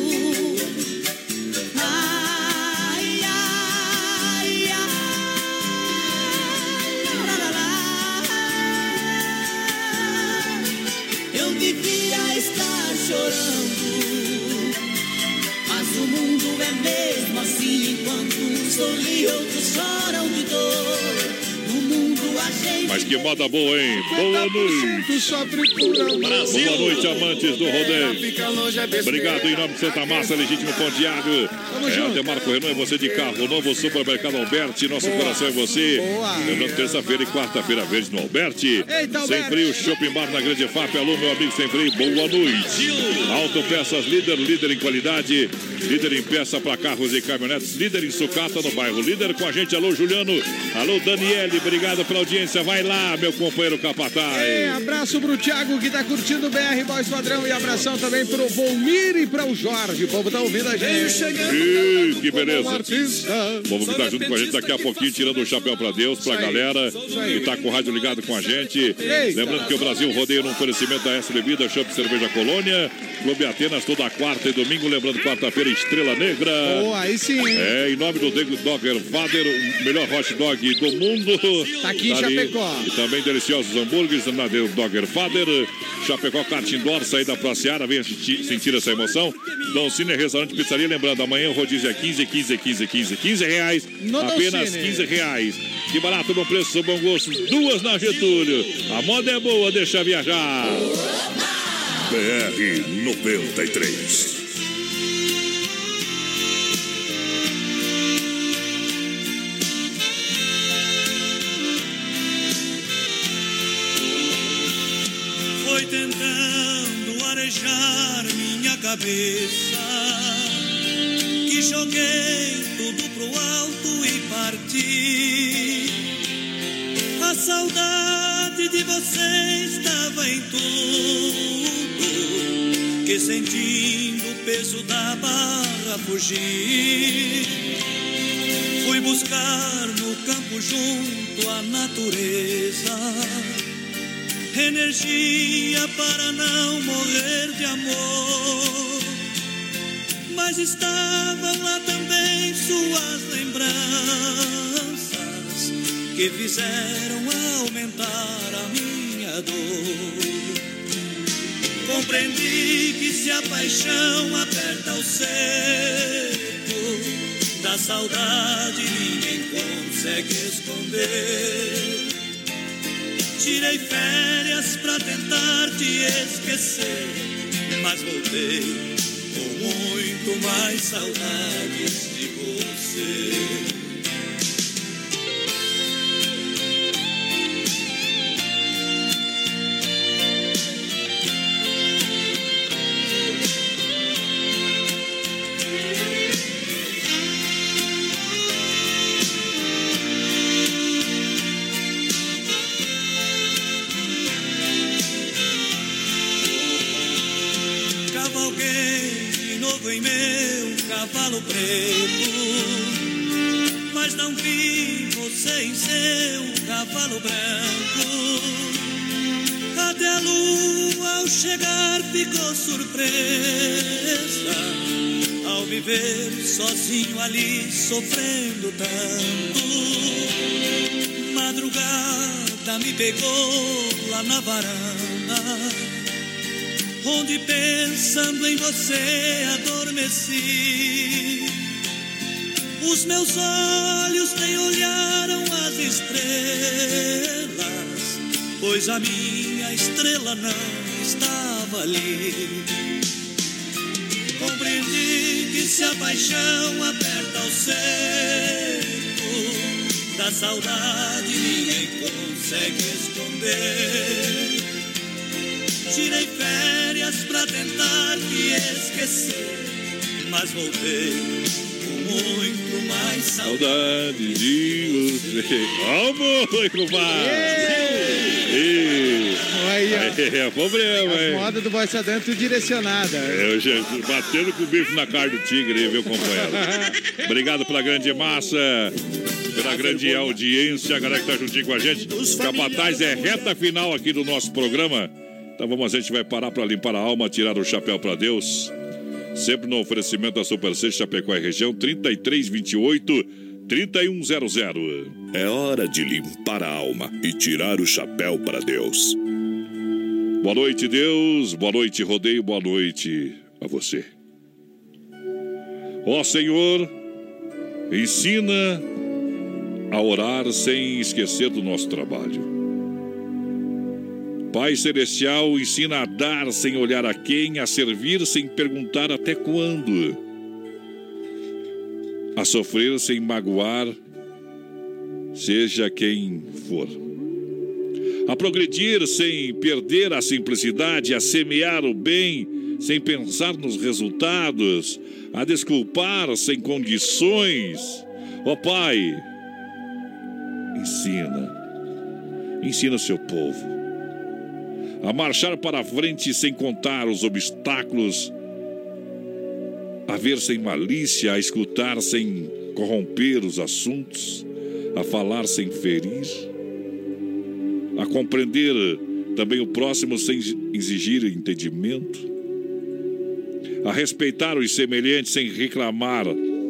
Ai, ai, ai, lá, lá, lá. Eu devia estar chorando. Mas o mundo é mesmo assim, enquanto um sorri, outros choram de dor. No mundo a gente... Mas que moda boa, hein? Boa noite. Brasil. Boa noite, amantes do rodeio. Obrigado em nome de Santa Massa, legítimo pão diário. É o Demarco Renault, é você de carro. O novo supermercado Alberti, nosso boa. Coração é você. Lembrando, terça-feira e quarta-feira verde no Alberti. Eita, Sem Frio, Shopping Bar na Grande F A P. Alô, meu amigo Sem Frio, boa noite. Autopeças líder, líder em qualidade. Líder em peça para carros e caminhonetes. Líder em sucata no bairro. Líder com a gente. Alô, Juliano. Alô, Daniele. Obrigado pela audiência. Vai lá, meu companheiro Capataz. É, abraço pro Thiago que tá curtindo o B R Boys Padrão. E abração também pro Volmir e para o Jorge. O povo tá ouvindo a gente. Ih, que beleza. O povo que tá junto com a gente daqui a pouquinho, tirando o chapéu pra Deus, pra galera que tá com o rádio ligado com a gente. Eita. Lembrando que o Brasil rodeia no oferecimento da S Bebida, Chopp Cerveja Colônia, Clube Atenas, toda quarta e domingo. Lembrando, quarta-feira, Estrela Negra. Boa, aí sim. É, em nome do Dogger Father, o melhor hot dog do mundo. Tá aqui em Chapecó. E também deliciosos hambúrgueres na Dogger Father. Chapecó Kart Indoor, saída pra Seara. Venha sentir essa emoção. Doncini Restaurante Pizzaria. Lembrando, amanhã o rodízio é quinze, quinze, quinze, quinze, quinze reais. No apenas Doncini. quinze reais. Que barato, bom preço, bom gosto. Duas na Getúlio. A moda é boa, deixa viajar. B R noventa e três. Foi tentando arejar minha cabeça, que joguei tudo pro alto e parti. A saudade de você estava em tudo, que sentindo o peso da barra fugir. Fui buscar no campo junto à natureza energia para não morrer de amor. Mas estavam lá também suas lembranças, que fizeram aumentar a minha dor. Compreendi que se a paixão aperta o seco, da saudade ninguém consegue esconder. Tirei férias pra tentar te esquecer, mas voltei com muito mais saudades de você. Em meu cavalo preto, mas não vi você em seu cavalo branco. Até a lua ao chegar ficou surpresa, ao me ver sozinho ali sofrendo tanto. Madrugada me pegou lá na varanda, onde pensando em você adormeci. Os meus olhos nem olharam as estrelas, pois a minha estrela não estava ali. Compreendi que se a paixão aperta o seco, da saudade ninguém consegue esconder. Tirei férias pra tentar te esquecer, mas voltei com muito mais saudade de você. Vamos, compadre! É problema, hein? A moda do Voz Adentro direcionada. É, gente, batendo com o bife na cara do tigre aí, viu, companheiro? Obrigado pela grande massa, pela grande audiência, a galera que tá juntinho com a gente. Capataz, é reta final aqui do nosso programa. Então vamos, a gente vai parar para limpar a alma, tirar o chapéu para Deus. Sempre no oferecimento da Super Sexta Chapecó e região, trinta e três, vinte e oito, trinta e um zero zero. É hora de limpar a alma e tirar o chapéu para Deus. Boa noite, Deus. Boa noite, rodeio. Boa noite a você. Ó Senhor, ensina a orar sem esquecer do nosso trabalho. Pai Celestial, ensina a dar sem olhar a quem, a servir sem perguntar até quando, a sofrer sem magoar, seja quem for, a progredir sem perder a simplicidade, a semear o bem sem pensar nos resultados, a desculpar sem condições. Ó Pai, ensina, ensina o seu povo a marchar para a frente sem contar os obstáculos, a ver sem malícia, a escutar sem corromper os assuntos, a falar sem ferir, a compreender também o próximo sem exigir entendimento, a respeitar os semelhantes sem reclamar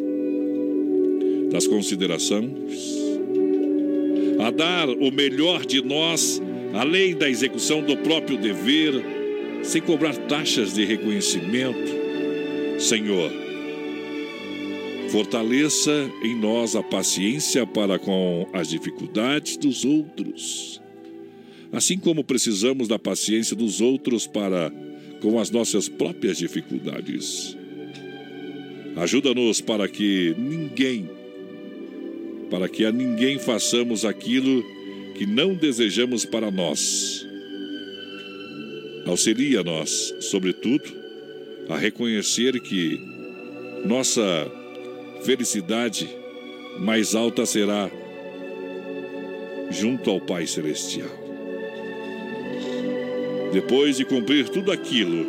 das considerações, a dar o melhor de nós além da execução do próprio dever, sem cobrar taxas de reconhecimento. Senhor, Fortaleça em nós a paciência para com as dificuldades dos outros, assim como precisamos da paciência dos outros para com as nossas próprias dificuldades. Ajuda-nos para que ninguém, para que a ninguém façamos aquilo que não desejamos para nós. Auxilia-nos, sobretudo, a reconhecer que nossa felicidade mais alta será junto ao Pai Celestial. Depois de cumprir tudo aquilo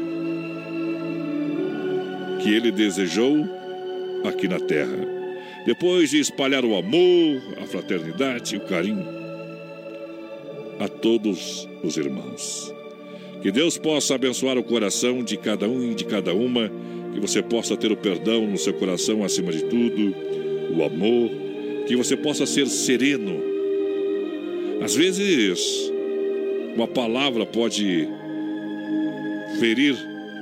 que Ele desejou aqui na terra, depois de espalhar o amor, a fraternidade, o carinho a todos os irmãos. Que Deus possa abençoar o coração de cada um e de cada uma, que você possa ter o perdão no seu coração acima de tudo, o amor, que você possa ser sereno. Às vezes, uma palavra pode ferir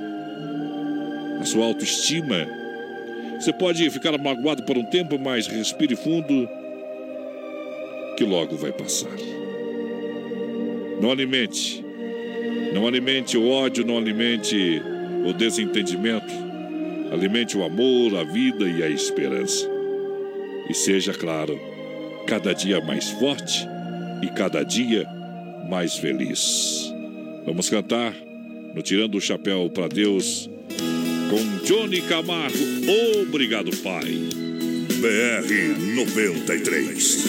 a sua autoestima. Você pode ficar magoado por um tempo, mas respire fundo, que logo vai passar. Não alimente, não alimente o ódio, não alimente o desentendimento. Alimente o amor, a vida e a esperança. E seja, claro, cada dia mais forte e cada dia mais feliz. Vamos cantar no Tirando o Chapéu para Deus com Johnny Camargo. Obrigado, Pai. B R noventa e três.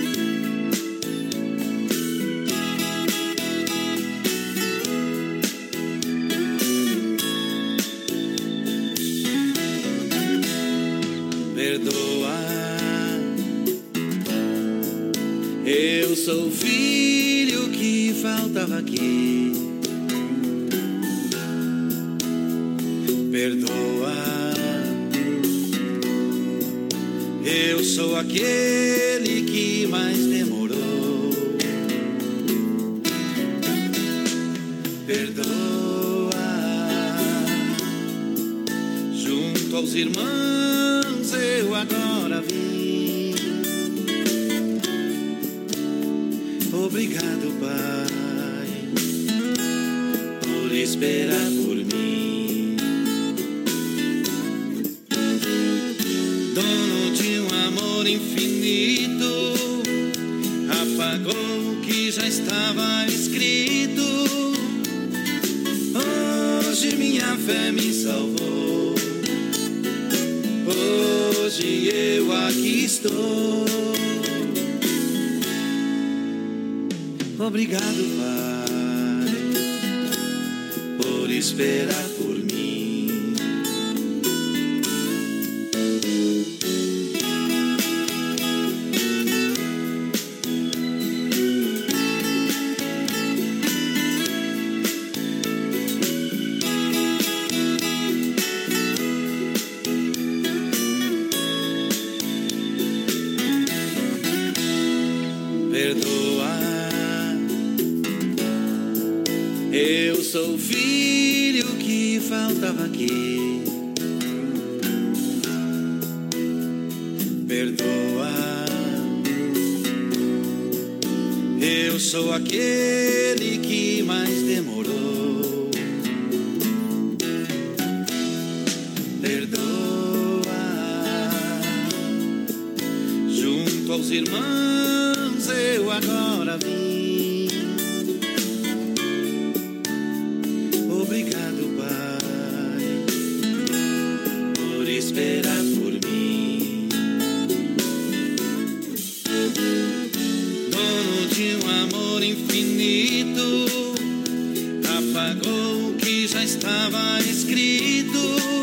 Eu sou o filho que faltava aqui. Perdoa. Eu sou aquele que mais demorou. Perdoa. Junto aos irmãos eu agora vim. Obrigado, Pai, por esperar por mim. Dono de um amor infinito, apagou o que já estava escrito. Hoje minha fé me salvou. Hoje eu aqui estou. Obrigado, Pai, por esperar por mim. Eu sou o filho que faltava aqui. Perdoa. Eu sou aquele que mais demorou. Perdoa. Junto aos irmãos eu agora vim. Obrigado, Pai, por esperar por mim. Dono de um amor infinito, apagou o que já estava escrito.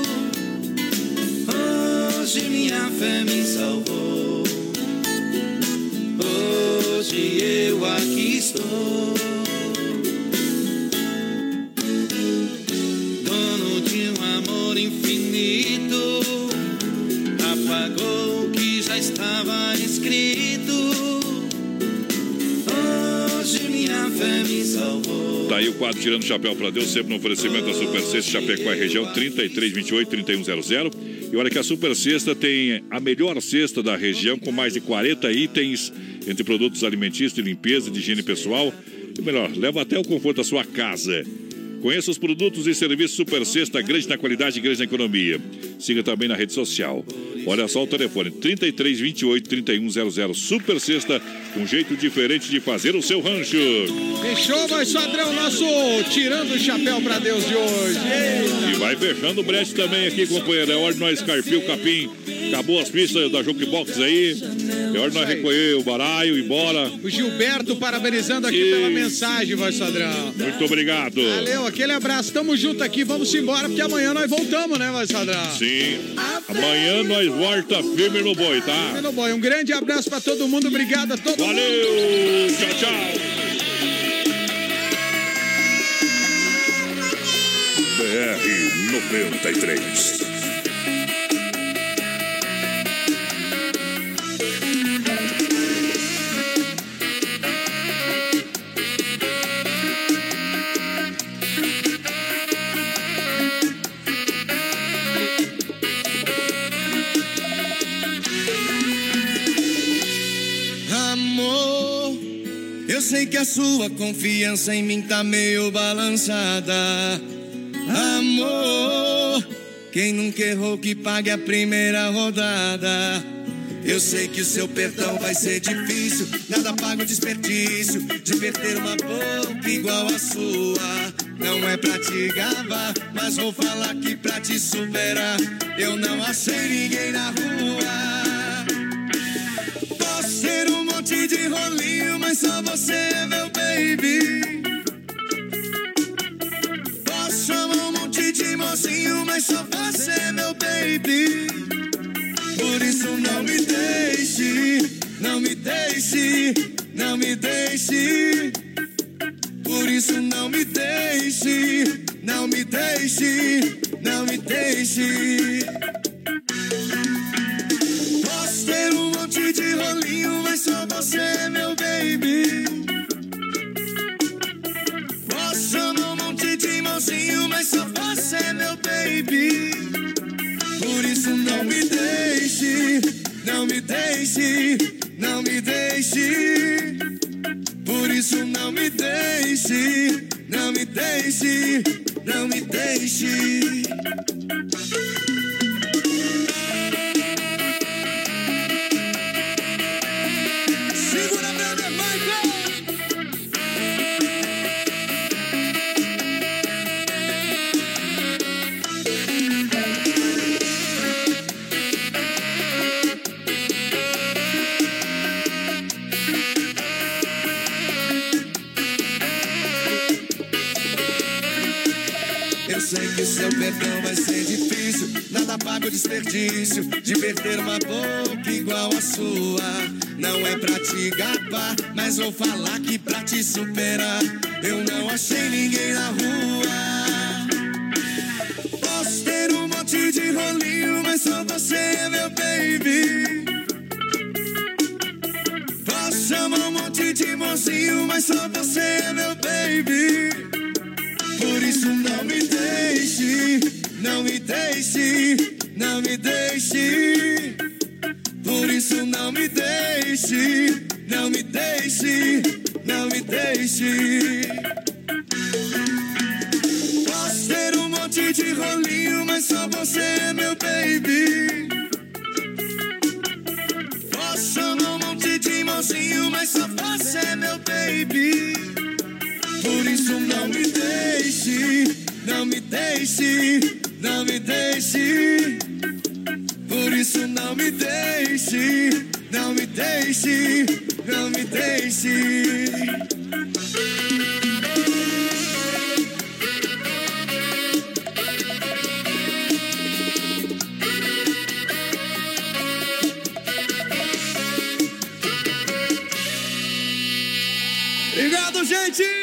Hoje minha fé me salvou. Hoje eu aqui estou. Infinito, apagou o que já estava escrito. Hoje minha fé me salvou. Tá aí o quadro Tirando o Chapéu para Deus, sempre no oferecimento da Super Sexta Chapecó e região, trinta e três, vinte e oito, trinta e um zero zero. E olha que a Super Sexta tem a melhor cesta da região, com mais de quarenta itens, entre produtos alimentícios, de limpeza, de higiene pessoal. E melhor, leva até o conforto da sua casa. Conheça os produtos e serviços Super Sexta, grande na qualidade e grande na economia. Siga também na rede social. Olha só o telefone, trinta e três, vinte e oito, trinta e um zero zero. Super Sexta, um jeito diferente de fazer o seu rancho. Fechou, mas padrão, nosso tirando o chapéu pra Deus de hoje. Eita. E vai fechando o brete também aqui, companheiro. É hora de nós escarpir o capim. Acabou as pistas da Jukebox aí. É hora de nós recolher o baralho e bora. O Gilberto parabenizando aqui e... pela mensagem, voz padrão. Muito obrigado. Valeu, aquele abraço. Tamo junto aqui, vamos embora, porque amanhã nós voltamos, né, voz padrão? Sim. Amanhã nós volta firme no boi, tá? Firme no boi. Um grande abraço pra todo mundo. Obrigado a todo Valeu. mundo. Valeu. Tchau, tchau. B R noventa e três. Eu sei que a sua confiança em mim tá meio balançada. Amor, quem nunca errou que pague a primeira rodada. Eu sei que o seu perdão vai ser difícil, nada paga o desperdício de perder uma boca igual a sua. Não é pra te gabar, mas vou falar que pra te superar eu não achei ninguém na rua. Posso ser um monte de rolinho, mas só você é meu baby. Posso chamar um monte de mocinho, mas só você é meu baby. Por isso não me deixe, não me deixe, não me deixe. Por isso não me deixe, não me deixe, não me deixe. Posso ter um monte de rolinho, mas só você é meu baby. Posso chamar um monte de mocinho, mas só você é meu baby. Por isso não me deixe, não me deixe, não me deixe. Por isso não me deixe, não me deixe, não me deixe. Segura meu The Michael. Eu sei que seu perdão vai ser difícil, nada paga o desperdício de perder uma boca igual a sua. Não é pra te gabar, mas vou falar que pra te superar eu não achei ninguém na rua. Posso ter um monte de rolinho, mas só você é meu baby. Posso chamar um monte de mocinho, mas só você é meu baby. Por isso não me deixe, não me deixe, não me deixe. Por isso não me deixe, não me deixe, não me deixe. Posso ter um monte de rolinho, mas só você é meu baby. Posso chamar um monte de mocinho, mas só você é meu baby. Por isso não me deixe, não me deixe, não me deixe. Por isso não me deixe, não me deixe, não me deixe. Obrigado, gente!